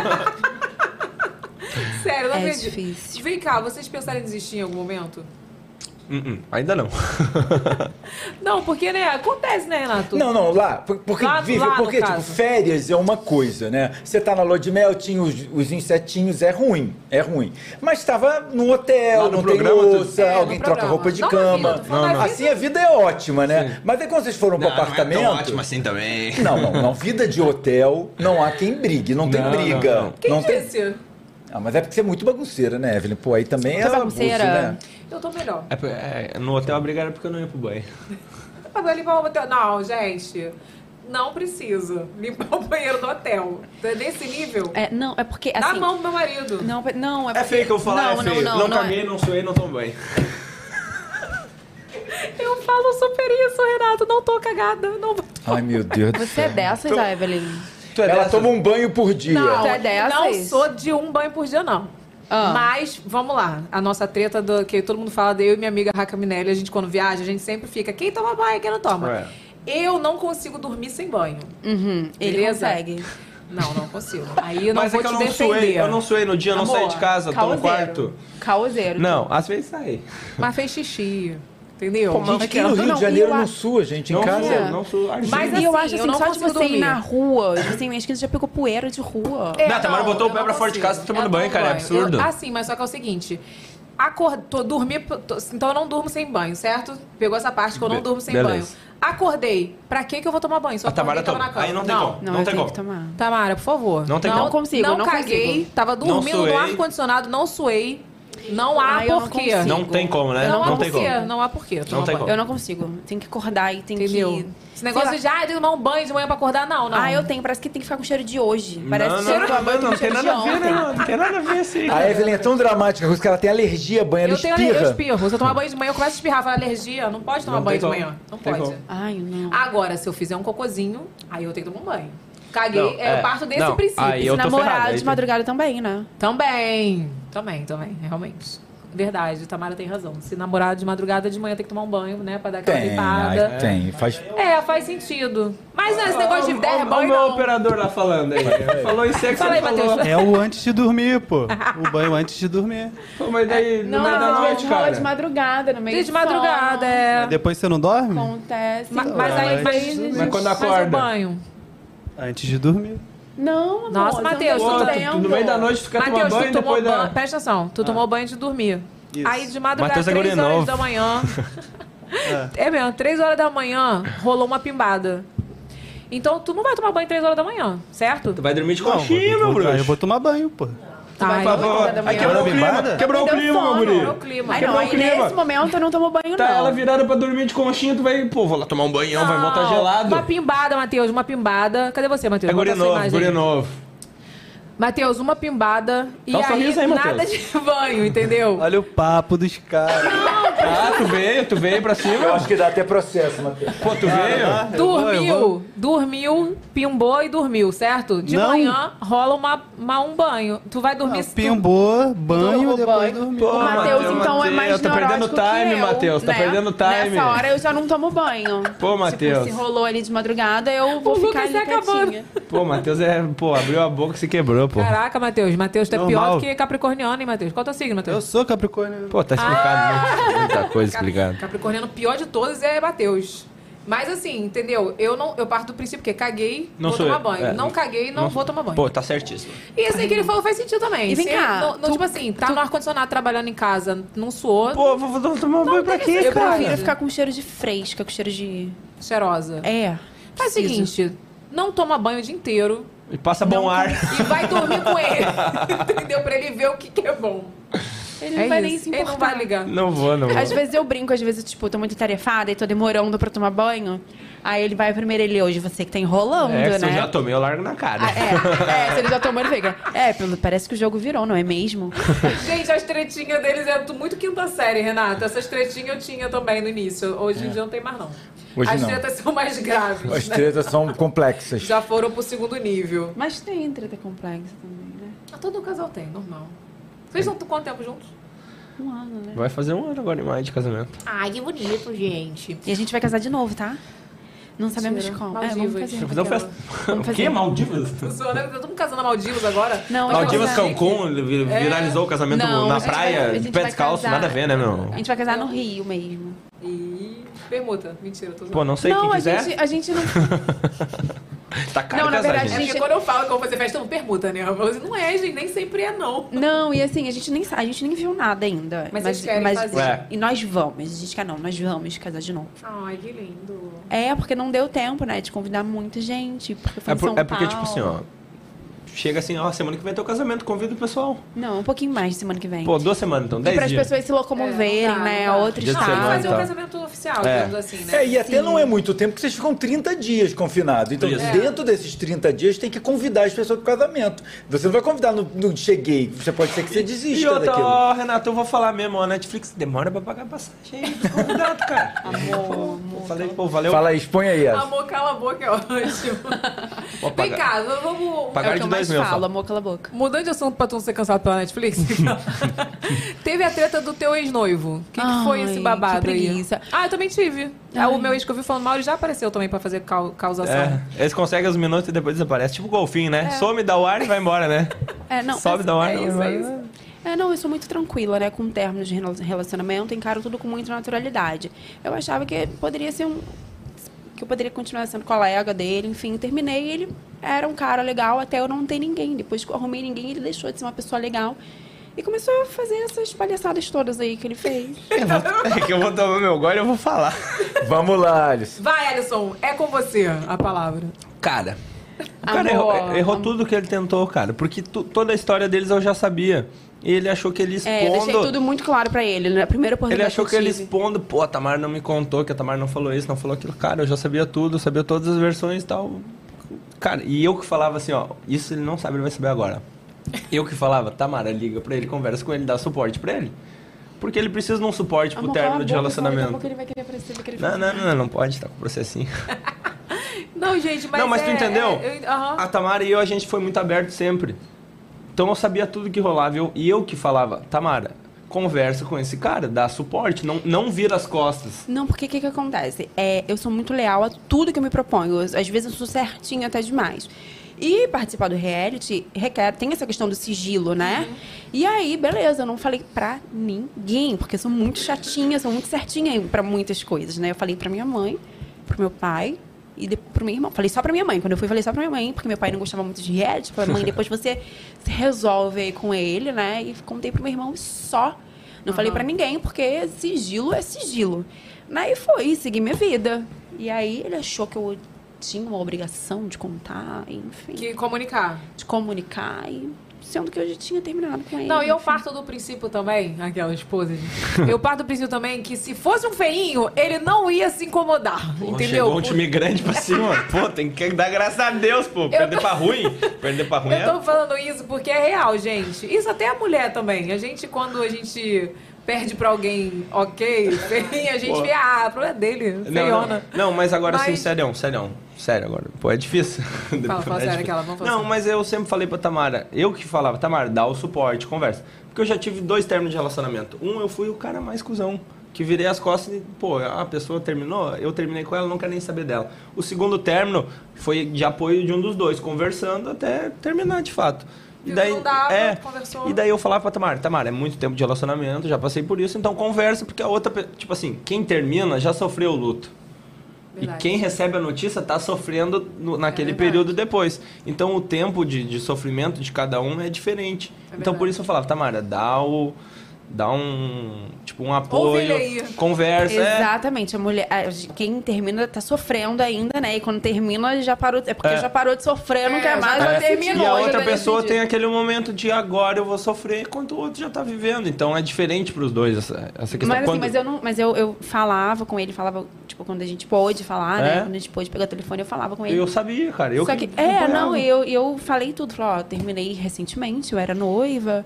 Sério, não É acredito. difícil. Vem cá, vocês pensaram em desistir em algum momento? Uh-uh, ainda não. Não, porque, né, acontece, né, Renato? Não, não, lá. por- Porque, Lá- vive, lá, no porque tipo, caso. férias é uma coisa, né? Você tá na lua de mel, tinha os, os insetinhos, é ruim, é ruim. Mas tava no hotel, Lá no não programa, tem tu- louça, É, no alguém troca programa. roupa de Não, cama. amigo, eu tô falando da Assim a vida é ótima, né? Mas aí quando vocês foram pro apartamento. assim também. Não, não, não. Vida de hotel, não há quem brigue, não tem Não, briga. não, não. Quem não tem... disse? Ah, mas é porque você é muito bagunceira, né, Evelyn? Pô, aí também é Muito abuso, bagunceira. né? Eu tô melhor. É, é, no hotel a briga era porque eu não ia pro banho. Ah, vai limpar o hotel. Não, gente. Não precisa limpar o banheiro do hotel. Nesse nível, É, não, é porque dá assim. a mão pro meu marido. Não, não, é É porque... feio que eu vou falar, não, é feio. Não, Não, não, não, caguei, é. não suei, não tomo banho. Eu falo super isso, Renato. Não tô cagada. Não vou. Ai, meu Deus do Você é céu. dessas, Evelyn? Tu é Ela dessa? toma um banho por dia. Não, Tu é dessas? não sou de um banho por dia, não. Ah. Mas, vamos lá. A nossa treta, do, que todo mundo fala, de eu e minha amiga Raca Minelli, a gente quando viaja, a gente sempre fica, quem toma banho, quem não toma. É. Eu não consigo dormir sem banho. Uhum, ele Beleza? consegue. Não, não consigo. Aí eu não Mas vou é que te eu não defender. suei, eu não suei no dia, eu não Amor, saí de casa, eu tô no Caoseiro. quarto. Caoseiro. Não, às vezes saí. Mas fez xixi. Entendeu? Pô, mas Gente, aqui no Rio Não, de Janeiro e eu não acho- sua, gente, em Não casa. sou, não sou argentino. Mas E assim, eu acho eu assim, não só de consigo você ir dormir. na rua, assim, acho que você já pegou poeira de rua. É, Não, a Tamara botou o eu pé não pra fora de consigo. casa, tá tomando Eu banho, tomo cara, é absurdo. Eu- assim, mas só que é o seguinte... Acordou, dormi, tô- então eu não durmo sem banho, certo? Pegou essa parte que eu não Be- durmo sem beleza. banho. Acordei. Pra que que eu vou tomar banho? Só A Tamara acordei e tava toma. na cama. Aí não tem como. Não, Não eu tem tenho como. que tomar. Tamara, por favor. Não tem não, como. Não consigo, Não não caguei. consigo. Tava dormindo no suei. ar-condicionado, não suei. Não há Ah, eu não porquê. consigo. Não tem como, né? Não, há Não tem porquê. como. Não há porquê. tomar tem banho. como. Eu não consigo. Tem que acordar e tem Entendeu? que... Esse negócio Sei de, ah, tem que tomar um banho de manhã pra acordar, não, não. Ah, eu tenho. Parece que tem que ficar com cheiro de hoje. Parece não, que não, cheiro não, de banho não, não com tem cheiro nada a de ver, ontem. não. Não tem nada a ver assim. A Evelyn é tão dramática que ela tem alergia a banho, ela Eu tenho espirra. eu espirro. Se eu tomar banho de manhã, eu começo a espirrar. Fala alergia. Não pode tomar Não banho tem de como. manhã. Não Tem pode. como. Ai, não. Agora, se eu fizer um cocôzinho, aí eu tenho que tomar um banho. Caguei, Não, eu é, parto desse não, princípio. aí eu Se tô namorar ferrado, aí de tem- madrugada também, né? Também. Também, também, realmente. Verdade, Tamara tem razão. Se namorar de madrugada, de manhã tem que tomar um banho, né? Pra dar aquela Tem, limpada. aí tem. Faz... É, faz sentido. Mas não, esse negócio de der Olha o banho, meu não. operador lá falando aí. Falou em sexo, Fala aí, ele falou. Matheus. É o antes de dormir, pô. O banho antes de dormir. Pô, mas daí, no Não, meio da não, noite, rola cara. de madrugada, no meio De de madrugada, sono. é. Mas depois você não dorme? Acontece. Ma- Mas aí Mas- mas, mas quando faz acorda? o banho. Antes de dormir. Não, amor, Nossa, você Matheus, não Pô, tá tu- tu, entendendo. no meio da noite tu quer tomar Matheus, banho tu tomou depois banho. da... Presta atenção, tu tomou banho de dormir. Isso. Aí de madrugada, Matheus é três guri horas novo. da manhã. É mesmo, três horas da manhã rolou uma pimbada. Então tu não vai tomar banho três horas da manhã, certo? Tu vai dormir de Não, conchinha, vou- meu vou- bruxo. aí eu vou tomar banho, pô. Ai, Por favor. da Aí manhã. quebrou o clima. Pimbada? Quebrou o Deu clima, meu sono. guri. Quebrou o clima. Ai, Quebrou não, o aí clima. nesse momento eu não tomo banho, Tá não. ela virada pra dormir de conchinha, tu vai, pô, vou lá tomar um banhão, vai voltar Não, gelado. Uma pimbada, Matheus, uma pimbada. Cadê você, Matheus? É guri Bota a sua novo, imagem guri aí. novo. Matheus, uma pimbada e Dá um aí sorriso aí, nada Matheus. de banho, entendeu? Olha o papo dos caras. Ah, tu veio, tu veio pra Eu cima. acho que dá até processo, Matheus. Pô, tu veio. Eu vou, eu Dormiu, vou. dormiu, pimbou e dormiu, certo? De Não. manhã rola uma, uma- um banho. Tu vai dormir... Ah, se tu- Pimbou, banho, Tomou depois banho. dormir. Pô, O Matheus, então, é mais Tá perdendo neurótico time, que eu, Matheus. Tá né? perdendo time. Nessa hora eu já não tomo banho. Pô, Tipo, Matheus. se rolou ali de madrugada, eu vou O ficar Lucas ali tá acabando. quietinha. Pô, Matheus é. Pô, abriu a boca e se quebrou, pô. Caraca, Matheus. Matheus, tu é pior Normal. do que capricorniano, hein, Matheus? Qual é o teu signo, Eu Matheus? sou Capricórnio. Pô, tá explicado, né? Muita coisa explicada. Capricorniano pior de todos é Matheus. Mas assim, entendeu? Eu não, eu parto do princípio que caguei, Não vou sou tomar eu. banho. É, não caguei, não, não- vou tomar banho. Pô, tá certíssimo. E assim que ele falou faz sentido também. E vem Se cá, não, não, tu- tipo assim, tá no ar-condicionado trabalhando em casa, não suou, Pô, vou, vou tomar banho pra quê, Eu cara? prefiro ficar com cheiro de fresca, com cheiro de... cheirosa. É. Faz o preciso. seguinte, não toma banho o dia inteiro E passa bom não- ar. e vai dormir com ele. Entendeu? Pra ele ver o que, que é bom. Ele não É vai isso. nem se Ele importar. não vai ligar. Não vou, não vou. Às vezes eu brinco, às vezes, tipo, eu tô muito tarefada e tô demorando pra tomar banho. Aí ele vai primeiro, ele, hoje você que tá enrolando, É, se né? eu já tomei, eu largo na cara. Ah, é, é, se ele já tomou, ele fica. É, pelo- parece que o jogo virou, não é mesmo? Gente, as tretinhas deles é tu- muito quinta série, Renata. Essas tretinhas eu tinha também no início. Hoje em dia não tem mais, não. Hoje as não. tretas são mais graves. As né? tretas são complexas. Já foram pro segundo nível. Mas tem treta complexa também, né? Ah, todo casal tem, normal. Vocês estão quanto tempo juntos? Um ano, né? Vai fazer um ano agora em maio de casamento. Ai, que bonito, gente. E a gente vai casar de novo, tá? Não sabemos Mentira. como. Maldivas. É, vamos fazer. Vai fazer um festa. Vamos O fazer. quê? Maldivas? Tô zoando, eu tô me casando a Maldivas agora. Não, Mas Maldivas, vai casar- Cancún, vi- viralizou o casamento Não, na a gente vai- a praia, gente de pé vai descalço, casar- nada a ver, né, meu? A gente vai casar no Rio mesmo. Ih, permuta. Mentira, tô zoando. Pô, não sei não, quem a quiser. gente, a gente não. Tá caro Não, na casar, verdade, É gente. porque quando eu falo que eu vou fazer festa, eu não permuta, né? Eu falo assim, não é, gente, nem sempre é, não. Não, e assim, a gente nem sabe, a gente nem viu nada ainda. Mas vocês querem fazer. Ué. E nós vamos, a gente quer não, nós vamos casar de novo. Ai, que lindo. É, porque não deu tempo, né, de convidar muita gente, porque foi É, em por- São é porque, Paulo. tipo assim, ó. Chega assim, ó, semana que vem é teu casamento, convida o pessoal. Não, um pouquinho mais de semana que vem. Pô, duas semanas então, e dez para as dias. pessoas se locomoverem, É, não dá, né, não dá. outro Dia de Não, tem que semana, fazer um tá. casamento oficial, É. digamos assim, né? É, e até Sim. não é muito tempo, porque vocês ficam trinta dias confinados. Então, Isso. dentro desses trinta dias, tem que convidar as pessoas pro casamento. Você não vai convidar no, no cheguei. Você pode ser que você E desista outra, daquilo. ó, Renato, eu vou falar mesmo, a Netflix demora pra pagar passagem aí, dos convidados, cara. Amor, Pô, amor. falei, pô, valeu. Fala aí, expõe aí essa. Amor, cala a boca, é ótimo. Vou Vem pagar. cá, vamos... Pagar É o de que eu dois mais mil, falo, fala. amor, cala a boca. Mudando de assunto pra tu não ser cansado pela Netflix. Teve a treta do teu ex-noivo. O que, que foi Ai, esse babado que aí? preguiça. Ah, eu também tive. Ai. O meu ex que eu vi falando mal, ele já apareceu também pra fazer cau- causação. É, eles conseguem os minutos e depois desaparece. Tipo golfinho, né? Some, dá o ar e vai embora, né? É, não, Sobe, dá o ar é e vai isso, é embora. isso. É, não, eu sou muito tranquila, né, com términos de rela- relacionamento, encaro tudo com muita naturalidade. Eu achava que poderia ser um... que eu poderia continuar sendo colega dele, enfim, terminei e ele era um cara legal até eu não ter ninguém. Depois que eu arrumei ninguém, ele deixou de ser uma pessoa legal e começou a fazer essas palhaçadas todas aí que ele fez. É que eu vou tomar meu gole e eu vou falar. Vamos lá, Alisson. Vai, Alisson, é com você a palavra. Cara, o cara Amor, errou, errou amor. tudo que ele tentou, cara. Porque tu- toda a história deles eu já sabia. E ele achou que ele expondo... É, eu deixei tudo muito claro pra ele, na primeira Ele oportunidade achou que eu ele tive. expondo, pô, a Tamara não me contou, que a Tamara não falou isso, não falou aquilo. Cara, eu já sabia tudo, eu sabia todas as versões e tal. Cara, e eu que falava assim, ó, isso ele não sabe, ele vai saber agora. Eu que falava, Tamara, liga pra ele, conversa com ele, dá suporte pra ele. Porque ele precisa de um suporte pro Amor, cala a término de boca, Daqui a relacionamento. pouco ele vai querer aparecer, vai querer Não, fazer. não, não, não pode, tá com processinho. Não, gente, mas Não, mas tu é- entendeu? é- eu- aham. A Tamara e eu, a gente foi muito aberto sempre. Então eu sabia tudo que rolava. Eu, e eu que falava, Tamara, conversa com esse cara, dá suporte, não, não vira as costas. Não, porque o que, que acontece? É, eu sou muito leal a tudo que eu me proponho. Eu, às vezes eu sou certinha até demais. E participar do reality requer, tem essa questão do sigilo, né? Uhum. E aí, beleza, eu não falei pra ninguém, porque eu sou muito chatinha, sou muito certinha pra muitas coisas, né? Eu falei pra minha mãe, pro meu pai e de, pro meu irmão. Falei só pra minha mãe. Quando eu fui, falei só pra minha mãe, porque meu pai não gostava muito de reality. Falei, mãe, depois você se resolve aí com ele, né? E contei pro meu irmão só. Não uhum. falei pra ninguém, porque sigilo é sigilo. Aí foi, segui minha vida. E aí ele achou que eu tinha uma obrigação de contar, enfim. Que comunicar. De comunicar, e sendo que eu já tinha terminado com ele. Não, e eu parto do princípio também, aquela esposa, gente. Eu parto do princípio também que se fosse um feinho, ele não ia se incomodar, pô, entendeu? Chegou um time grande pra cima. Pô, tem que dar graças a Deus, pô. Perder tô... pra ruim. Perder pra ruim. Eu tô falando isso porque é real, gente. Isso até a mulher também. A gente, quando a gente perde pra alguém, ok, feinha, a gente pô. vê, ah, o problema é dele, feiona. Não, não, mas agora mas... sim, sério, sério. Sério agora. Pô, é difícil. Fala, fala é sério difícil. Aquela, vamos falar Não, assim. mas eu sempre falei pra Tamara, eu que falava, Tamara, dá o suporte, conversa. Porque eu já tive dois términos de relacionamento. Um, eu fui o cara mais cuzão, que virei as costas e, pô, a pessoa terminou, eu terminei com ela, não quero nem saber dela. O segundo término foi de apoio de um dos dois, conversando até terminar de fato. E daí, não dava, é, conversou. E daí eu falava pra Tamara, Tamara, é muito tempo de relacionamento, já passei por isso, então conversa, porque a outra, tipo assim, quem termina já sofreu o luto. Verdade. E quem recebe a notícia está sofrendo no, naquele é período depois. Então, o tempo de, de sofrimento de cada um é diferente. É então, por isso eu falava, Tamara, dá o... Dá um, tipo, um apoio, conversa. Exatamente. É. A mulher, a, quem termina tá sofrendo ainda, né? E quando termina, já parou. É porque é. já parou de sofrer, não é, quer mais, já, já terminou. E a outra já pessoa tem aquele momento de agora eu vou sofrer, enquanto o outro já tá vivendo. Então é diferente pros dois essa, essa questão. Mas, assim, quando... mas, eu, não, mas eu, eu falava com ele, falava, tipo, quando a gente pôde falar, é. né? Quando a gente pôde pegar o telefone, eu falava com ele. Eu sabia, cara. Eu Só que, que é, não, eu, eu falei tudo. Falei, ó, terminei recentemente, eu era noiva,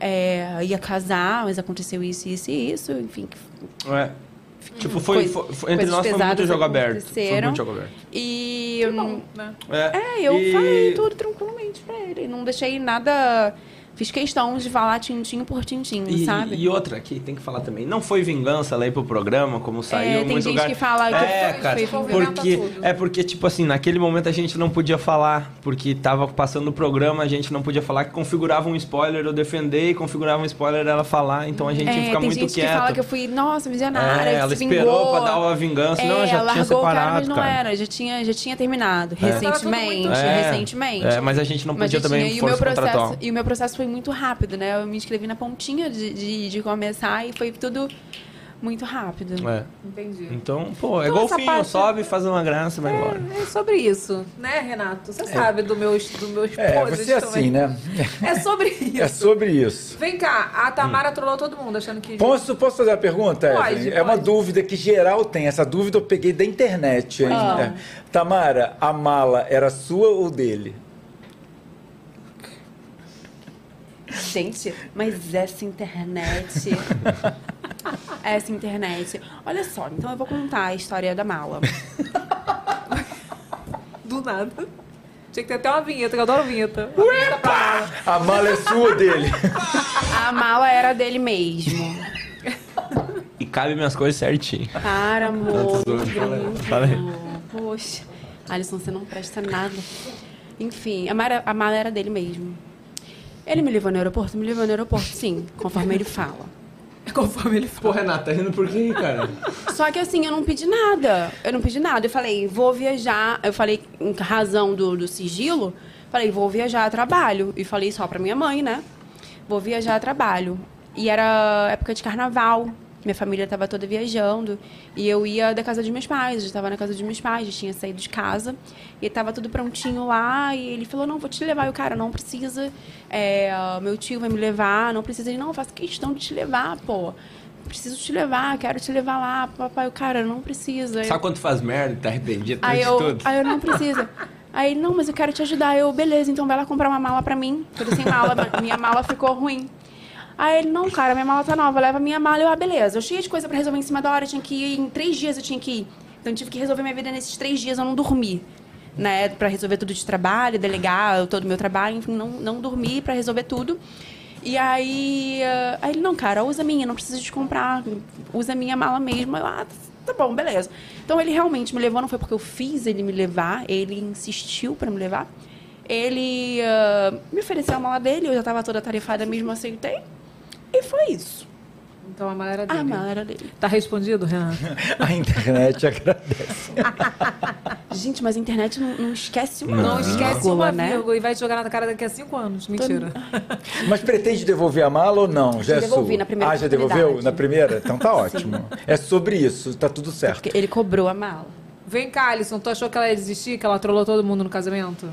é, ia casar, mas aconteceu isso, isso e isso, enfim. É. Tipo, foi, foi, foi entre nós foi muito jogo aberto. Foi muito jogo aberto. E que bom, né? É, é eu e... falei tudo tranquilamente pra ele. Não deixei nada. Fiz questão de falar tintim por tintim, e, sabe? E outra aqui, tem que falar também. Não foi vingança lá ir pro programa, como saiu é, tem muito gente lugar. que fala que é, foi, cara, foi porque É porque, tipo assim, naquele momento a gente não podia falar, porque tava passando o programa, a gente não podia falar, que configurava um spoiler eu defender e configurava um spoiler ela falar, então a gente é, ia ficar tem muito gente quieto. Que fala que eu fui, nossa, visionária, é, ela se esperou vingou. pra dar uma vingança. É, não, já ela tinha separado, o cara, mas não cara. era, já tinha, já tinha terminado, é. recentemente, é, recentemente. É, mas a gente não podia também tinha, força e o meu contratual. processo, E o meu processo foi muito rápido, né? Eu me inscrevi na pontinha de, de, de começar e foi tudo muito rápido. É. Entendi. Então, pô, é então, golfinho, parte... sobe, faz uma graça e vai é, embora. É sobre isso, né, Renato? Você é. sabe do meus, do meus é, poses você é também. assim, né? É sobre isso. É sobre isso. Vem cá, a Tamara hum. trollou todo mundo achando que... Posso, posso fazer uma pergunta? Pode, É pode. uma dúvida que geral tem. Essa dúvida eu peguei da internet. Ah. É. Tamara, a mala era sua ou dele? Gente, mas essa internet... essa internet... Olha só, então eu vou contar a história da mala. Do nada. Tinha que ter até uma vinheta, que eu adoro vinheta. Uma vinheta pra mala. A mala é sua ou dele? A mala era dele mesmo. E cabe minhas coisas certinho. Para, amor. Falei. Poxa. Alisson, você não presta nada. Enfim, a mala, a mala era dele mesmo. Ele me levou no aeroporto? Me levou no aeroporto, sim, conforme ele fala. Conforme ele fala. Pô, Renata, tá rindo por quê, cara? Só que assim, eu não pedi nada. Eu não pedi nada. Eu falei, vou viajar. Eu falei, em razão do, do sigilo, falei, vou viajar a trabalho. E falei só pra minha mãe, né? Vou viajar a trabalho. E era época de carnaval. Minha família estava toda viajando. E eu ia da casa dos meus pais. Eu já estava na casa dos meus pais, já tinha saído de casa. E estava tudo prontinho lá. E ele falou, não, vou te levar. E o cara, não precisa. É, meu tio vai me levar. Não precisa. Ele, não, eu faço questão de te levar, pô. Preciso te levar, quero te levar lá. Papai, o cara, não precisa. Sabe quando faz merda e tá arrependido aí de eu, tudo? Aí eu, não precisa. Aí ele, não, mas eu quero te ajudar. Eu, beleza, então vai lá comprar uma mala pra mim. Tô sem mala, minha mala ficou ruim. Aí ele, não, cara, minha mala tá nova, leva minha mala. Eu, ah, beleza. Eu cheia de coisa pra resolver em cima da hora, eu tinha que ir, em três dias eu tinha que ir. Então eu tive que resolver minha vida nesses três dias, eu não dormi. Né, pra resolver tudo de trabalho, delegar todo o meu trabalho, enfim, não, não dormi pra resolver tudo. E aí, uh, aí ele, não, cara, usa a minha, não precisa de comprar, usa a minha mala mesmo. Eu, ah, tá bom, beleza. Então ele realmente me levou, não foi porque eu fiz ele me levar, ele insistiu pra me levar. Ele uh, me ofereceu a mala dele, eu já tava toda tarefada mesmo, aceitei. E foi isso. Então a mala era dele. A mala era dele. Tá respondido, Renan? A internet agradece. Gente, mas a internet não, não esquece uma Não, vírgula, esquece uma né? vírgula e vai te jogar na cara daqui a cinco anos. Mentira. Mas pretende devolver a mala ou não? Já é devolvi sua? na primeira Ah, já devolveu? oportunidade. Na primeira? Então tá ótimo. É sobre isso, tá tudo certo. Porque ele cobrou a mala. Vem cá, Alisson, tu achou que ela ia desistir, que ela trollou todo mundo no casamento?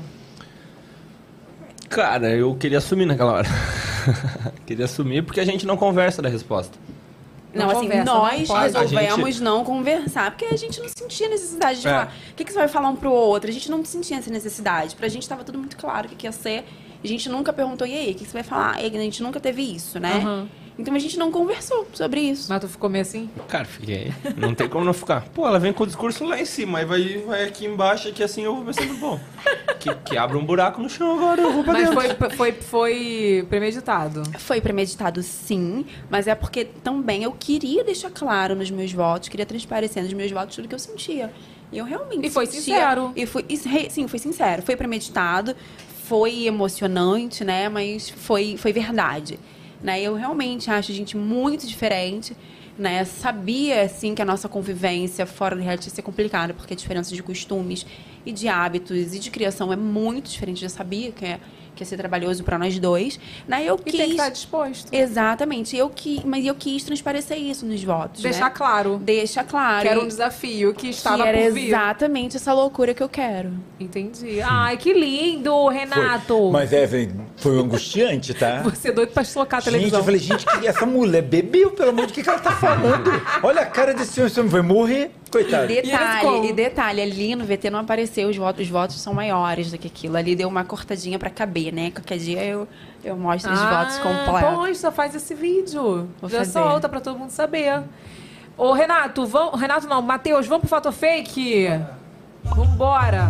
Cara, eu queria assumir naquela hora. Queria assumir porque a gente não conversa da resposta. Não, Não assim, conversa, nós não pode. resolvemos A gente- não conversar, porque a gente não sentia necessidade de É. falar. O que, que você vai falar um pro outro? A gente não sentia essa necessidade. Pra gente tava tudo muito claro o que, que ia ser. A gente nunca perguntou, e aí, o que, que você vai falar? E a gente nunca teve isso, né? Aham. Então a gente não conversou sobre isso. Mas tu ficou meio assim? Cara, fiquei. Não tem como não ficar. Pô, ela vem com o discurso lá em cima, aí vai, vai aqui embaixo, aqui assim, eu vou pensando, bom, que, que abre um buraco no chão agora, eu vou pra Mas dentro. foi, foi, foi premeditado. Foi premeditado, sim, mas é porque também eu queria deixar claro nos meus votos, queria transparecer nos meus votos tudo que eu sentia. E eu realmente E foi sentia. sincero. E foi, e, re- sim, foi sincero. Foi premeditado, foi emocionante, né? Mas foi, foi verdade. Né? Eu realmente acho a gente muito diferente. Né? Sabia, assim, que a nossa convivência fora do reality ia ser complicada, porque a diferença de costumes e de hábitos e de criação é muito diferente. Eu já sabia que é, que ia ser trabalhoso para nós dois. Né? Eu E quis... tem que estar disposto. Exatamente. Eu que, mas eu quis transparecer isso nos votos. Deixar né? claro. Deixa claro. Que era um E- desafio que estava que era por vir. exatamente essa loucura que eu quero. Entendi. Ai, que lindo, Renato. Foi. Mas, Evelyn, foi angustiante, tá? Você é doido pra socar a Gente, televisão. eu falei, gente, que essa mulher bebeu, pelo amor de Deus, o que, que ela tá falando? Olha a cara desse homem, esse homem vai morrer. Coitado. E E eles detalhe, como? e detalhe, ali no V T não apareceu, os votos, os votos são maiores do que aquilo. Ali deu uma cortadinha pra caber, né? Qualquer dia eu, eu mostro os votos completos. Poxa, faz esse vídeo. Vou Já fazer. solta pra todo mundo saber. Ô, Renato, vamos... Renato não, Matheus, vamos pro Fato Fake? Vambora.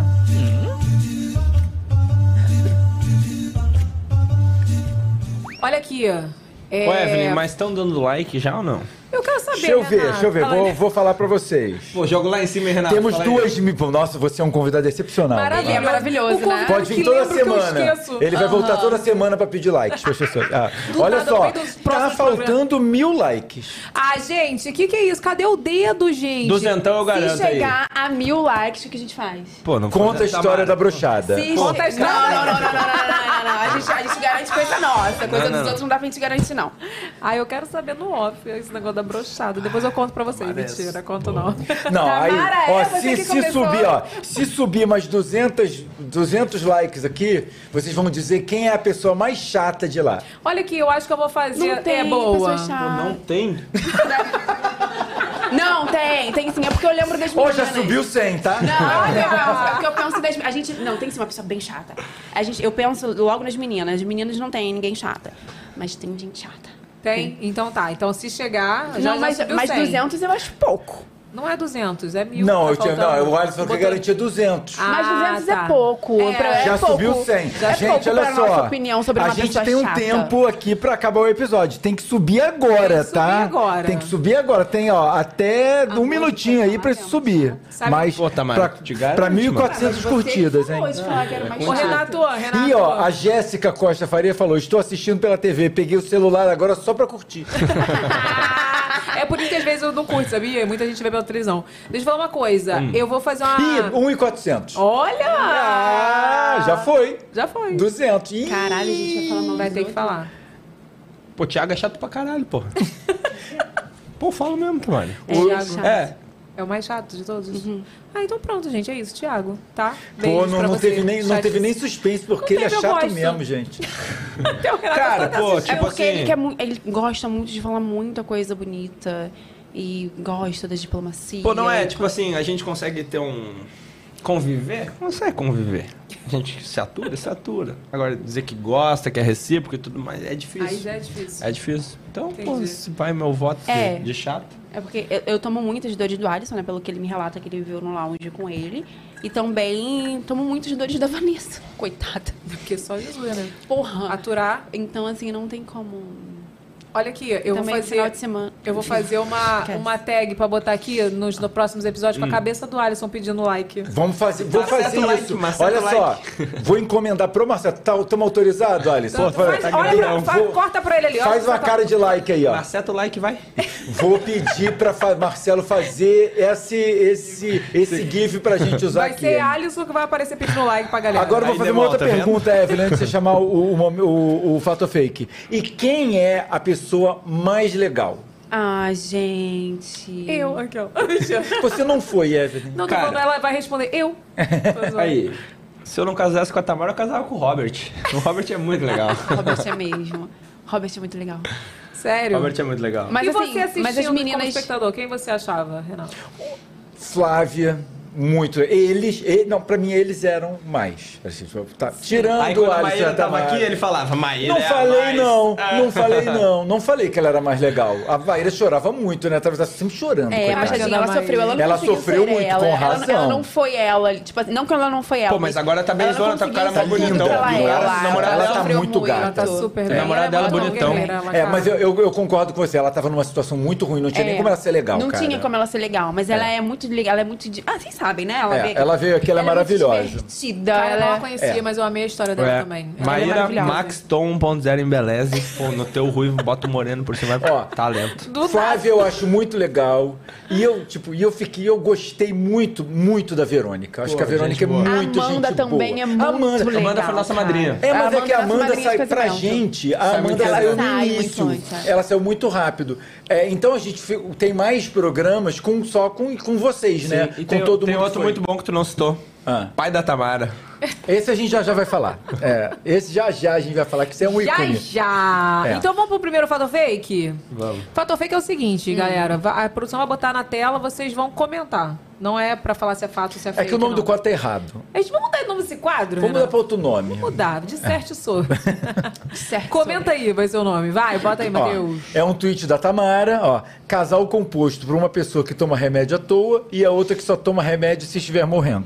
Olha aqui. É... Ô, Evelyn, mas estão dando like já ou não? Eu quero saber, Deixa eu ver, Renato. deixa eu ver, Fala vou, aí. vou falar pra vocês. Pô, jogo lá em cima, hein, Renato? Temos Fala aí. duas mil. Nossa, você é um convidado excepcional. Maravilhoso. Ele é maravilhoso, O convidado né? Pode vir que toda lembra que eu semana. esqueço. Ele vai voltar Aham. toda semana pra pedir likes pras pessoas. Ah, Do olha nada, só, no meio dos tá próximos faltando mil likes. Ah, gente, o que, que é isso? Cadê o dedo, gente? Duzentão eu garanto Se chegar a mil likes, o que a gente faz? Pô, não Conta a foi história Tamara. da brochada. Se Conta a che- história. Não, não, não, não, não, não, não, não, não. A gente, a gente garante coisa nossa. Coisa Não, dos não. outros não dá pra gente garantir, não. Ah, eu quero saber no off esse negócio da brochada. Depois eu conto pra vocês. Mentira, conto não. Não, aí, Tamara, ó, é você se, que se começou. subir, ó, se subir mais duzentos, duzentos likes aqui, vocês vão dizer quem é a pessoa mais chata de lá. Olha aqui, eu acho que eu vou fazer. Não tem é boa. pessoa Pô, chata. não tem? Não, tem, tem sim. É porque eu lembro das Ó, meninas. já subiu cem, tá? Não, é porque eu penso, é porque eu penso das... A gente... Não, tem sim uma pessoa bem chata. A gente, eu penso logo nas meninas. As meninas não tem ninguém chata. Mas tem gente chata. Tem? Então tá. Então se chegar. Já, não, mas, já subiu mas cem. duzentos eu acho pouco. Não é duzentos, é mil. Não, tá eu tinha, faltando. não, o Alisson que Botou- garantia duzentos. Ah, Mas duzentos tá. é pouco. É, pra- é Já pouco. subiu cem. É gente, pouco olha pra só. nossa opinião sobre a uma gente pessoa tem um chata. tempo aqui pra acabar o episódio. Tem que subir agora, Tem que subir tá? agora. Tem que subir agora. Tem, ó, até um minutinho aí pra isso subir. Sabe- Mas Pô, Tamara, pra, te garanto, pra mil e quatrocentas Você curtidas, que hein? falou de falar que era mais Ô, chata. Renato, Renato. E ó, a Jéssica Costa Faria falou: estou assistindo pela T V, peguei o celular agora só pra curtir. É por isso que às vezes eu não curto, sabia? Muita gente vê pela televisão. Deixa eu falar uma coisa. Hum. Eu vou fazer uma. Ih, um e quatrocentos. Olha! Ah, já foi. Já foi. duzentos. Ih. Caralho, a gente vai falar mal Vai dos ter que outros. falar. Pô, Thiago é chato pra caralho, porra. Pô, eu falo mesmo, Tamara. É, O- Thiago. É. É o mais chato de todos? Ah, então pronto, gente. É isso, Thiago. Tá? Pô, Beijos não, pra não, você. teve nem, não Chat- teve nem suspense, porque Não ele é teve, eu chato gosto. mesmo, gente. Tem o Renato Cara, só pô, tá tipo É porque assim... ele, quer, mu- ele gosta muito de falar muita coisa bonita e gosta da diplomacia. Pô, não é, tipo assim, a gente consegue ter um... Conviver? Não sei conviver. A gente se atura, se atura. Agora, dizer que gosta, que é recíproco e tudo mais, é difícil. Aí já é difícil. É difícil. Então, Entendi. pô, se vai meu voto É. de, de chato. É porque eu, eu tomo muitas dores do Alisson, né? Pelo que ele me relata que ele viu no lounge com ele. E também tomo muitas dores da Vanessa. Coitada. Porque só Jesus, né? Porra. Aturar. Então, assim, não tem como... Olha aqui, eu Também vou final fazer, de semana. eu vou fazer uma, Esquece. uma tag pra botar aqui nos, nos próximos episódios com a cabeça do Alisson pedindo like. Vamos fazer, vou Maceta fazer o like, isso. maceta Olha o só, like. vou encomendar pro Marcelo. Estamos tá, autorizado, Alisson? Então, faz, Tá olha grandão. pra, fa- Vou- corta pra ele ali. Faz olha uma cara de like aí, ó. Maceta o like, vai. Vou pedir pra fa- Marcelo fazer esse, esse, esse GIF pra gente usar Vai aqui. ser Alisson que vai aparecer pedindo like pra galera. Agora eu vou Aí fazer uma demora, outra tá vendo? pergunta, Evelyn, antes de você chamar o, o, o, o, o Fato Fake. E quem é a pessoa mais legal? Ah, gente... Eu, aqui, ó. Você não foi, Evelyn. Não, tô Cara. falando, ela vai responder eu. Aí, se eu não casasse com a Tamara, eu casava com o Robert. O Robert é muito legal. Robert é mesmo. Robert é muito legal. Sério? Robert é muito legal. Mas e assim, você assistindo mas as meninas... como espectador, quem você achava, Renato? Flávia, muito. Eles, e- não, pra mim eles eram mais. Assim, tá, tirando Aí quando o a Alisson Maíra e a tava Tamara. aqui, ele falava, Maíra Não é a falei mais... não, Ah. não falei não, não falei que ela era mais legal. A Maíra chorava muito, né? Tava sempre chorando. É, mas coitada. assim, ela sofreu, ela não Ela conseguiu sofreu ser muito, ela. com Ela- razão. Ela não foi ela, tipo assim, não que ela não foi ela. Pô, mas agora tá bem ela não zona, tá com o cara conseguiu mais ser bonitão. tudo pra E o ela, cara- o namorado ela dela tá sofreu muito gato. Ela tá super O bem. namorado Ela é dela uma bonitão. guerreira, ela É, tá- mas eu, eu, eu concordo com você. Ela tava numa situação muito ruim, não tinha nem É. como ela ser legal, Não cara. tinha como ela ser legal, mas ela é muito legal, ela é muito... de- Ah, vocês sabem, né? Ela, É, veio- ela veio aqui, ela é maravilhosa. muito divertida. Cara, eu ela não é- a conhecia, É. mas eu amei a história dela É. também. Ela é Maíra, maravilhosa. Max Tom um ponto zero em Beleze. Pô, no teu ruivo, bota o moreno por cima. Ó, talento. Do Flávia eu acho muito legal. E eu, tipo, e eu fiquei, eu gostei muito, muito da Verônica. Acho Pô, que a Verônica gente é boa. muito A Amanda gente também boa. é muito Amanda, legal. Amanda foi nossa cara. madrinha. É, mas A é que a nossa Amanda madrinha sai de pra casamento. gente. A Sai Amanda muito saiu rápido. no Ela sai muito início. antes, é. Ela saiu muito rápido. É, então a gente fi- tem mais programas com, só com, com vocês, né? Sim, e com tem, todo tem mundo. outro foi. muito bom que tu não citou. Ah. Pai da Tamara. Esse a gente já, já vai falar. É, esse já já a gente vai falar que isso é um Já, ícone. já. É. Então vamos pro primeiro Fato Fake? Vamos. Fato Fake é o seguinte, galera. va- A produção vai botar na tela, vocês vão comentar. Não é pra falar se é fato ou se é É fake, que o nome não. do quadro tá errado. A gente vai mudar o nome desse quadro, Vamos mudar Renato? pra outro nome. Vamos mudar, de certo sou. Certo. Comenta aí, vai ser o nome. Vai, bota aí, Ó, Matheus. é um tweet da Tamara, ó. Casal composto por uma pessoa que toma remédio à toa e a outra que só toma remédio se estiver morrendo.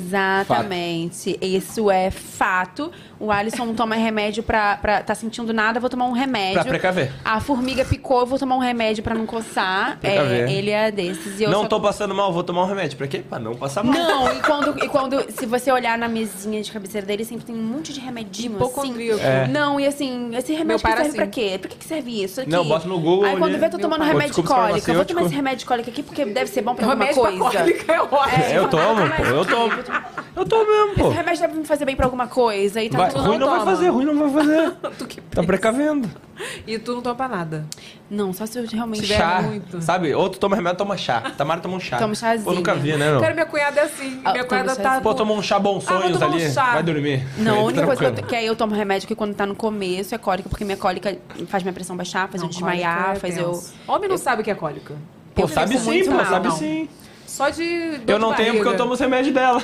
Exatamente. Isso é fato. O Alisson não toma remédio pra, pra... Tá sentindo nada, vou tomar um remédio. Pra precaver. A formiga picou, eu vou tomar um remédio pra não coçar. Precaver. É, ele é desses. E eu Não só- tô passando mal, vou tomar um remédio. Pra quê? Pra não passar mal. Não, e quando, e quando... Se você olhar na mesinha de cabeceira dele, sempre tem um monte de remedinho, assim. Hipocondríaco. É. Não, e assim, esse Meu remédio pai que era serve pra assim. quê? Pra que, que serve isso aqui? Não, bota no Google Aí quando ali. vê, eu tô Meu tomando pai. remédio de Desculpa, cólica. Eu vou tomar farmacêutico. esse remédio de cólica aqui porque deve ser bom pra alguma Remédio pra coisa. cólica é ótimo. É, eu tomo, pô, eu tomo. Eu tô mesmo, pô. Esse remédio deve me fazer bem pra alguma coisa. E tá Vai, tudo ruim não vai toma. fazer, ruim não vai fazer. Tu que Tá precavendo. E tu não toma pra nada. Não, só se eu realmente Tiver Chá, muito. sabe? Outro toma remédio, toma chá. Tamara toma um chá. Toma um chazinho. Pô, nunca vi, né, não? Cara, minha cunhada é assim. Ah, minha toma cunhada tá... chazinho. Pô, toma um chá bom Ah, vou sonhos tomar um ali, chá. vai dormir. Não, a Aí, única coisa que, eu, tranquilo. que aí eu tomo remédio que quando tá no começo é cólica, porque minha cólica faz minha pressão baixar, faz Não, eu desmaiar, cólica é faz eu. tenso. Homem não sabe o que é cólica. Pô, Eu sabe fico sim, muito pô, mal, sabe não. sim. Só de dor Eu de não tenho porque eu barriga. tomo os remédios dela.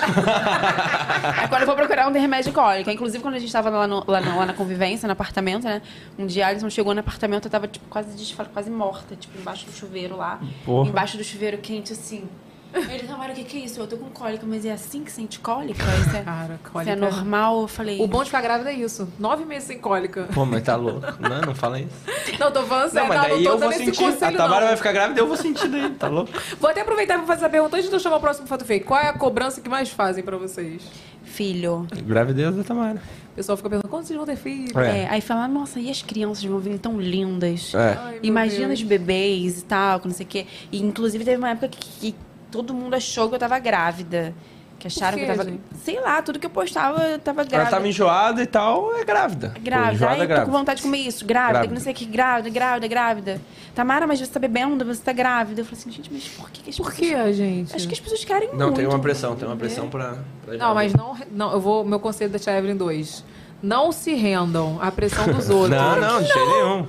Aí quando eu vou procurar um de remédio cólica, inclusive quando a gente tava lá, no- lá, no- lá na convivência, no apartamento, né? Um dia a Alisson chegou no apartamento, eu tava tipo, quase desfal- quase morta, tipo, embaixo do chuveiro lá. Porra. Embaixo do chuveiro quente, assim. Ele, Tamara, o que, que é isso? Eu tô com cólica, mas é assim que sente cólica? Isso é, Cara, isso cólica. é normal? Eu falei. O bom de ficar grávida é isso. Nove meses sem cólica. Pô, mas tá louco. Não, não fala isso. Não, tô falando Não, sério. mas Não, daí não tô eu vou dando esse sentir. A conselho, Tamara não. vai ficar grávida e eu vou sentir daí, tá louco? Vou até aproveitar e vou fazer essa pergunta antes de eu chamar o próximo Fato Fake. Qual é a cobrança que mais fazem pra vocês? Filho. Gravidez da Tamara. O pessoal fica perguntando, quando vocês vão ter filho? É. É, aí fala, nossa, e as crianças vão vir tão lindas? É. Ai, meu Imagina Deus. os bebês e tal, que não sei o quê. E inclusive teve uma época que, que todo mundo achou que eu tava grávida. Que acharam quê, que eu tava. gente? Sei lá, tudo que eu postava eu tava grávida. Ela tava enjoada e tal, é grávida. Pô, Grávida. enjoada Ai, é tô grávida. com vontade de comer isso. Grávida, Grávida. que não sei o que. Grávida, grávida, grávida. Tamara, mas você tá bebendo, você tá grávida. Eu falei assim, gente, mas por que, que as Por pessoas... que, gente? Acho que as pessoas querem Não, muito. tem uma pressão, tem uma né? pressão pra... pra Não, mas não, não. Eu vou. Meu conselho da Tia Evelyn dois. Não se rendam à pressão dos outros. Não, não, de jeito nenhum.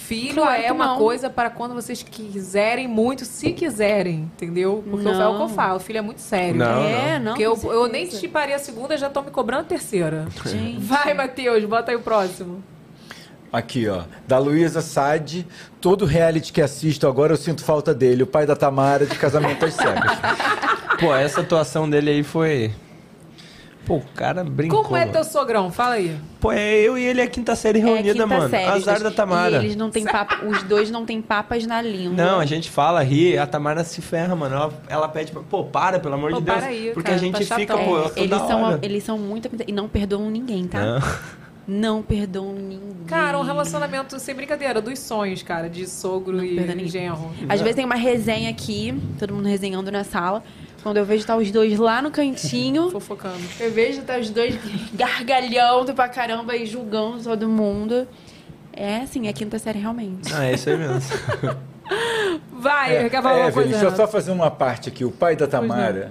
Filho Claro é que uma não. coisa para quando vocês quiserem muito, se quiserem, entendeu? Porque Não. é o que eu falo, filho é muito sério. Não, É, não, Porque eu, com eu nem certeza. chiparia a segunda, já tô me cobrando a terceira. Gente. Vai, Matheus, bota aí o próximo. Aqui, ó. Da Luísa Sade. Todo reality que assisto agora eu sinto falta dele. O pai da Tamara de Casamento às Cegas. Pô, essa atuação dele aí foi... Pô, o cara brincou. Como é teu sogrão? Fala aí. Pô, é eu e ele é a quinta série reunida, É, quinta mano. série, Azar os- da Tamara. E eles não têm papo, os dois não têm papas na língua. Não, a gente fala, ri, a Tamara se ferra, mano. Ela, ela pede pra... Pô, para, pelo amor Pô, de Deus. para aí, porque cara, a gente tá fica, chatão. pô, É, toda eles, são, hora. eles são muito... E não perdoam ninguém, tá? Não. Não perdoam ninguém. Cara, um relacionamento sem brincadeira, dos sonhos, cara, de sogro e perdoa ninguém. genro. Às vezes tem uma resenha aqui, todo mundo resenhando na sala. Quando eu vejo tá os dois lá no cantinho, Fofocando. eu vejo tá os dois gargalhando pra caramba e julgando todo mundo. É assim, é a quinta série realmente. Ah, é isso aí mesmo. Vai, quer falar é, uma Evelyn, coisa? deixa eu Renato? só fazer uma parte aqui. O pai da Tamara,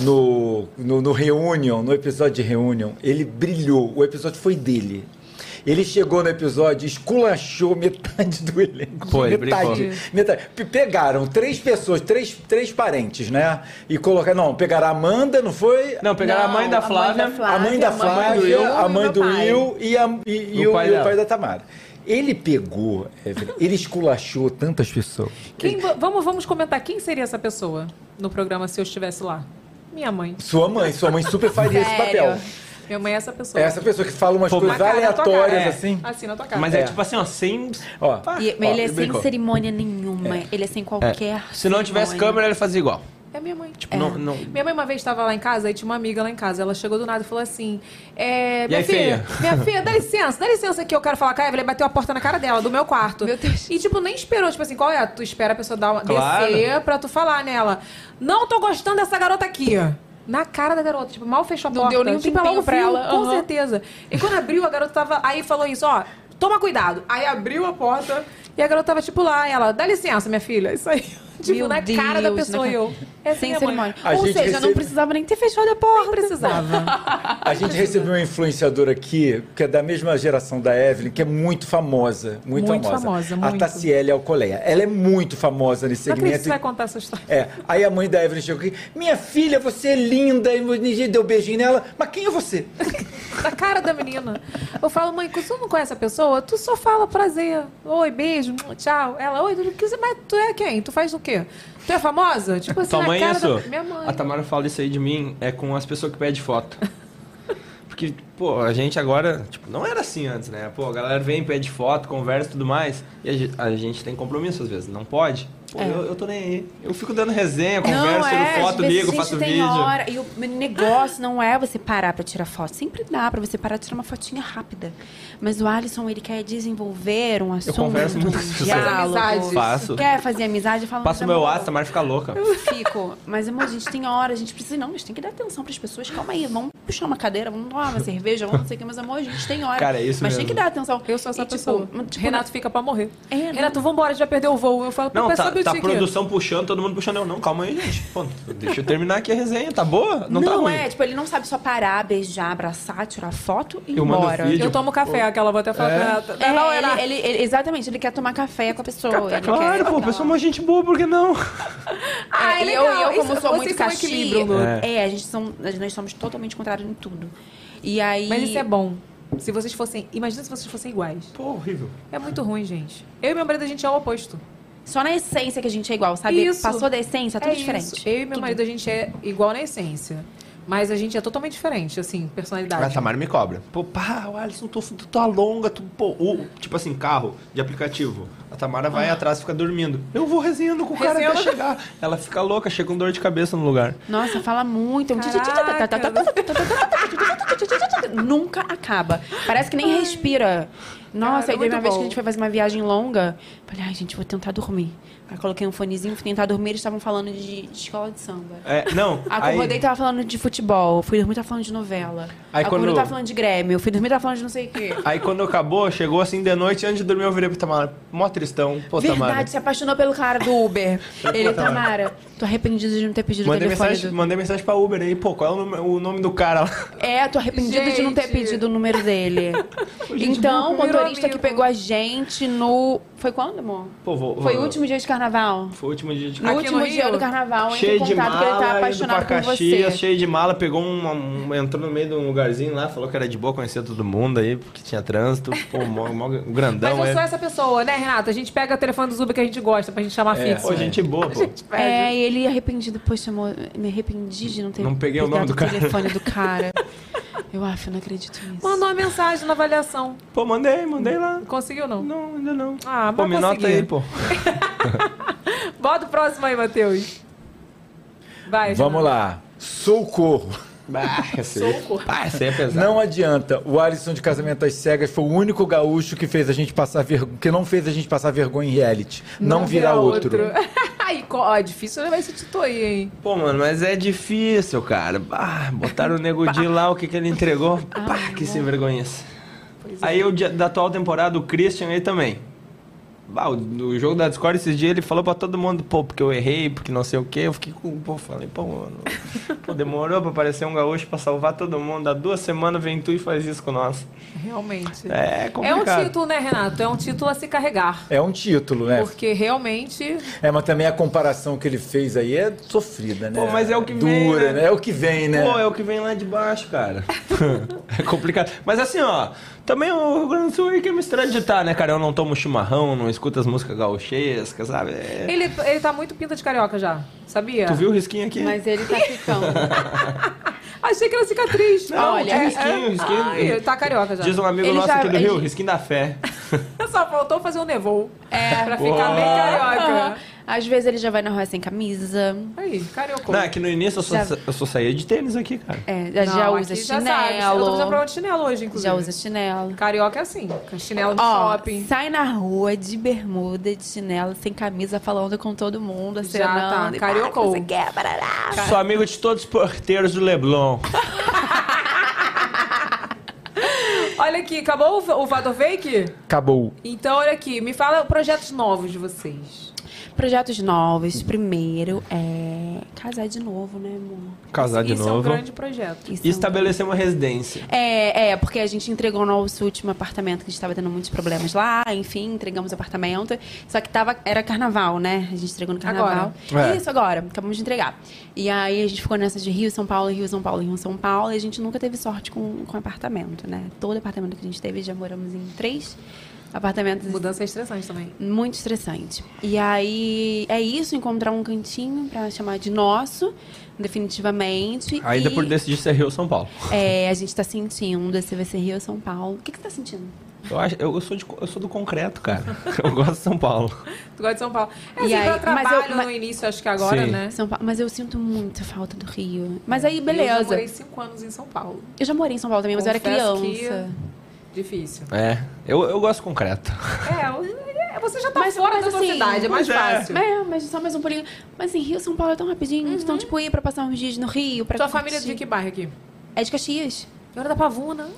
no, no, no Reunion, no episódio de Reunion, ele brilhou. O episódio foi dele. Ele chegou no episódio e esculachou metade do elenco. Pô, ele metade, brincou. metade. P- Pegaram três pessoas, três, três parentes, né? E colocaram... Não, pegaram a Amanda, não foi? Não, pegaram a mãe da Não, Flávia. A mãe da Flávia, Will, a mãe do meu pai. Will e, a- e- e O o, pai e o dela. pai da Tamara. Ele pegou, Evelyn, ele esculachou tantas pessoas. Quem, vamos, vamos comentar quem seria essa pessoa no programa se eu estivesse lá? Minha mãe. Sua mãe, sua mãe super faria esse Sério? papel. Minha mãe é essa pessoa. É essa pessoa que fala umas Pô, coisas Na cara da tua cara. aleatórias, É. assim. Assim, na tua cara. Mas é, É. tipo assim, ó, sem... Ó, E, ó, ele é ele sem brincou. cerimônia nenhuma. Ele é sem qualquer. Se não tivesse cerimônia. câmera, ele fazia igual. É minha mãe. Tipo, não, não... Minha mãe uma vez estava lá em casa e tinha uma amiga lá em casa. Ela chegou do nada e falou assim: é, E minha aí, filha, feia? minha filha, dá licença, dá licença que eu quero falar com a Evelyn. Bateu a porta na cara dela, do meu quarto. Meu Deus. E, tipo, nem esperou. Tipo assim, qual é? Tu espera a pessoa dar uma, Claro. descer pra tu falar nela. Não tô gostando dessa garota aqui. Na cara da garota, tipo, mal fechou a Não porta. deu nem um tipo, ela tempinho ouviu, pra ela, com aham. certeza. E quando abriu, a garota tava... Aí falou isso, ó, toma cuidado. Aí abriu a porta e a garota tava, tipo, lá. E ela, dá licença, minha filha. Isso aí. Tipo, Meu na cara da Deus, pessoa na e eu. Essa é Sem minha mãe. cerimônia. A Ou gente seja, recebe- não precisava nem ter fechado a porta. Nem precisava. A gente recebeu uma influenciadora aqui, que é da mesma geração da Evelyn, que é muito famosa. Muito, Muito famosa. famosa, A muito. Tassiele Alcoleia. Ela é muito famosa nesse Não acredito que segmento. você vai contar essa história. É, aí a mãe da Evelyn chegou aqui, minha filha, você é linda, e ninguém deu um beijinho nela, mas quem é você? Da cara da menina. Eu falo, mãe, quando tu não conhece a pessoa, tu só fala prazer. Oi, beijo, tchau. Ela, oi, tu, que- mas tu é quem? Tu faz o quê? Tu é famosa? Tipo assim, Tua na mãe é cara isso? da... Minha mãe. A Tamara fala isso aí de mim, é com as pessoas que pedem foto. Porque, pô, a gente agora, tipo, não era assim antes, né? Pô, a galera vem, pede foto, conversa e tudo mais. E a ge- a gente tem compromisso às vezes, não pode. Pô, É. eu, eu tô nem aí. Eu fico dando resenha, Não, converso, é, tiro foto, às vezes ligo, a gente faço tem vídeo. hora, e o negócio não é você parar pra tirar foto. Sempre dá pra você parar e tirar uma fotinha rápida. Mas o Alisson, ele quer desenvolver um assunto, converso muito um com as pessoas. diálogo. Faz amizades. Faço. Quer fazer amizade? Eu falo, Passa o mas, meu amor, WhatsApp, a Tamara fica louca. Eu fico. Mas, amor, a gente tem hora, a gente precisa... Não, a gente tem que dar atenção pras pessoas. Calma aí, vamos puxar uma cadeira, vamos tomar uma cerveja, vamos não sei o que. Mas, amor, a gente tem hora. Cara, é isso Mas tem mesmo. que dar atenção. Eu sou essa E, tipo, pessoa. tipo, Renato fica pra morrer. É, não. Renato, vambora, já perdeu o voo. Eu falo, Não, pô, tá, sabe o tá a que produção puxando, todo mundo puxando. Eu, não, calma aí, gente. Pô, deixa eu terminar aqui a resenha. Tá boa? Não, Não, tá ruim. é, tipo, ele não sabe só parar, beijar, abraçar, tirar foto e ir Eu mando embora. vídeo. Eu tomo café, aquela vou até falar É. com Renata. É, Não, ele, Renata. ele- ele- exatamente, ele quer tomar café com a pessoa. Ele Claro, quer, pô, pessoa é uma gente boa, por que não? Ah, é É, e legal. eu, eu, como Isso- sou vocês muito são um caxi, equilíbrio, né? é, a gente são, nós somos totalmente contrários em tudo. E aí... Mas isso é bom. Se vocês fossem... Imagina se vocês fossem iguais. Pô, horrível. É muito ruim, gente. Eu e meu marido, a gente é o oposto. Só na essência que a gente é igual, sabe? Isso. Passou da essência, tudo É diferente. isso. Eu e meu Tudo. marido, a gente é igual na essência. Mas a gente é totalmente diferente, assim, personalidade. A Tamara me cobra. Pô, pá, o Alisson, tu, tu, tu alonga, tu, pô, o- tipo assim, carro de aplicativo. A Tamara vai atrás e fica dormindo. Eu vou resenhando com o cara até Resenhando. chegar. Ela fica louca, chega com dor de cabeça no lugar. Nossa, fala muito. Nunca acaba. Parece que nem respira. Nossa, Cara, aí teve muito uma vez que bom. a gente foi fazer uma viagem longa. Falei, ai, gente, vou tentar dormir. Aí coloquei um fonezinho, fui tentar dormir, eles estavam falando de, de escola de samba. É, não, aí, Acordei, tava falando de futebol. Fui dormir, tava falando de novela. Aí Acordei, quando- tava falando de Grêmio. Fui dormir, tava falando de não sei o quê. aí quando acabou, chegou assim de noite, antes de dormir eu virei pra Tamara. Mó tristão. Pô, Tamara. Verdade, se apaixonou pelo cara do Uber. Ele, Tamara. Tamara, tô arrependido de não ter pedido o Mandei telefone mensagem, do... mandei mensagem pra Uber aí, pô, qual é o nome, o nome do cara lá? É, tô arrependido de de não ter pedido o número dele. Então, o motorista que pegou a gente no... Foi quando, amor? Pô, vou, Foi o vou- último dia de carnaval. Foi o último dia de No Aqui último no dia Rio. do carnaval, Cheio entra em de contato mala, que ele tá indo apaixonado pra por Caxias, você. cheio de mala, pegou um, um- entrou no meio de um lugarzinho lá, falou que era de boa, conhecia todo mundo aí, porque tinha trânsito, pô, mó, mó grandão. Mas eu é. sou essa pessoa, né, Renata? A gente pega o telefone do Uber que a gente gosta pra gente chamar É, fixo. pô, gente boa, pô. É, e ele arrependido, poxa, amor, me arrependi de não ter Não peguei o pegado nome do cara. telefone do cara. Eu, aff, eu não acredito nisso. Mandou uma mensagem na avaliação. Pô, mandei, mandei lá. Conseguiu, não? Não, ainda não. Ah, Pô, mas me nota conseguir. aí, pô. Bota o próximo aí, Matheus. Vai, Vamos Renato. lá. Socorro. Ah, esse aí, ah, esse aí é pesado. Não adianta. O Alisson de Casamento às Cegas foi o único gaúcho que fez a gente passar vergonha, que não fez a gente passar vergonha em reality. Não, virar outro. Ai, co- ó, é difícil levar esse título aí, hein? Pô, mano, mas é difícil, cara. Ah, botaram o Nego Di lá, o que que ele entregou? Pá, que sem vergonha. Aí o dia- da atual temporada, o Christian aí também. Ah, o- no jogo da Discord esses dias ele falou pra todo mundo, pô, porque eu errei, porque não sei o quê. Eu fiquei com, pô, falei, pô, mano, pô, demorou pra aparecer um gaúcho pra salvar todo mundo. Há duas semanas vem tu e faz isso com nós. Realmente. É É complicado. um título, né, Renato? É um título a se carregar. É um título, né? Porque realmente. É, mas também a comparação que ele fez aí é sofrida, né? Pô, mas é o que Dura, vem, né? né? É o que vem, né? Pô, é o que vem lá de baixo, cara. É complicado. Mas assim, ó, também o Rio Grande do Sul aí que é mistura de tá, né, cara? Eu não tomo chimarrão, não escuto as músicas gauchescas, sabe? É... Ele, ele tá muito pinta de carioca já, sabia? Tu viu o risquinho aqui? Mas ele tá ficando. Achei que era cicatriz. Não, Olha, tinha risquinho, risquinho. Ai, tá carioca já. Diz um amigo Ele nosso já- aqui do ele- Rio, risquinho da fé. Só faltou fazer um nevoo. É. Pra ficar bem carioca. Às vezes ele já vai na rua sem camisa. Aí, carioca. Não, é que no início eu só, Já- eu só saía de tênis aqui, cara. É, já, Não, já aqui usa já sabe. Eu tô chinelo. fazendo prova de chinelo hoje, inclusive. Já usa chinelo. Carioca é assim, com chinelo no Ó, shopping. sai na rua de bermuda, de chinelo, sem camisa, falando com todo mundo, Já tá, acenando. e pá, cariocou. que você quer, barará. Sou amigo de todos os porteiros do Leblon. Olha aqui, acabou o, o Vador Fake? Acabou. Então, olha aqui, me fala projetos novos de vocês. Projetos novos. Primeiro é casar de novo, né, amor? Casar de Isso é um novo. grande projeto. Isso E estabelecer uma residência. É, é, porque a gente entregou o nosso último apartamento, que a gente tava tendo muitos problemas lá, enfim, entregamos o apartamento. Só que tava, era carnaval, né? A gente entregou no carnaval. Agora. É. Isso, agora, acabamos de entregar. E aí a gente ficou nessa de Rio, São Paulo, Rio, São Paulo, Rio, São Paulo, e a gente nunca teve sorte com, com apartamento, né? Todo apartamento que a gente teve, já moramos em três apartamentos. Mudança é estressante também. Muito estressante. E aí é isso, encontrar um cantinho pra chamar de nosso, definitivamente. Ainda e, por decidir ser Rio ou São Paulo. É, a gente tá sentindo se vai ser Rio ou São Paulo. O que, que você tá sentindo? Eu, acho, eu, eu sou de, eu sou do concreto, cara. Eu gosto de São Paulo. Tu gosta de São Paulo. É E assim, aí, pra mas eu- trabalho mas- no início, acho que agora, Sim. né? São Paulo, mas eu sinto muita falta do Rio. Mas aí, Eu já beleza. morei cinco anos em São Paulo. Eu já morei em São Paulo também, mas eu era Confesso criança. que Difícil. É, eu, eu gosto de concreto. É, você já tá Mas- fora mas da sua assim, cidade, é mais pois é. fácil. É, mas só mais um pulinho. Mas em Rio, São Paulo é tão rapidinho. Então, tipo, ir pra passar uns dias no Rio. Pra Tua curtir. família é de que bairro aqui? É de Caxias. Eu era da Pavuna.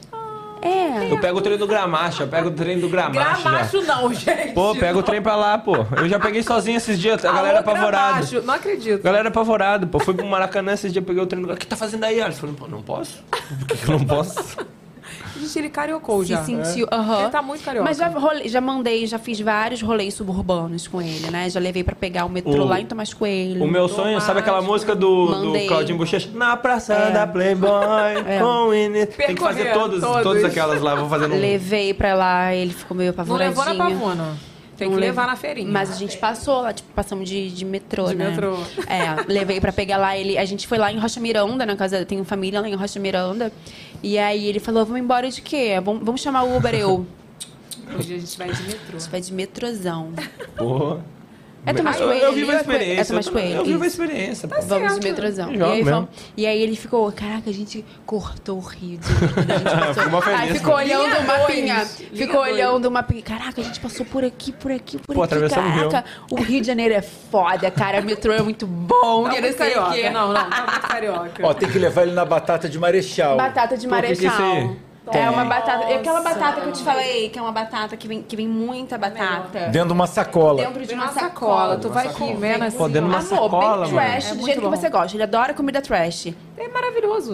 É. Eu pego o trem do Gramacho, eu pego o trem do Gramacho. já. Gramacho não, gente. Pô, pega o trem pra lá, pô. Eu já peguei sozinho esses dias, a galera Alô, apavorada. Gramacho. Não acredito. A galera apavorada, pô. Fui pro Maracanã esses dias, peguei o trem do Gramacho. O que tá fazendo aí, Alisson? Falei, pô, não posso. Por que, que eu não posso? Gente, ele cariocou Se já. sentiu, aham. Ele tá muito carioca. Mas já, rolei- já mandei, já fiz vários rolês suburbanos com ele, né? Já levei pra pegar o metrô O- lá em Tomás Coelho. O meu sonho, sabe aquela música do, do Mandei. Claudinho Bochecha? Na praça É. da Playboy, É. com o Inês. Tem que fazer Percorrer todas, todos. todas aquelas lá, vou fazendo um... Levei pra lá, ele ficou meio Não apavoradinho. levou na Pavuna. Tem que Não levar levou. na feirinha. Mas a gente passou lá, tipo, passamos de, de metrô, De né? metrô. É, levei pra pegar lá ele. A gente foi lá em Rocha Miranda, na casa, tenho família lá em Rocha Miranda. E aí ele falou: vamos embora de quê? Vamos, vamos chamar o Uber, eu. Hoje a gente vai de metrô. A gente vai de metrozão. Porra. É Tomás Eu- Coelho. Eu vivo a ali, ou é- experiência. É Tomás eu- Coelho. Eu vivo a isso. experiência, pô. Vamos de metrozão. E Jogo aí, mesmo. vamos- e aí ele ficou, caraca, a gente cortou o Rio de Janeiro. A gente passou- Ficou mó feliz, Aí ficou né? olhando Linha o mapinha. dois. Ficou Linha olhando o mapinha. Caraca, a gente passou por aqui, por aqui, por Pô, aqui. atravessamos o Rio. Caraca, o Rio de Janeiro é foda, cara. O metrô é muito bom. Tá que muito não sei o quê. carioca. Não, não, tá muito carioca. Ó, tem que levar ele na batata de Marechal. Batata de Pô, que que é isso Marechal. aí? É uma Nossa. batata. É aquela batata que eu te falei, que é uma batata que vem, que vem muita batata. Dentro de uma sacola. Dentro de Vem uma uma sacola. sacola, tu vai sacola. comendo assim. Pô, dentro de uma Amor, sacola, bem mano. trash, É do muito jeito bom. que você gosta. Ele adora comida trash. É maravilhoso.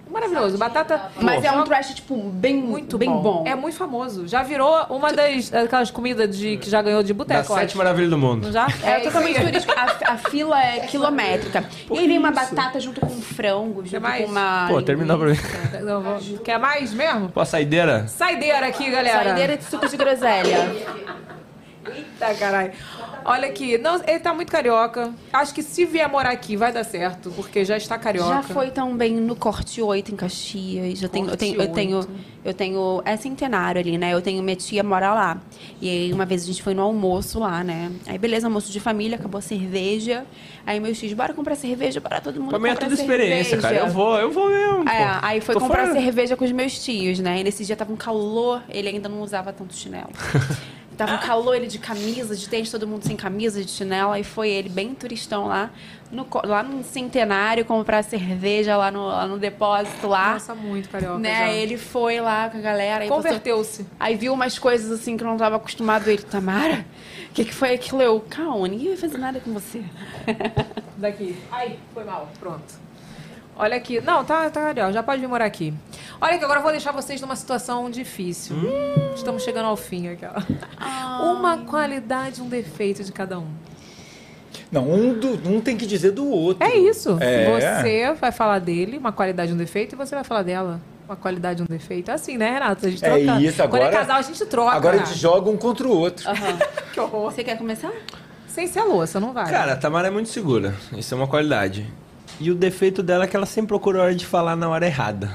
Maravilhoso. Batata... Mas é um Joga- trash, tipo, bem, Muito bem bom. bom. É muito famoso. Já virou uma das aquelas comidas de, que já ganhou de Das boteco, eu sete acho. maravilhas do mundo. Já? É, isso totalmente aí. turístico. A, a fila é quilométrica. E aí vem uma batata junto com frango, junto mais? com uma... Pô, terminou pra mim. Não, vou- Quer mais mesmo? Pô, a saideira. Saideira aqui, galera. Saideira de suco de groselha. Eita, caralho. Olha aqui. Não, ele tá muito carioca. Acho que se vier morar aqui vai dar certo, porque já está carioca. Já foi também no Corte oito em Caxias. Já tenho, eu, tenho, eu, tenho, eu tenho. É centenário ali, né? Eu tenho. Minha tia mora lá. E aí, uma vez a gente foi no almoço lá, né? Aí, beleza, almoço de família, acabou a cerveja. Aí, meus tios, bora comprar cerveja para todo mundo. Pra mim é comprar tudo experiência, cerveja. cara. Eu vou, eu vou mesmo. É, pô. aí foi Tô comprar fora. cerveja com os meus tios, né? E nesse dia tava um calor, ele ainda não usava tanto chinelo. Tava um calor, ele de camisa, de tênis, todo mundo sem camisa, de chinelo. Aí foi ele, bem turistão lá, no, co- lá no Centenário, comprar cerveja lá no, lá no depósito lá. Nossa, muito carioca. Né? já. Ele foi lá com a galera. aí passou- Converteu-se. Aí viu umas coisas assim que eu não tava acostumado. Ele, Tamara, o que, que foi aquilo? Eu, calma, ninguém vai fazer nada com você. Daqui. Ai, foi mal. Pronto. Olha aqui. Não, tá, tá carioca. Já pode vir morar aqui. Olha aqui, agora eu vou deixar vocês numa situação difícil. Hum, estamos chegando ao fim aqui, ó. Uma qualidade e um defeito de cada um. Não, um, do, um tem que dizer do outro. É isso. É. Você vai falar dele, uma qualidade e um defeito, e você vai falar dela, uma qualidade e um defeito. É assim, né, Renato? A gente É troca. isso, Quando é agora- casal, a gente troca. Agora a gente joga um contra o outro. Que horror. Você quer começar? Sem ser a louça, não vai. Cara, a Tamara é muito segura. Isso é uma qualidade. E o defeito dela é que ela sempre procura a hora de falar na hora errada.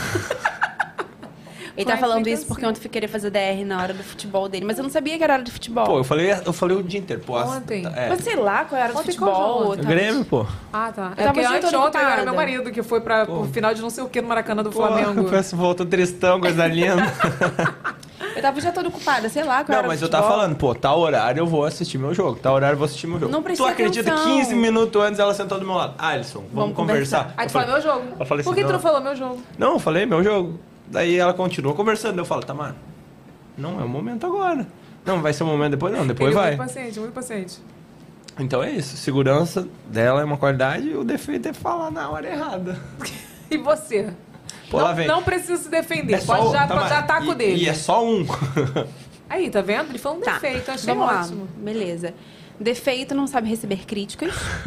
Ele tá falando isso porque ontem eu fui querer fazer D R na hora do futebol dele. Mas eu não sabia que era hora de futebol. Pô, eu falei, eu falei o dia inteiro. Pô, Ontem. É. Mas sei lá qual era do Ontem qual futebol. jogo? eu tava- Grêmio, pô. Ah, tá. Eu É tava porque o dia antes todo ontem era ocupada. meu marido que foi para o final de não sei o que no Maracanã do Pô, Flamengo. parece que voltou tristão, coisa linda. Eu tava já toda ocupada, sei lá qual Não, era mas do eu tava futebol. falando, pô, tal horário eu vou assistir meu jogo. Tal horário eu vou assistir meu jogo. Não Tu precisa acredita atenção. quinze minutos antes ela sentou do meu lado? Alisson, vamos, Vamos conversar. conversar. Aí Eu tu falou falei- meu jogo. Eu falei Por assim, que tu não. não falou meu jogo? Não, eu falei meu jogo. Daí ela continua conversando. Eu falo, Tamara, não é o momento agora. Não, vai ser o momento depois? Não, depois Ele é vai. muito paciente, muito paciente. Então é isso. Segurança dela é uma qualidade e o defeito é falar na hora errada. E você? Pô, não, lá vem. não precisa se defender. É só pode um, já, Tamara, pode já ataca o e- dele. E é só um. Aí, tá vendo? Ele falou um Tá, defeito, achei vamos ótimo. lá. Beleza. Defeito, não sabe receber críticas.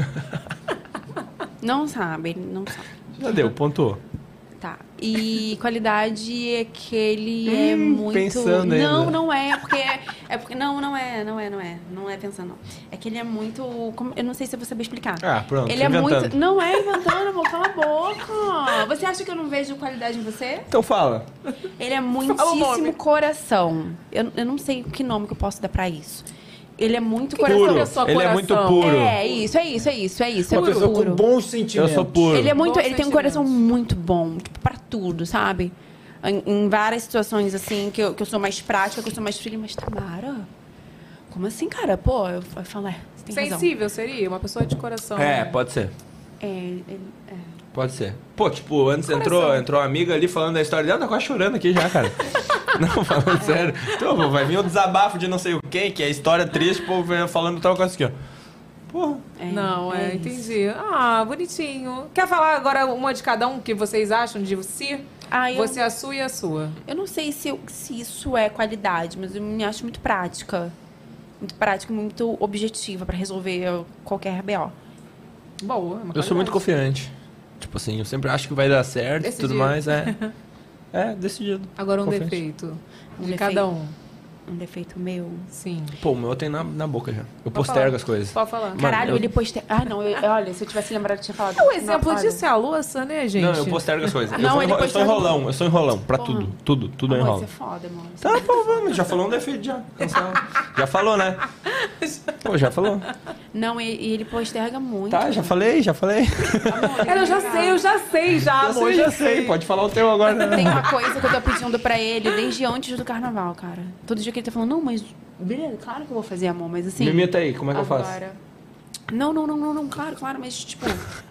Não sabe, ele não sabe. Já deu, pontuou. Tá. E qualidade é que ele é Hum, muito. pensando ainda. Não, não é, porque é, é porque não, não é, não é, não é, não é pensando. Não. É que ele é muito, como- eu não sei se eu vou saber explicar. Ah, pronto, Ele é inventando. muito, não é inventando, amor, cala a boca. Você acha que eu não vejo qualidade em você? Então fala. Ele é Fala o nome. muitíssimo coração. Eu, eu não sei que nome que eu posso dar pra isso. Ele é muito Que coração. que é só Ele é muito coração? puro. É isso, é isso, é isso, é isso. Uma é pessoa puro. com bons sentimentos. Eu sou puro. Ele é muito, Bons ele tem um coração sentimentos. muito bom, tipo, pra tudo, sabe? Em, em várias situações, assim, que eu, que eu sou mais prática, que eu sou mais fria, mas Tamara, como assim, cara? Pô, eu, eu falo, é, você tem razão. Sensível seria? Uma pessoa de coração. É, pode ser. É, ele- é. Pode ser. Pô, tipo, antes Coração. entrou, entrou uma amiga ali falando da história dela, tá quase chorando aqui já, cara. Não, falando sério. Então, pô, vai vir um desabafo de não sei o quê, que é história triste, pô, vem falando tal coisa aqui, ó. Porra. É, Não, é, isso. entendi. Ah, bonitinho. Quer falar agora uma de cada um que vocês acham de si? Ah, eu, Você é a sua e a sua. eu não sei se, eu- se isso é qualidade, mas eu me acho muito prática. Muito prática, muito objetiva pra resolver qualquer B O. Boa, é uma Eu sou qualidade. muito confiante. Tipo assim, eu sempre acho que vai dar certo e tudo Decidido. mais, é. É, decidido. Agora um Confiante. defeito. Um de defeito. cada um. Um defeito meu. Sim. Pô, o meu tem na, na boca já. Eu Pode postergo falar. as coisas. Pode falar. Mano, Caralho, eu- ele posterga. Ah, não, eu- olha, se eu tivesse lembrado, eu tinha falado. O exemplo Não, olha. disso é a louça, né, gente? Não, eu postergo as coisas. Não, eu, sou, ele enro- eu sou posterga- enrolão, eu sou enrolão. Pra Porra. tudo, tudo, tudo eu Amor, enrolo. isso é foda, mano. Tá, pô, vamos. Já falou um defeito já. Cancela. Já falou, né? Pô, já falou. Não, e, e ele posterga muito. Tá, já falei, já falei. Amor, Eu já sei, eu já sei já, Já amor. sei, já sei. Pode falar o teu agora. Tem uma coisa que eu tô pedindo pra ele desde antes do carnaval, cara. Todo dia que ele tá falando, não, mas. Beleza, claro que eu vou fazer, amor, mas assim. Me imita aí, como é que eu faço? agora... Não, não, não, não, não, claro, claro, mas tipo.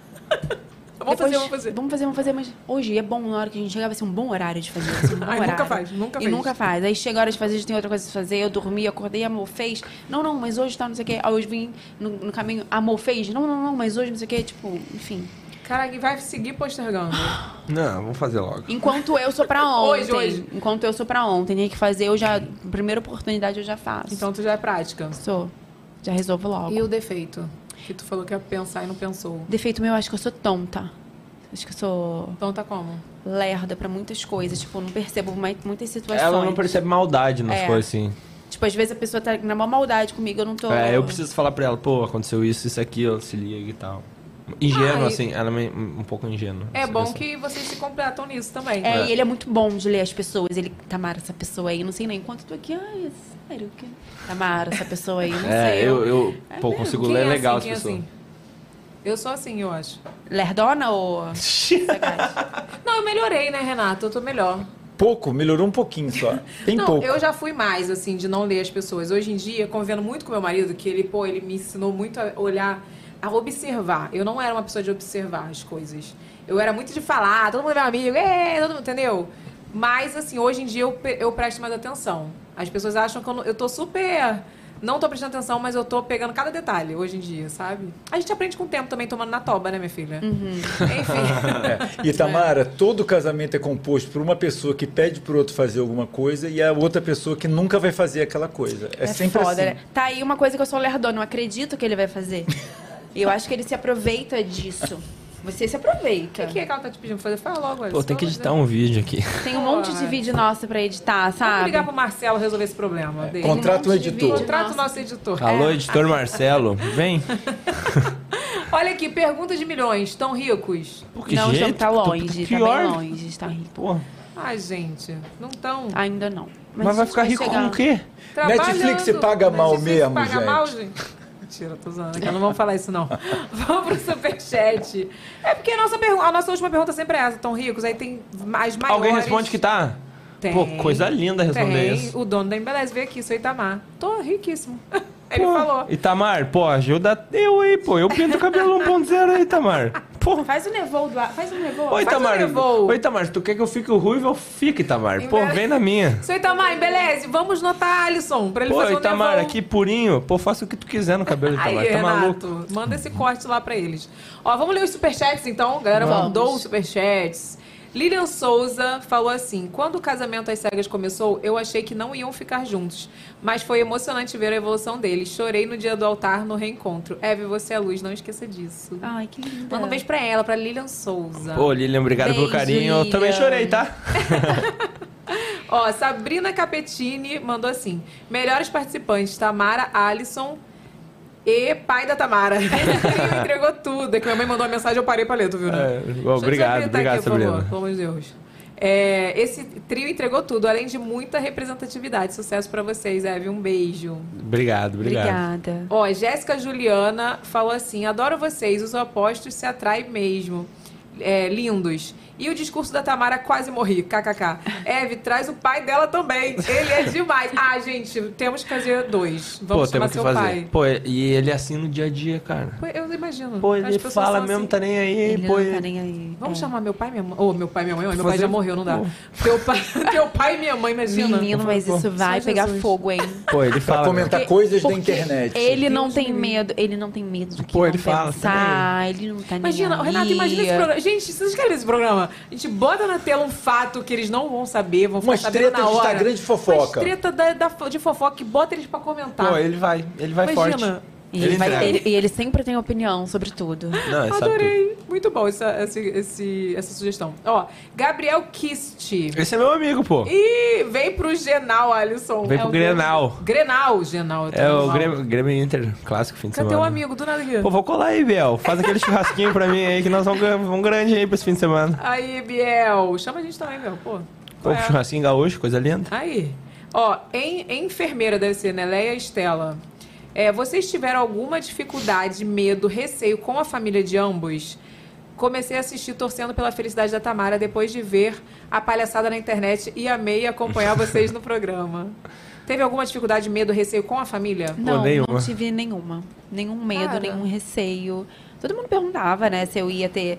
Vamos fazer, vamos fazer. Vamos fazer, vamos fazer, mas hoje é bom, na hora que a gente chegar, vai ser um bom horário de fazer. Vai ser um bom Ai, horário. nunca faz, nunca e fez. nunca faz. Aí chega a hora de fazer, a gente tem outra coisa pra fazer. Eu dormi, acordei, amor, fez. Não, não, mas hoje tá não sei o quê. Aí hoje vim no, no caminho, amor, fez. Não, não, não, mas hoje não sei o quê. Tipo, enfim. Caraca, e vai seguir postergando. Não, vamos fazer logo. Enquanto eu sou pra ontem. Hoje, hoje. Enquanto eu sou pra ontem. Tem que fazer, eu já... Primeira oportunidade eu já faço. Então tu já é prática. Sou. Já resolvo logo. E o defeito? Que tu falou que ia pensar e não pensou. Defeito meu, acho que eu sou tonta. Acho que eu sou... Tonta como? Lerda pra muitas coisas. Tipo, eu não percebo muitas situações. Ela não percebe maldade nas É. coisas, assim. Tipo, às vezes a pessoa tá na maior maldade comigo, eu não tô... É, eu preciso falar pra ela, pô, aconteceu isso, isso, aquilo, se liga e tal. Ingênuo, Ah, e- assim, ela é meio- um pouco ingênua. É nessa bom questão. que vocês se completam nisso também. É, e ele é muito bom de ler as pessoas. Ele, Tamara, essa pessoa aí, não sei nem quanto eu tô aqui. Ai, é sério, que... Tamara, essa pessoa aí, não É, sei. eu, eu É pô, mesmo? consigo Quem ler é legal assim? as Quem é pessoas. assim? Eu sou assim, eu acho. Lerdona ou... Não, eu melhorei, né, Renato? Eu tô melhor. Pouco, melhorou um pouquinho só. Bem não, pouco. eu já fui mais, assim, de não ler as pessoas. Hoje em dia, convivendo muito com meu marido, que ele, pô, ele me ensinou muito a olhar, a observar. Eu não era uma pessoa de observar as coisas. Eu era muito de falar, todo mundo é meu amigo, é, todo mundo, entendeu? Mas, assim, hoje em dia eu, pe- eu presto mais atenção. As pessoas acham que eu, não- eu tô super... Não tô prestando atenção, mas eu tô pegando cada detalhe hoje em dia, sabe? A gente aprende com o tempo também, tomando na toba, né, minha filha? Enfim. É. E Tamara, todo casamento é composto por uma pessoa que pede pro outro fazer alguma coisa e a outra pessoa que nunca vai fazer aquela coisa. É, É sempre foda, assim. né? Tá aí uma coisa que eu sou lerdona, eu acredito que ele vai fazer. E eu acho que ele se aproveita disso. Você se aproveita. O que, que é que ela tá te pedindo pra fazer? Fala logo, Alice. Pô, tem que Pelo editar amor um vídeo aqui. Tem um monte de vídeo nosso pra editar, Vamos sabe? ligar pro Marcelo resolver esse problema dele. Contrata um monte de editor. vídeo. Contrata o Nossa. nosso editor. Alô, É. editor Marcelo, vem. Olha aqui, pergunta de milhões. Estão ricos? Pô, que não, jeito, já tá tô- longe, pior. tá bem longe, tá rico. Pô, Ai, gente, não estão Ainda não. mas, a vai gente ficar rico chegar. com o quê? Netflix se paga mal Netflix mesmo, paga gente. mal, gente. Mentira, tô zoando. Não vamos falar isso, não. Vamos pro superchat. É porque a nossa, pergu- a nossa última pergunta sempre é essa. Estão ricos? Aí tem mais maiores. Alguém responde que tá? Tem. Pô, coisa linda responder Tem. isso. O dono da Embeleze veio aqui, sou Itamar. Tô riquíssimo. Ele Pô, falou. Itamar, pô, ajuda eu aí, pô. Eu pinto o cabelo um ponto zero aí, Itamar. Pô. Faz o nevoo do ar, faz o nevoo. Oi, Faz Itamar. um nevoo. Oi, Itamar, se tu quer que eu fique ruivo, eu fique, Itamar. Pô, Embele- vem na minha. Sou Itamar, Embeleze, vamos notar Alisson pra ele Pô, fazer um Itamar, nevoo. aqui purinho. Pô, faça o que tu quiser no cabelo, Itamar. Aí, Tá maluco? Renato, manda esse corte lá pra eles. Ó, vamos ler os superchats, então. A galera Vamos. mandou os superchats. Lilian Souza falou assim: quando o casamento às cegas começou, eu achei que não iam ficar juntos. Mas foi emocionante ver a evolução deles. Chorei no dia do altar, no reencontro. Eve, você é a luz, não esqueça disso. Ai, que linda. Manda um beijo pra ela, pra Lilian Souza. Pô, Lilian, obrigado pelo Beijo, carinho. Eu também Lilian. chorei, tá? Ó, Sabrina Capetini mandou assim: melhores participantes, Tamara, Alisson e pai da Tamara. Esse trio entregou tudo. É que minha mãe mandou uma mensagem, eu parei pra ler, tu viu, né? É, Deixa eu obrigado, só printar obrigado, aqui, por favor, Sabrina. pelo amor de Deus. É, esse trio entregou tudo, além de muita representatividade. Sucesso pra vocês, Eve. Um beijo. Obrigado, obrigado. Obrigada. Ó, Jéssica Juliana falou assim: adoro vocês, os opostos se atraem mesmo. É, lindos. E o discurso da Tamara quase morri, kkk. Eve, traz o pai dela também. Ele é demais. Ah, gente, temos que fazer dois. Vamos Pô, chamar temos que seu fazer. pai. Pô, e ele é assim no dia a dia, cara. Pô, eu imagino. Pô, As ele pessoas fala são mesmo, assim. tá nem aí, Ele pô. não tá nem aí. Vamos É. chamar meu pai e minha mãe. Ô, meu pai e minha mãe. Meu pai Fazer- já morreu, não dá. Pô. Teu pai, teu pai e minha mãe, imagina. Menino, mas isso vai Só pegar Jesus. fogo, hein? Pô, ele Pra fala. comentar Porque- coisas da porque internet. Ele não Deus tem me livre. medo, ele não tem medo do que Pô, vão ele fala pensar, ele não tá nem Imagina, aí. Renato, imagina esse programa. Gente, se vocês querem ver esse programa, a gente bota na tela um fato que eles não vão saber, vão ficar Umas sabendo tretas na de hora. Instagram de fofoca. Umas treta da, da- de fofoca que bota eles pra comentar. Pô, ele vai, ele vai Imagina. forte. E ele, vai- entrega. ele- e ele sempre tem opinião sobre tudo. Não, ele sabe tudo. Adorei. Muito bom essa, esse, esse- essa sugestão. Ó, Gabriel Kist. Esse é meu amigo, pô. E vem pro Genal, Alisson. Vem É pro o Grenal. Grenal, Genal. eu tô É o mal. Grêmio, Grêmio Inter, clássico fim de Cadê semana. teu amigo? Do nada aqui. Pô, vou colar aí, Biel. Faz aquele churrasquinho pra mim aí que nós vamos, vamos grande aí pra esse fim de semana. Aí, Biel. Chama a gente também, Biel. Pô. Pô, Qual é? churrasquinho gaúcho, coisa linda. Aí. Ó, em, em enfermeira deve ser, né? Leia Estela. É, vocês tiveram alguma dificuldade, medo, receio com a família de ambos? Comecei a assistir torcendo pela felicidade da Tamara depois de ver a palhaçada na internet e amei acompanhar vocês no programa. Teve alguma dificuldade, medo, receio com a família? Não, nenhuma. não tive nenhuma. Nenhum medo, Cara. nenhum receio. Todo mundo perguntava, né, se eu ia ter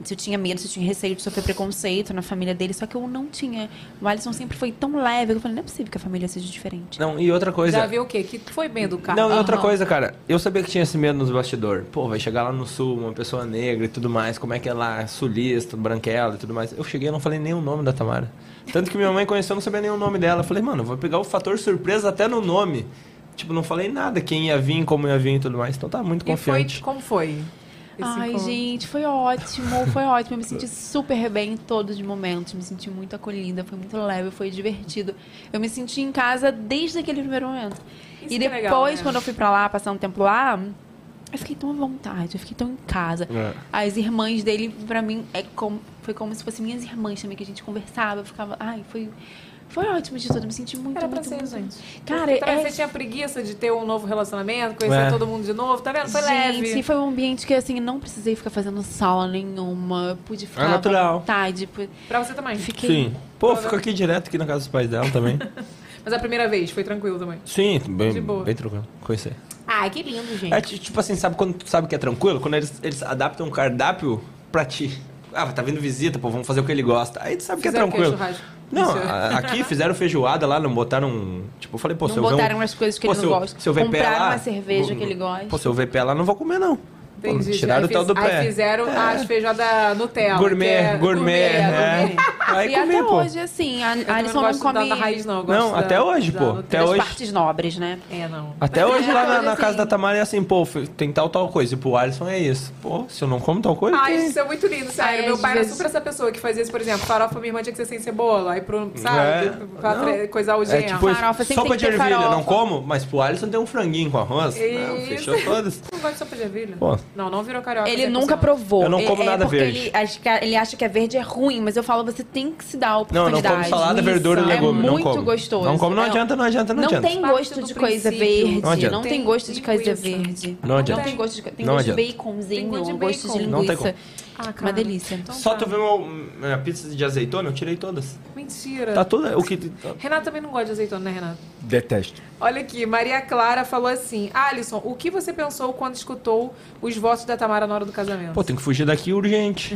se eu tinha medo, se eu tinha receio de sofrer preconceito na família dele, só que eu não tinha. O Alisson sempre foi tão leve que eu falei, não é possível que a família seja diferente. Não, e outra coisa... Já viu o quê? Que foi bem educado. Não, e outra Aham. coisa, cara, eu sabia que tinha esse medo nos bastidores. Pô, vai chegar lá no sul, uma pessoa negra e tudo mais, como é que é lá, sulista, branquela e tudo mais. Eu cheguei e não falei nem o nome da Tamara. Tanto que minha mãe conheceu, eu não sabia nem o nome dela. Eu falei, mano, eu vou pegar o fator surpresa até no nome. Tipo, não falei nada, quem ia vir, como ia vir e tudo mais. Então tá muito confiante. E foi, como foi? Esse Ai, encontro? gente, foi ótimo, foi ótimo. Eu me senti super bem em todos os momentos. Me senti muito acolhida, foi muito leve, foi divertido. Eu me senti em casa desde aquele primeiro momento. Isso e que é depois, legal, né? quando eu fui pra lá, passar um tempo lá, eu fiquei tão à vontade, eu fiquei tão em casa. É. As irmãs dele, pra mim, é como, foi como se fossem minhas irmãs também, que a gente conversava, eu ficava... Ai, foi... Foi ótimo de tudo, eu me senti muito, Era pra muito, ser, muito... gente. Cara, Também é... você tinha preguiça de ter um novo relacionamento, conhecer É. todo mundo de novo, tá vendo? Foi Gente, leve. foi um ambiente que, assim, não precisei ficar fazendo sala nenhuma. Eu pude ficar É natural. à vontade. pu- Pra você também. Fiquei... Sim. Pô, fico aqui direto aqui na casa dos pais dela também. Mas a primeira vez foi tranquilo também. Sim, bem, De boa. bem tranquilo. Conhecer. Ai, que lindo, gente. É ti- tipo assim, sabe quando tu sabe que é tranquilo? Quando eles, eles adaptam um cardápio pra ti. Ah, tá vindo visita, pô, vamos fazer o que ele gosta. Aí tu sabe Fizeram que é tranquilo. o quê? Churrasco? Não, Isso. a- aqui fizeram feijoada lá, não botaram. Tipo, eu falei, pô, se Não eu ver um- botaram as coisas que pô, ele se não eu- gosta. Se eu ver pé Compraram lá. uma cerveja vou- que ele gosta. Pô, se eu ver pé lá, não vou comer, não. Pô, Entendi. tiraram Aí o tal do fiz- pé. Aí fizeram as feijoada Nutella. Gourmet, que é gourmet, é. gourmet. Aí E comi, até pô. hoje, assim, a Eu também Alisson não não gosto come... da, da raiz, não. Eu gosto Não, da- até hoje, da pô. Nutella. Até das hoje. partes nobres, né? É, não. Até hoje lá na, Mas, na assim- casa da Tamara é assim, pô, tem tal, tal coisa. E pro Alisson é isso. Pô, se eu não como tal coisa. Ai, que- isso é muito lindo, sério. Ai, Meu às pai era vezes- super essa pessoa que fazia isso, por exemplo, farofa minha irmã tinha que ser sem cebola, aí pro, sabe, É. pra Não. tre- coisar o É genro. tipo isso, Farofa sempre sopa tem de que ter ervilha, farofa. não como, mas pro Alisson tem um franguinho com arroz. Não, Isso. fechou todas. Não gosta de sopa de ervilha? Pô. Não, não virou carioca. Ele cem por cento. nunca provou. Eu não como é, nada é porque verde. Ele acha, que, ele acha que a verde é ruim, mas eu falo, você tem que se dar a Não, oportunidade. não como salada, Isso. verdura e legume. É não muito como. gostoso. Não como, não É- adianta, não adianta, não, Não adianta. tem Parte gosto do de coisa princípio. verde. Não Não, adianta. tem gosto de coisa Linguiça. verde. Não adianta. tem gosto de, tem Não gosto de adianta. baconzinho, Tem gosto de gosto de bacon. Não tem linguiça. Ah, cara. Uma delícia. Então Só tá. tu vê uma, minha pizza de azeitona, eu tirei todas. Mentira. Tá toda. O que. Renato também não gosta de azeitona, né, Renato? Detesto. Olha aqui, Maria Clara falou assim: Alisson, o que você pensou quando escutou os votos da Tamara na hora do casamento? Pô, tem que fugir daqui urgente.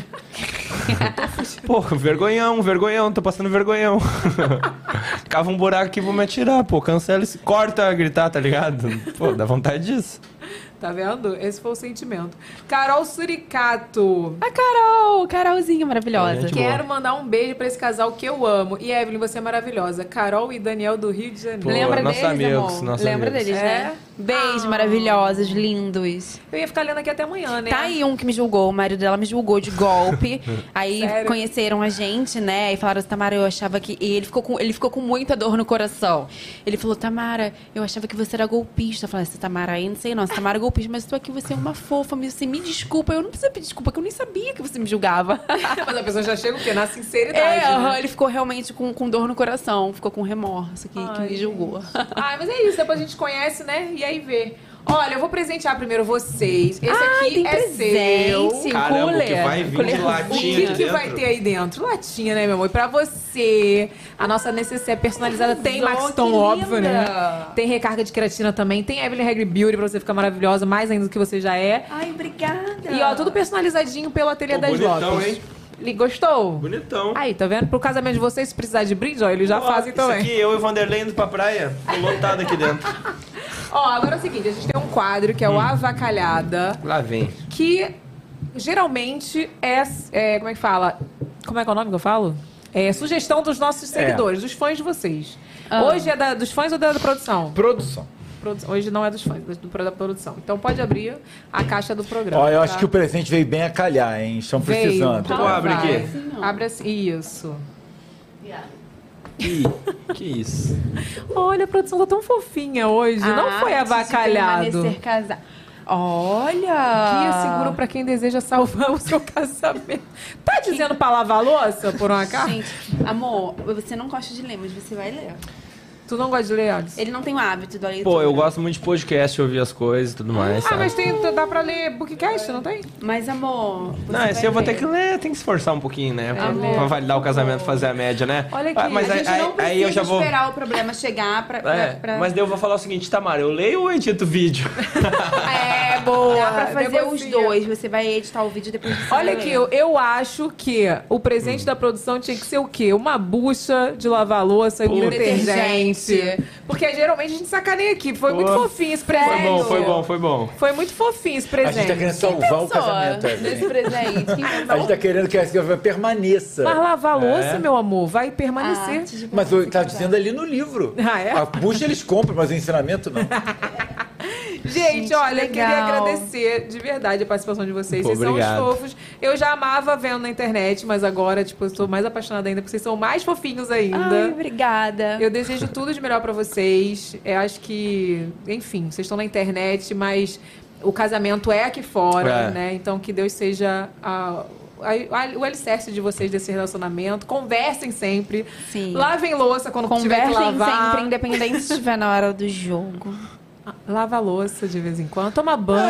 Pô, vergonhão, vergonhão, tô passando vergonhão. Cava um buraco aqui e vou me atirar, pô. Cancela esse. Corta a gritar, tá ligado? Pô, dá vontade disso. Tá vendo? Esse foi o sentimento. Carol Suricato. A Carol, Carolzinha maravilhosa. Gente Quero boa. mandar um beijo pra esse casal que eu amo. E Evelyn, você é maravilhosa. Carol e Daniel do Rio de Janeiro. Pô, Lembra nossos deles, amigos, amor? nossos Lembra amigos. deles, É? né? Beijos Ah. maravilhosos, lindos. Eu ia ficar lendo aqui até amanhã, né? Tá aí um que me julgou, o marido dela me julgou de golpe. Aí Sério? conheceram a gente, né? E falaram, Tamara, eu achava que. E ele ficou, com, ele ficou com muita dor no coração. Ele falou, Tamara, eu achava que você era golpista. Eu falei, essa Tamara aí, não sei não, essa Tamara é golpista, mas eu tô aqui, você é uma fofa, me- você me desculpa. Eu não preciso pedir desculpa, que eu nem sabia que você me julgava. Mas a pessoa já chega o quê? Na sinceridade, É, né? aham, ele ficou realmente com, com dor no coração, ficou com remorso, que, que Ai, me julgou. Ai, mas é isso, depois a gente conhece, né? E aí vê. Olha, eu vou presentear primeiro vocês. Esse Ai, aqui tem é presente. seu. Caramba, o que cooler. vai vir de Coolerzinho. O latinha que, aqui que vai dentro? ter aí dentro? Latinha, né, meu amor? E pra você, a nossa necessaire personalizada tem Arrasou, Maxton, que óbvio, linda. né? Tem recarga de creatina também. Tem Evelyn Regre Beauty pra você ficar maravilhosa, mais ainda do que você já é. Ai, obrigada. E ó, tudo personalizadinho pelo Ateliê Pô, das bonitão, Lopes. hein? Li- Gostou? Bonitão. Aí, tá vendo? Pro casamento de vocês, se precisar de brinde, ó, eles já Ó, fazem isso também. aqui, eu e o Vanderlei indo pra praia, tô lotado aqui dentro. Ó, agora é o seguinte, a gente tem um quadro que é Hum. o Avacalhada, Lá vem. que geralmente é, é... Como é que fala? Como é que é o nome que eu falo? É sugestão dos nossos seguidores, dos fãs de vocês. Ah. Hoje é da- dos fãs ou da, da produção? Produção. Produ- Hoje não é dos fãs, é do, da produção. Então pode abrir a caixa do programa. Ó, eu acho tá? que o presente veio bem a calhar, hein? Estão Veio. precisando. Então Vou abrir vai. aqui. Abre assim. Isso. Que, que isso? Olha, a produção tá tão fofinha hoje. não foi Arte de avacalhado. permanecer casa- Olha! Guia seguro pra quem deseja salvar o seu casamento. Tá dizendo pra lavar a louça, por um acaso? Gente, amor, você não gosta de ler, mas você vai ler. Tu não gosta de ler, Alisson? Ele não tem o hábito da leitura. Pô, eu gosto muito de podcast, ouvir as coisas e tudo mais, Ah, sabe? mas tem, dá pra ler bookcast, não tem? Mas, amor... Não, esse eu vou ter que ler, tem que se esforçar um pouquinho, né? Pra, Amor. pra validar o casamento, fazer a média, né? Olha aqui, Ah, mas a aí, gente aí, não precisa aí eu já vou... esperar o problema chegar pra... pra, É, pra... mas daí eu vou falar o seguinte, Tamara, eu leio ou edito vídeo? É, boa. Dá pra fazer Negocia. os dois. Você vai editar o vídeo depois de Olha aqui, eu, eu acho que o presente Hum. da produção tinha que ser o quê? Uma bucha de lavar louça e um Pô. detergente. Porque geralmente a gente sacaneia aqui. Foi Pô. muito fofinho esse presente. Foi bom, foi bom, foi bom. Foi muito fofinho esse A presente. gente tá querendo salvar o Pensou casamento, nesse Evelyn. presente. Quem A gente tá querendo que a permaneça. Mas lavar louça, É. meu amor, vai permanecer. Ah, Mas eu- tá dizendo ali no livro. Ah, é? A bucha eles compram, mas o ensinamento não. Gente, Gente, olha, eu legal. queria agradecer de verdade a participação de vocês. Pô, vocês são obrigado. os fofos. Eu já amava vendo na internet, mas agora, tipo, eu estou mais apaixonada ainda, porque vocês são mais fofinhos ainda. Ai, obrigada. Eu desejo tudo de melhor pra vocês. Eu acho que, enfim, vocês estão na internet, mas o casamento é aqui fora, É. né? Então que Deus seja a- a- a- o alicerce de vocês desse relacionamento. Conversem sempre. Sim. Lavem louça quando tiver que Conversem lavar. sempre, independente se estiver na hora do jogo. Lava a louça de vez em quando. Toma banho.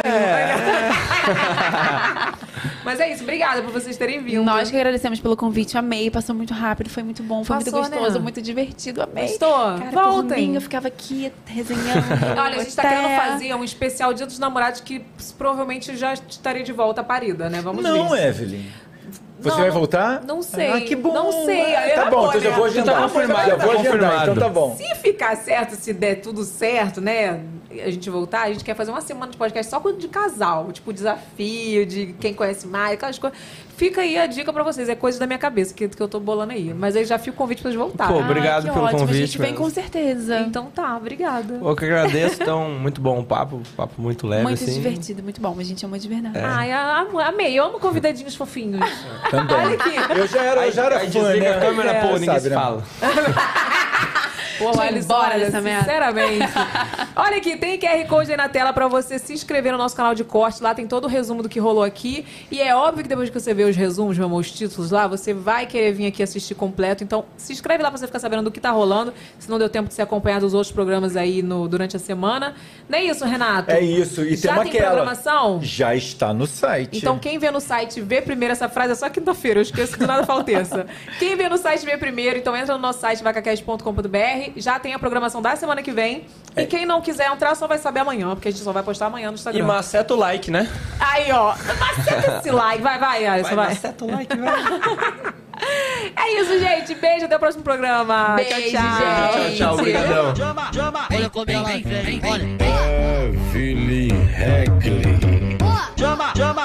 Mas é isso. Obrigada por vocês terem vindo. Nós que agradecemos pelo convite, amei, passou muito rápido, foi muito bom, foi Passou, muito gostoso, né? muito divertido, amei. Gostou? Cara, Voltem. por mim, eu ficava aqui resenhando. Olha, a gente tá até- querendo fazer um especial Dia dos Namorados que provavelmente já estaria de volta parida, né? Vamos Não, ver. Evelyn. Você Não, vai não- voltar? Não sei. Ah, que bom. Não sei. Aí Tá eu bom, vou, então já né? vou agendar. Tá confirmado, Já tá vou agendar, confirmado. então tá bom. Se ficar certo, se der tudo certo, né? A gente voltar, a gente quer fazer uma semana de podcast só de casal. Tipo, desafio, de quem conhece mais, aquelas coisas. Fica aí a dica pra vocês. É coisa da minha cabeça que, que eu tô bolando aí. Mas aí já fica o convite pra vocês voltarem. Pô, obrigado que pelo ótimo, convite. a gente vem mesmo. com certeza. Então tá, obrigada. Eu que agradeço, então, muito bom o papo, papo muito leve, Muito assim. divertido, muito bom, a gente amou de verdade. Ai, am- amei. Eu amo convidadinhos fofinhos. Também. Olha aqui. Eu já era, eu já era Aí fã, desliga né? a câmera, É, pô, ninguém sabe, se né? fala. Pô, Deixa eu ir Alisson, embora olha, dessa merda. sinceramente. Olha aqui, tem Q R Code aí na tela pra você se inscrever no nosso canal de corte. Lá tem todo o resumo do que rolou aqui. E é óbvio que depois que você vê os resumos, meu amor, os títulos lá, você vai querer vir aqui assistir completo. Então, se inscreve lá pra você ficar sabendo do que tá rolando. Se não deu tempo de se acompanhar dos outros programas aí no, durante a semana. Não é isso, Renato? É isso. E Já tem uma tem aquela. programação? Já está no site. Então, quem vê no site vê primeiro essa frase, é só quinta-feira, eu esqueço que do nada falo terça. Quem vê no site vê primeiro, então entra no nosso site vacacast ponto com ponto b r, já tem a programação da semana que vem. É. E quem não quiser entrar só vai saber amanhã, porque a gente só vai postar amanhã no E Instagram. maceta o like, né? Aí, ó, maceta esse like, vai, vai, Alisson, vai. Maceta o like, vai. É isso, gente, beijo, até o próximo programa. Beijo, tchau, tchau. gente. Tchau, tchau, obrigadão. Olha como ela vem, olha. Evelyn Regli. Chama, chama.